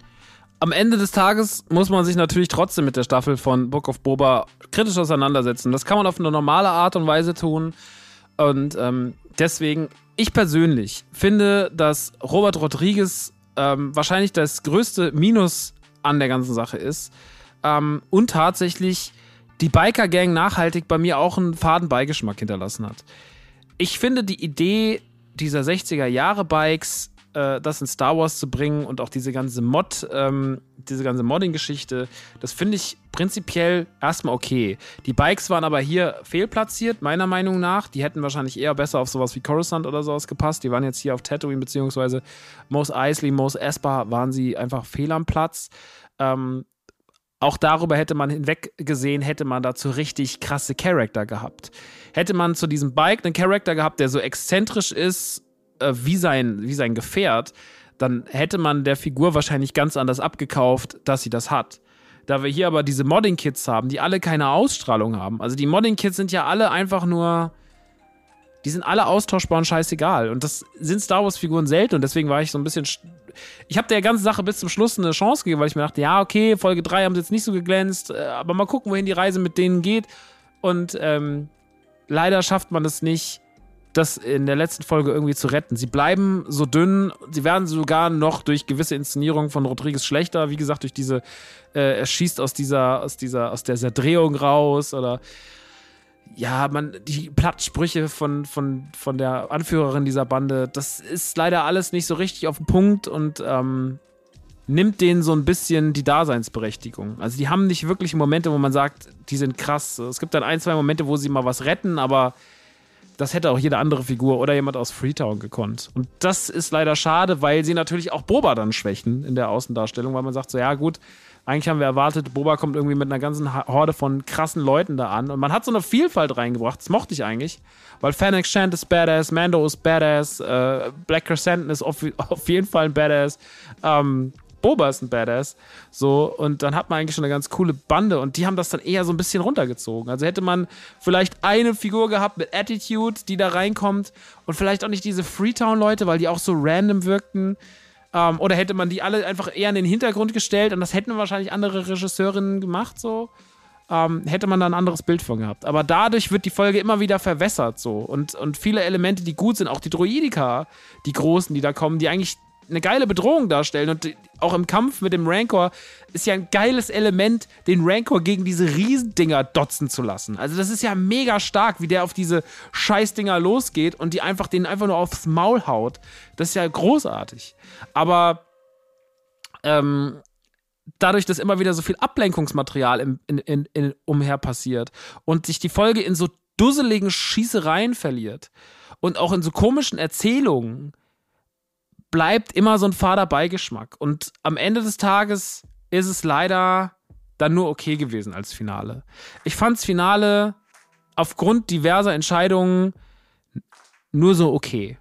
C: Am Ende des Tages muss man sich natürlich trotzdem mit der Staffel von Book of Boba kritisch auseinandersetzen. Das kann man auf eine normale Art und Weise tun. Und ähm, deswegen, ich persönlich finde, dass Robert Rodriguez ähm, wahrscheinlich das größte Minus an der ganzen Sache ist. Ähm, und tatsächlich die Biker-Gang nachhaltig bei mir auch einen faden Beigeschmack hinterlassen hat. Ich finde die Idee dieser sechziger-Jahre-Bikes, äh, das in Star Wars zu bringen und auch diese ganze Mod, ähm, diese ganze Modding-Geschichte, das finde ich prinzipiell erstmal okay. Die Bikes waren aber hier fehlplatziert, meiner Meinung nach. Die hätten wahrscheinlich eher besser auf sowas wie Coruscant oder sowas gepasst. Die waren jetzt hier auf Tatooine, beziehungsweise Mos Eisley, Mos Espa waren sie einfach fehl am Platz. Ähm, Auch darüber hätte man hinweg gesehen, hätte man dazu richtig krasse Charakter gehabt. Hätte man zu diesem Bike einen Charakter gehabt, der so exzentrisch ist äh, wie, sein, wie sein Gefährt, dann hätte man der Figur wahrscheinlich ganz anders abgekauft, dass sie das hat. Da wir hier aber diese Modding-Kits haben, die alle keine Ausstrahlung haben. Also die Modding-Kits sind ja alle einfach nur, die sind alle austauschbar und scheißegal. Und das sind Star Wars-Figuren selten und deswegen war ich so ein bisschen... Ich habe der ganzen Sache bis zum Schluss eine Chance gegeben, weil ich mir dachte, ja, okay, Folge drei haben sie jetzt nicht so geglänzt, aber mal gucken, wohin die Reise mit denen geht. Und ähm, leider schafft man es nicht, das in der letzten Folge irgendwie zu retten. Sie bleiben so dünn, sie werden sogar noch durch gewisse Inszenierungen von Rodriguez schlechter, wie gesagt, durch diese, äh, er schießt aus dieser, aus dieser, aus dieser Drehung raus oder ja, man, die Plattsprüche von, von, von der Anführerin dieser Bande, das ist leider alles nicht so richtig auf den Punkt und ähm, nimmt denen so ein bisschen die Daseinsberechtigung. Also die haben nicht wirklich Momente, wo man sagt, die sind krass. Es gibt dann ein, zwei Momente, wo sie mal was retten, aber das hätte auch jede andere Figur oder jemand aus Freetown gekonnt. Und das ist leider schade, weil sie natürlich auch Boba dann schwächen in der Außendarstellung, weil man sagt so, ja gut, eigentlich haben wir erwartet, Boba kommt irgendwie mit einer ganzen Horde von krassen Leuten da an. Und man hat so eine Vielfalt reingebracht. Das mochte ich eigentlich. Weil Fennec Shand ist badass, Mando ist badass, äh, Black Chrysanthemum ist auf, auf jeden Fall ein Badass, ähm, Boba ist ein Badass. So, und dann hat man eigentlich schon eine ganz coole Bande. Und die haben das dann eher so ein bisschen runtergezogen. Also hätte man vielleicht eine Figur gehabt mit Attitude, die da reinkommt. Und vielleicht auch nicht diese Freetown-Leute, weil die auch so random wirkten. Ähm, oder hätte man die alle einfach eher in den Hintergrund gestellt und das hätten wahrscheinlich andere Regisseurinnen gemacht, so. Ähm, hätte man da ein anderes Bild von gehabt. Aber dadurch wird die Folge immer wieder verwässert, so. Und, und viele Elemente, die gut sind, auch die Droidika, die großen, die da kommen, die eigentlich eine geile Bedrohung darstellen. Und auch im Kampf mit dem Rancor ist ja ein geiles Element, den Rancor gegen diese Riesendinger dotzen zu lassen. Also das ist ja mega stark, wie der auf diese Scheißdinger losgeht und die einfach denen einfach nur aufs Maul haut. Das ist ja großartig. Aber ähm, dadurch, dass immer wieder so viel Ablenkungsmaterial im, in, in, in, umher passiert und sich die Folge in so dusseligen Schießereien verliert und auch in so komischen Erzählungen, bleibt immer so ein fader Beigeschmack. Und am Ende des Tages ist es leider dann nur okay gewesen als Finale. Ich fand's Finale aufgrund diverser Entscheidungen nur so okay.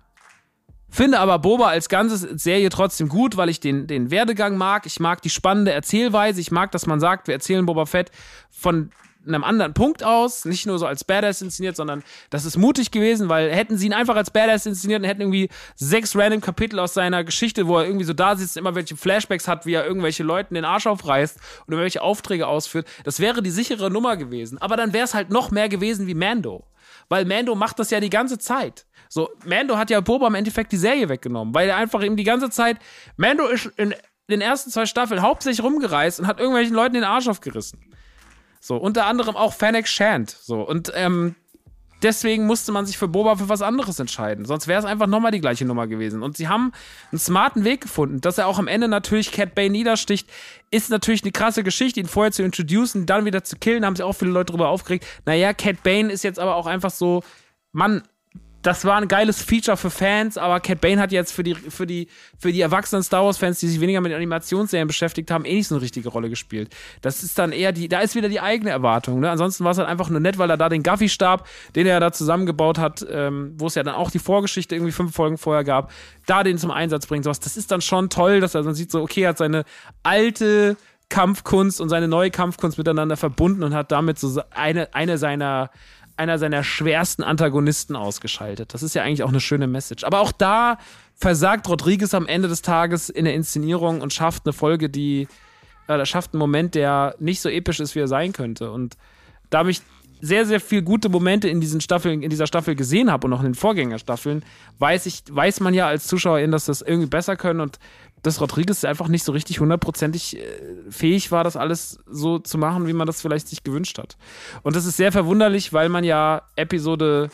C: Finde aber Boba als ganze Serie trotzdem gut, weil ich den, den Werdegang mag. Ich mag die spannende Erzählweise. Ich mag, dass man sagt, wir erzählen Boba Fett von einem anderen Punkt aus, nicht nur so als Badass inszeniert, sondern das ist mutig gewesen, weil hätten sie ihn einfach als Badass inszeniert und hätten irgendwie sechs random Kapitel aus seiner Geschichte, wo er irgendwie so da sitzt, immer welche Flashbacks hat, wie er irgendwelche Leuten den Arsch aufreißt und irgendwelche Aufträge ausführt, das wäre die sichere Nummer gewesen. Aber dann wäre es halt noch mehr gewesen wie Mando. Weil Mando macht das ja die ganze Zeit. So, Mando hat ja Boba im Endeffekt die Serie weggenommen, weil er einfach eben die ganze Zeit, Mando ist in den ersten zwei Staffeln hauptsächlich rumgereist und hat irgendwelchen Leuten den Arsch aufgerissen. So, unter anderem auch Fennec Shand. So, und ähm, deswegen musste man sich für Boba für was anderes entscheiden. Sonst wäre es einfach nochmal die gleiche Nummer gewesen. Und sie haben einen smarten Weg gefunden, dass er auch am Ende natürlich Cat Bane niedersticht. Ist natürlich eine krasse Geschichte, ihn vorher zu introducen, dann wieder zu killen. Da haben sich auch viele Leute drüber aufgeregt. Naja, Cat Bane ist jetzt aber auch einfach so, Mann, das war ein geiles Feature für Fans, aber Cat Bane hat jetzt für die, für die, für die erwachsenen Star Wars-Fans, die sich weniger mit Animationsserien beschäftigt haben, eh nicht so eine richtige Rolle gespielt. Das ist dann eher die, da ist wieder die eigene Erwartung, ne? Ansonsten war es halt einfach nur nett, weil er da den Gaffy-Stab, den er da zusammengebaut hat, ähm, wo es ja dann auch die Vorgeschichte irgendwie fünf Folgen vorher gab, da den zum Einsatz bringt, sowas. Das ist dann schon toll, dass er dann sieht so, okay, er hat seine alte Kampfkunst und seine neue Kampfkunst miteinander verbunden und hat damit so eine, eine seiner einer seiner schwersten Antagonisten ausgeschaltet. Das ist ja eigentlich auch eine schöne Message. Aber auch da versagt Rodriguez am Ende des Tages in der Inszenierung und schafft eine Folge, die, äh, schafft einen Moment, der nicht so episch ist, wie er sein könnte. Und da habe ich sehr, sehr viele gute Momente in diesen Staffeln, in dieser Staffel gesehen habe und auch in den Vorgängerstaffeln, weiß ich, weiß man ja als Zuschauerin, dass das irgendwie besser können und dass Rodriguez einfach nicht so richtig hundertprozentig fähig war, das alles so zu machen, wie man das vielleicht sich gewünscht hat. Und das ist sehr verwunderlich, weil man ja Episode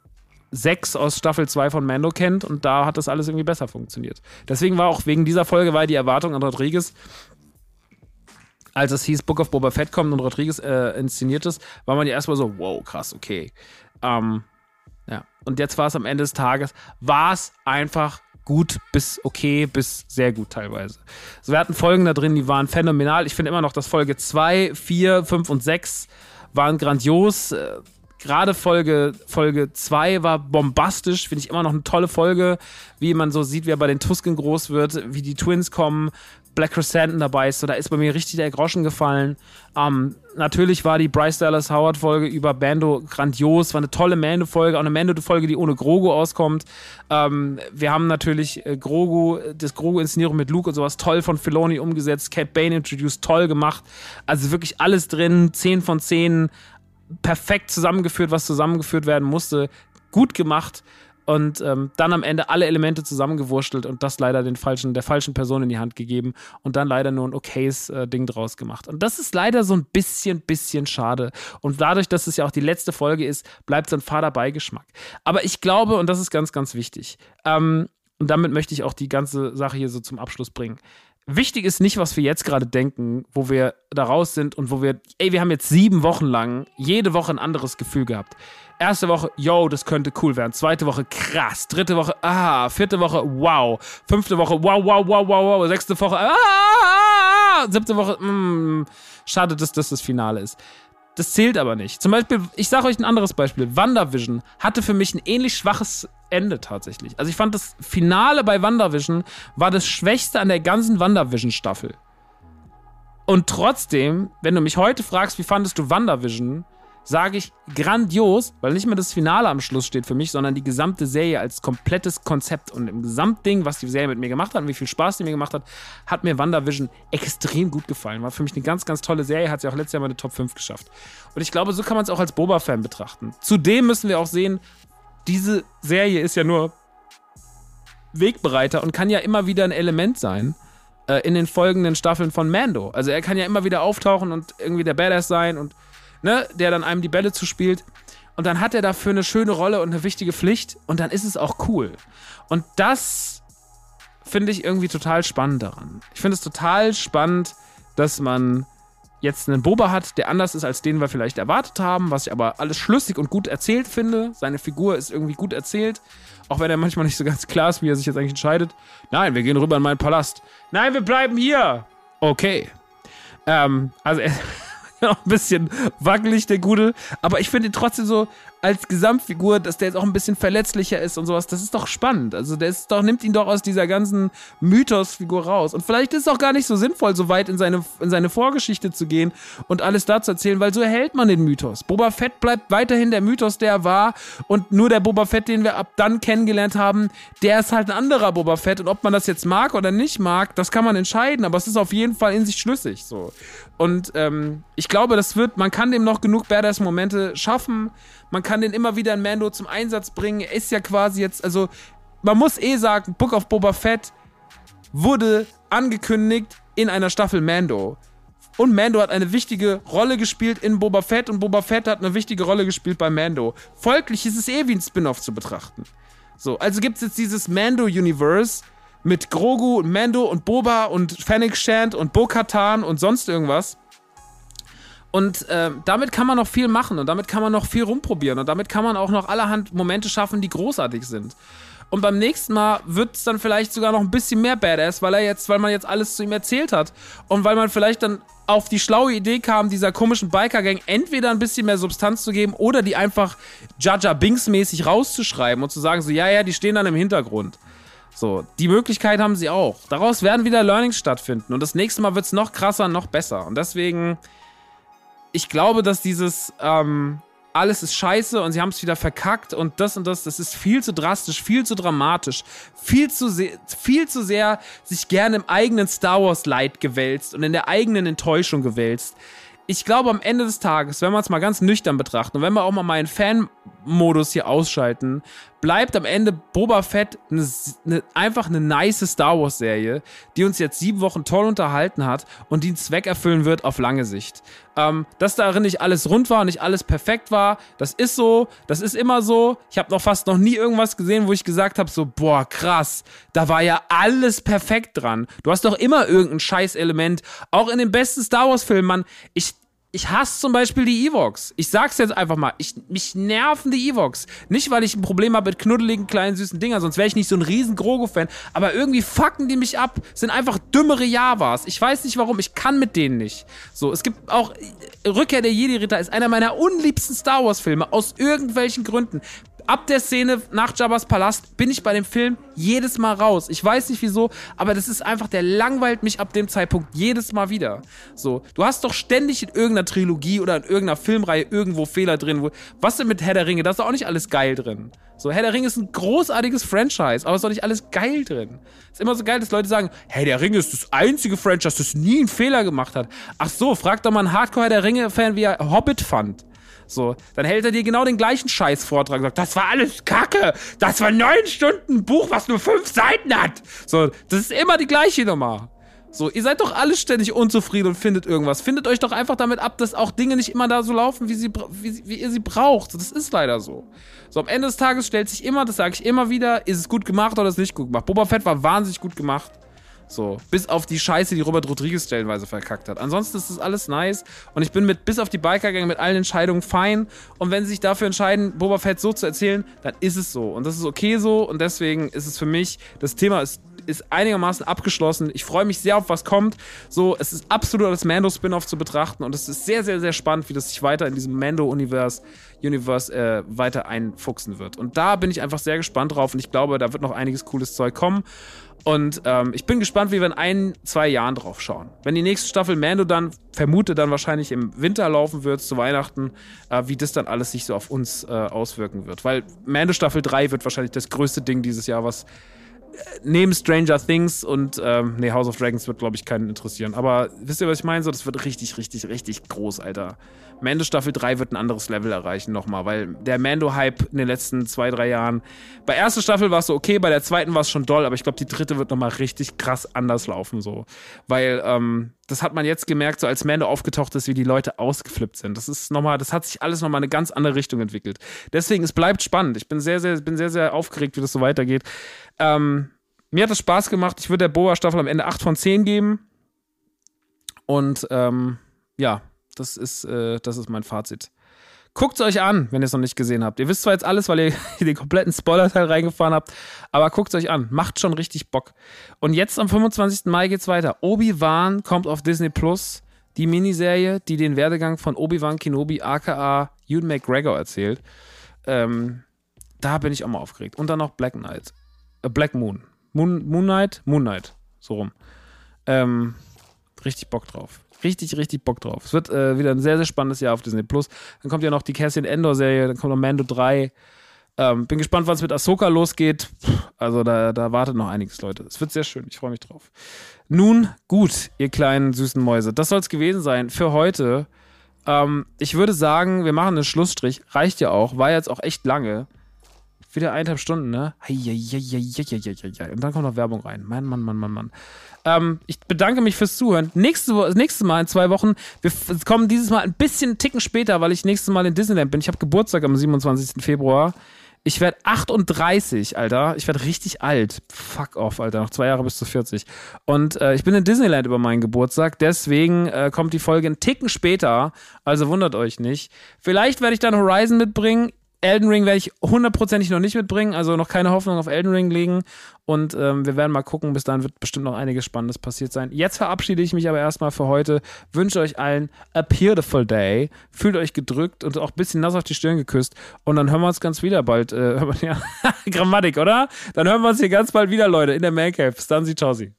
C: sechs aus Staffel zwei von Mando kennt und da hat das alles irgendwie besser funktioniert. Deswegen war auch wegen dieser Folge war die Erwartung an Rodriguez, als es hieß, Book of Boba Fett kommt und Rodriguez äh, inszeniert ist, war man ja erstmal so, wow, krass, okay. Ähm, ja. Und jetzt war es am Ende des Tages, war es einfach gut bis okay bis sehr gut teilweise. Also wir hatten Folgen da drin, die waren phänomenal. Ich finde immer noch, dass Folge zwei, vier, fünf und sechs waren grandios. Äh, Gerade Folge Folge zwei war bombastisch, finde ich immer noch eine tolle Folge, wie man so sieht, wie er bei den Tusken groß wird, wie die Twins kommen, Black Chrysanthemum dabei ist, so da ist bei mir richtig der Groschen gefallen. Ähm, natürlich war die Bryce Dallas Howard Folge über Mando grandios, war eine tolle Mando-Folge, auch eine Mando-Folge, die ohne Grogu auskommt. Ähm, wir haben natürlich äh, Grogu, das Grogu-Inszenierung mit Luke und sowas toll von Filoni umgesetzt, Cat Bane introduced, toll gemacht, also wirklich alles drin, zehn von zehn, perfekt zusammengeführt, was zusammengeführt werden musste, gut gemacht. Und ähm, dann am Ende alle Elemente zusammengewurstelt und das leider den falschen, der falschen Person in die Hand gegeben und dann leider nur ein okayes äh, Ding draus gemacht. Und das ist leider so ein bisschen, bisschen schade. Und dadurch, dass es ja auch die letzte Folge ist, bleibt so ein fader Beigeschmack. Aber ich glaube, und das ist ganz, ganz wichtig, ähm, und damit möchte ich auch die ganze Sache hier so zum Abschluss bringen. Wichtig ist nicht, was wir jetzt gerade denken, wo wir da raus sind und wo wir, ey, wir haben jetzt sieben Wochen lang jede Woche ein anderes Gefühl gehabt. Erste Woche, yo, das könnte cool werden. Zweite Woche, krass. Dritte Woche, ah. Vierte Woche, wow. Fünfte Woche, wow, wow, wow, wow, wow. Sechste Woche, ah. Siebte Woche, mh. Schade, dass das das Finale ist. Das zählt aber nicht. Zum Beispiel, ich sage euch ein anderes Beispiel. WandaVision hatte für mich ein ähnlich schwaches Ende tatsächlich. Also ich fand, das Finale bei WandaVision war das Schwächste an der ganzen WandaVision-Staffel. Und trotzdem, wenn du mich heute fragst, wie fandest du WandaVision, sage ich grandios, weil nicht mehr das Finale am Schluss steht für mich, sondern die gesamte Serie als komplettes Konzept. Und im Gesamtding, was die Serie mit mir gemacht hat und wie viel Spaß die mir gemacht hat, hat mir WandaVision extrem gut gefallen. War für mich eine ganz, ganz tolle Serie, hat sie auch letztes Jahr mal eine Top fünf geschafft. Und ich glaube, so kann man es auch als Boba-Fan betrachten. Zudem müssen wir auch sehen, diese Serie ist ja nur Wegbereiter und kann ja immer wieder ein Element sein äh, in den folgenden Staffeln von Mando. Also er kann ja immer wieder auftauchen und irgendwie der Badass sein und ne, der dann einem die Bälle zuspielt. Und dann hat er dafür eine schöne Rolle und eine wichtige Pflicht und dann ist es auch cool. Und das finde ich irgendwie total spannend daran. Ich finde es total spannend, dass man jetzt einen Boba hat, der anders ist, als den wir vielleicht erwartet haben, was ich aber alles schlüssig und gut erzählt finde. Seine Figur ist irgendwie gut erzählt, auch wenn er manchmal nicht so ganz klar ist, wie er sich jetzt eigentlich entscheidet. Nein, wir gehen rüber in meinen Palast. Nein, wir bleiben hier. Okay. Ähm, also er noch ein bisschen wackelig, der Gute, aber ich finde ihn trotzdem so als Gesamtfigur, dass der jetzt auch ein bisschen verletzlicher ist und sowas, das ist doch spannend. Also der ist doch, nimmt ihn doch aus dieser ganzen Mythos-Figur raus. Und vielleicht ist es auch gar nicht so sinnvoll, so weit in seine, in seine Vorgeschichte zu gehen und alles da zu erzählen, weil so erhält man den Mythos. Boba Fett bleibt weiterhin der Mythos, der er war, und nur der Boba Fett, den wir ab dann kennengelernt haben, der ist halt ein anderer Boba Fett, und ob man das jetzt mag oder nicht mag, das kann man entscheiden, aber es ist auf jeden Fall in sich schlüssig, so. Und ähm, ich glaube, das wird, man kann dem noch genug Badass-Momente schaffen, man kann den immer wieder in Mando zum Einsatz bringen. Er ist ja quasi jetzt, also man muss eh sagen, Book of Boba Fett wurde angekündigt in einer Staffel Mando. Und Mando hat eine wichtige Rolle gespielt in Boba Fett und Boba Fett hat eine wichtige Rolle gespielt bei Mando. Folglich ist es eh wie ein Spin-off zu betrachten. So, also gibt es jetzt dieses Mando-Universe mit Grogu und Mando und Boba und Fennec Shand und Bo-Katan und sonst irgendwas. Und äh, damit kann man noch viel machen und damit kann man noch viel rumprobieren und damit kann man auch noch allerhand Momente schaffen, die großartig sind. Und beim nächsten Mal wird es dann vielleicht sogar noch ein bisschen mehr Badass, weil er jetzt, weil man jetzt alles zu ihm erzählt hat und weil man vielleicht dann auf die schlaue Idee kam, dieser komischen Biker-Gang entweder ein bisschen mehr Substanz zu geben oder die einfach Jar Jar Binks-mäßig rauszuschreiben und zu sagen so, ja, ja, die stehen dann im Hintergrund. So, die Möglichkeit haben sie auch. Daraus werden wieder Learnings stattfinden und das nächste Mal wird es noch krasser, noch besser. Und deswegen, ich glaube, dass dieses ähm, alles ist scheiße und sie haben es wieder verkackt und das und das, das ist viel zu drastisch, viel zu dramatisch, viel zu, se- viel zu sehr sich gerne im eigenen Star Wars Leid gewälzt und in der eigenen Enttäuschung gewälzt. Ich glaube, am Ende des Tages, wenn wir es mal ganz nüchtern betrachten und wenn wir auch mal meinen Fan-Modus hier ausschalten, bleibt am Ende Boba Fett eine, eine, einfach eine nice Star Wars-Serie, die uns jetzt sieben Wochen toll unterhalten hat und die einen Zweck erfüllen wird auf lange Sicht. Ähm, dass darin nicht alles rund war und nicht alles perfekt war, das ist so, das ist immer so. Ich habe noch fast noch nie irgendwas gesehen, wo ich gesagt habe, so, boah, krass, da war ja alles perfekt dran. Du hast doch immer irgendein Scheiß-Element, auch in den besten Star Wars-Filmen, Mann. Ich Ich hasse zum Beispiel die Ewoks. Ich sag's jetzt einfach mal. Ich, mich nerven die Ewoks. Nicht, weil ich ein Problem habe mit knuddeligen, kleinen, süßen Dingern, sonst wäre ich nicht so ein riesen Grogu-Fan. Aber irgendwie fucken die mich ab. Sind einfach dümmere Javas. Ich weiß nicht warum. Ich kann mit denen nicht. So, es gibt auch Rückkehr der Jedi-Ritter ist einer meiner unliebsten Star Wars-Filme. Aus irgendwelchen Gründen. Ab der Szene nach Jabba's Palast bin ich bei dem Film jedes Mal raus. Ich weiß nicht wieso, aber das ist einfach, der langweilt mich ab dem Zeitpunkt jedes Mal wieder. So, du hast doch ständig in irgendeiner Trilogie oder in irgendeiner Filmreihe irgendwo Fehler drin. Wo, was denn mit Herr der Ringe? Da ist doch auch nicht alles geil drin. So, Herr der Ringe ist ein großartiges Franchise, aber es ist doch nicht alles geil drin. Es ist immer so geil, dass Leute sagen, Herr der Ringe ist das einzige Franchise, das nie einen Fehler gemacht hat. Ach so, frag doch mal einen Hardcore-Herr der Ringe-Fan, wie er Hobbit fand. So, dann hält er dir genau den gleichen Scheiß-Vortrag und sagt, das war alles Kacke, das war neun Stunden ein Buch, was nur fünf Seiten hat. So, das ist immer die gleiche Nummer. So, ihr seid doch alle ständig unzufrieden und findet irgendwas. Findet euch doch einfach damit ab, dass auch Dinge nicht immer da so laufen, wie, sie, wie, wie ihr sie braucht. Das ist leider so. So, am Ende des Tages stellt sich immer, das sage ich immer wieder, ist es gut gemacht oder ist es nicht gut gemacht. Boba Fett war wahnsinnig gut gemacht. So, bis auf die Scheiße, die Robert Rodriguez stellenweise verkackt hat. Ansonsten ist das alles nice und ich bin mit, bis auf die Biker-Gang mit allen Entscheidungen fein und wenn sie sich dafür entscheiden, Boba Fett so zu erzählen, dann ist es so und das ist okay so und deswegen ist es für mich, das Thema ist, ist einigermaßen abgeschlossen. Ich freue mich sehr auf was kommt. So, es ist absolut als Mando-Spin-Off zu betrachten und es ist sehr, sehr, sehr spannend, wie das sich weiter in diesem Mando-Universe Universe, äh, weiter einfuchsen wird. Und da bin ich einfach sehr gespannt drauf und ich glaube, da wird noch einiges cooles Zeug kommen. Und ähm, ich bin gespannt, wie wir in ein, zwei Jahren drauf schauen. Wenn die nächste Staffel Mando dann, vermute dann wahrscheinlich im Winter laufen wird, zu Weihnachten, äh, wie das dann alles sich so auf uns äh, auswirken wird. Weil Mando Staffel drei wird wahrscheinlich das größte Ding dieses Jahr, was neben Stranger Things und ähm, nee, House of Dragons wird, glaube ich, keinen interessieren. Aber wisst ihr, was ich meine? So, das wird richtig, richtig, richtig groß, Alter. Mando Staffel drei wird ein anderes Level erreichen nochmal, weil der Mando-Hype in den letzten zwei, drei Jahren, bei erster Staffel war es so okay, bei der zweiten war es schon doll, aber ich glaube, die dritte wird nochmal richtig krass anders laufen, so. Weil, ähm, das hat man jetzt gemerkt, so als Mando aufgetaucht ist, wie die Leute ausgeflippt sind. Das ist nochmal, das hat sich alles nochmal in eine ganz andere Richtung entwickelt. Deswegen, es bleibt spannend. Ich bin sehr, sehr, bin sehr, sehr aufgeregt, wie das so weitergeht. Ähm, mir hat das Spaß gemacht. Ich würde der Boba-Staffel am Ende acht von zehn geben. Und, ähm, ja, das ist, äh, das ist mein Fazit. Guckt es euch an, wenn ihr es noch nicht gesehen habt. Ihr wisst zwar jetzt alles, weil ihr den kompletten Spoiler-Teil reingefahren habt, aber guckt es euch an. Macht schon richtig Bock. Und jetzt am fünfundzwanzigsten Mai geht's weiter. Obi-Wan kommt auf Disney Plus. Die Miniserie, die den Werdegang von Obi-Wan Kenobi aka Ewan McGregor erzählt. Ähm, da bin ich auch mal aufgeregt. Und dann noch Black Knight. Äh, Black Moon. Moon. Moon Knight? Moon Knight. So rum. Ähm, richtig Bock drauf. Richtig, richtig Bock drauf. Es wird äh, wieder ein sehr, sehr spannendes Jahr auf Disney Plus. Dann kommt ja noch die Cassian Andor-Serie, dann kommt noch Mando drei. Ähm, bin gespannt, was mit Ahsoka losgeht. Also da, da wartet noch einiges, Leute. Es wird sehr schön, ich freue mich drauf. Nun, gut, ihr kleinen süßen Mäuse. Das soll es gewesen sein für heute. Ähm, ich würde sagen, wir machen einen Schlussstrich. Reicht ja auch, war jetzt auch echt lange. Wieder eineinhalb Stunden, ne? Und dann kommt noch Werbung rein. Mann, Mann, Mann, Mann, Mann. Ähm, ich bedanke mich fürs Zuhören. Nächste, nächstes Mal in zwei Wochen, wir f- kommen dieses Mal ein bisschen einen Ticken später, weil ich nächstes Mal in Disneyland bin. Ich habe Geburtstag am siebenundzwanzigsten Februar. Ich werde achtunddreißig, Alter. Ich werde richtig alt. Fuck off, Alter. Noch zwei Jahre bis zu vierzig. Und äh, ich bin in Disneyland über meinen Geburtstag. Deswegen äh, kommt die Folge einen Ticken später. Also wundert euch nicht. Vielleicht werde ich dann Horizon mitbringen. Elden Ring werde ich hundertprozentig noch nicht mitbringen, also noch keine Hoffnung auf Elden Ring legen und ähm, wir werden mal gucken, bis dahin wird bestimmt noch einiges Spannendes passiert sein. Jetzt verabschiede ich mich aber erstmal für heute, wünsche euch allen a beautiful day, fühlt euch gedrückt und auch ein bisschen nass auf die Stirn geküsst und dann hören wir uns ganz wieder bald, äh, ja, Grammatik, oder? Dann hören wir uns hier ganz bald wieder, Leute, in der Man Cave. Bis dann, sie, ciao, sie.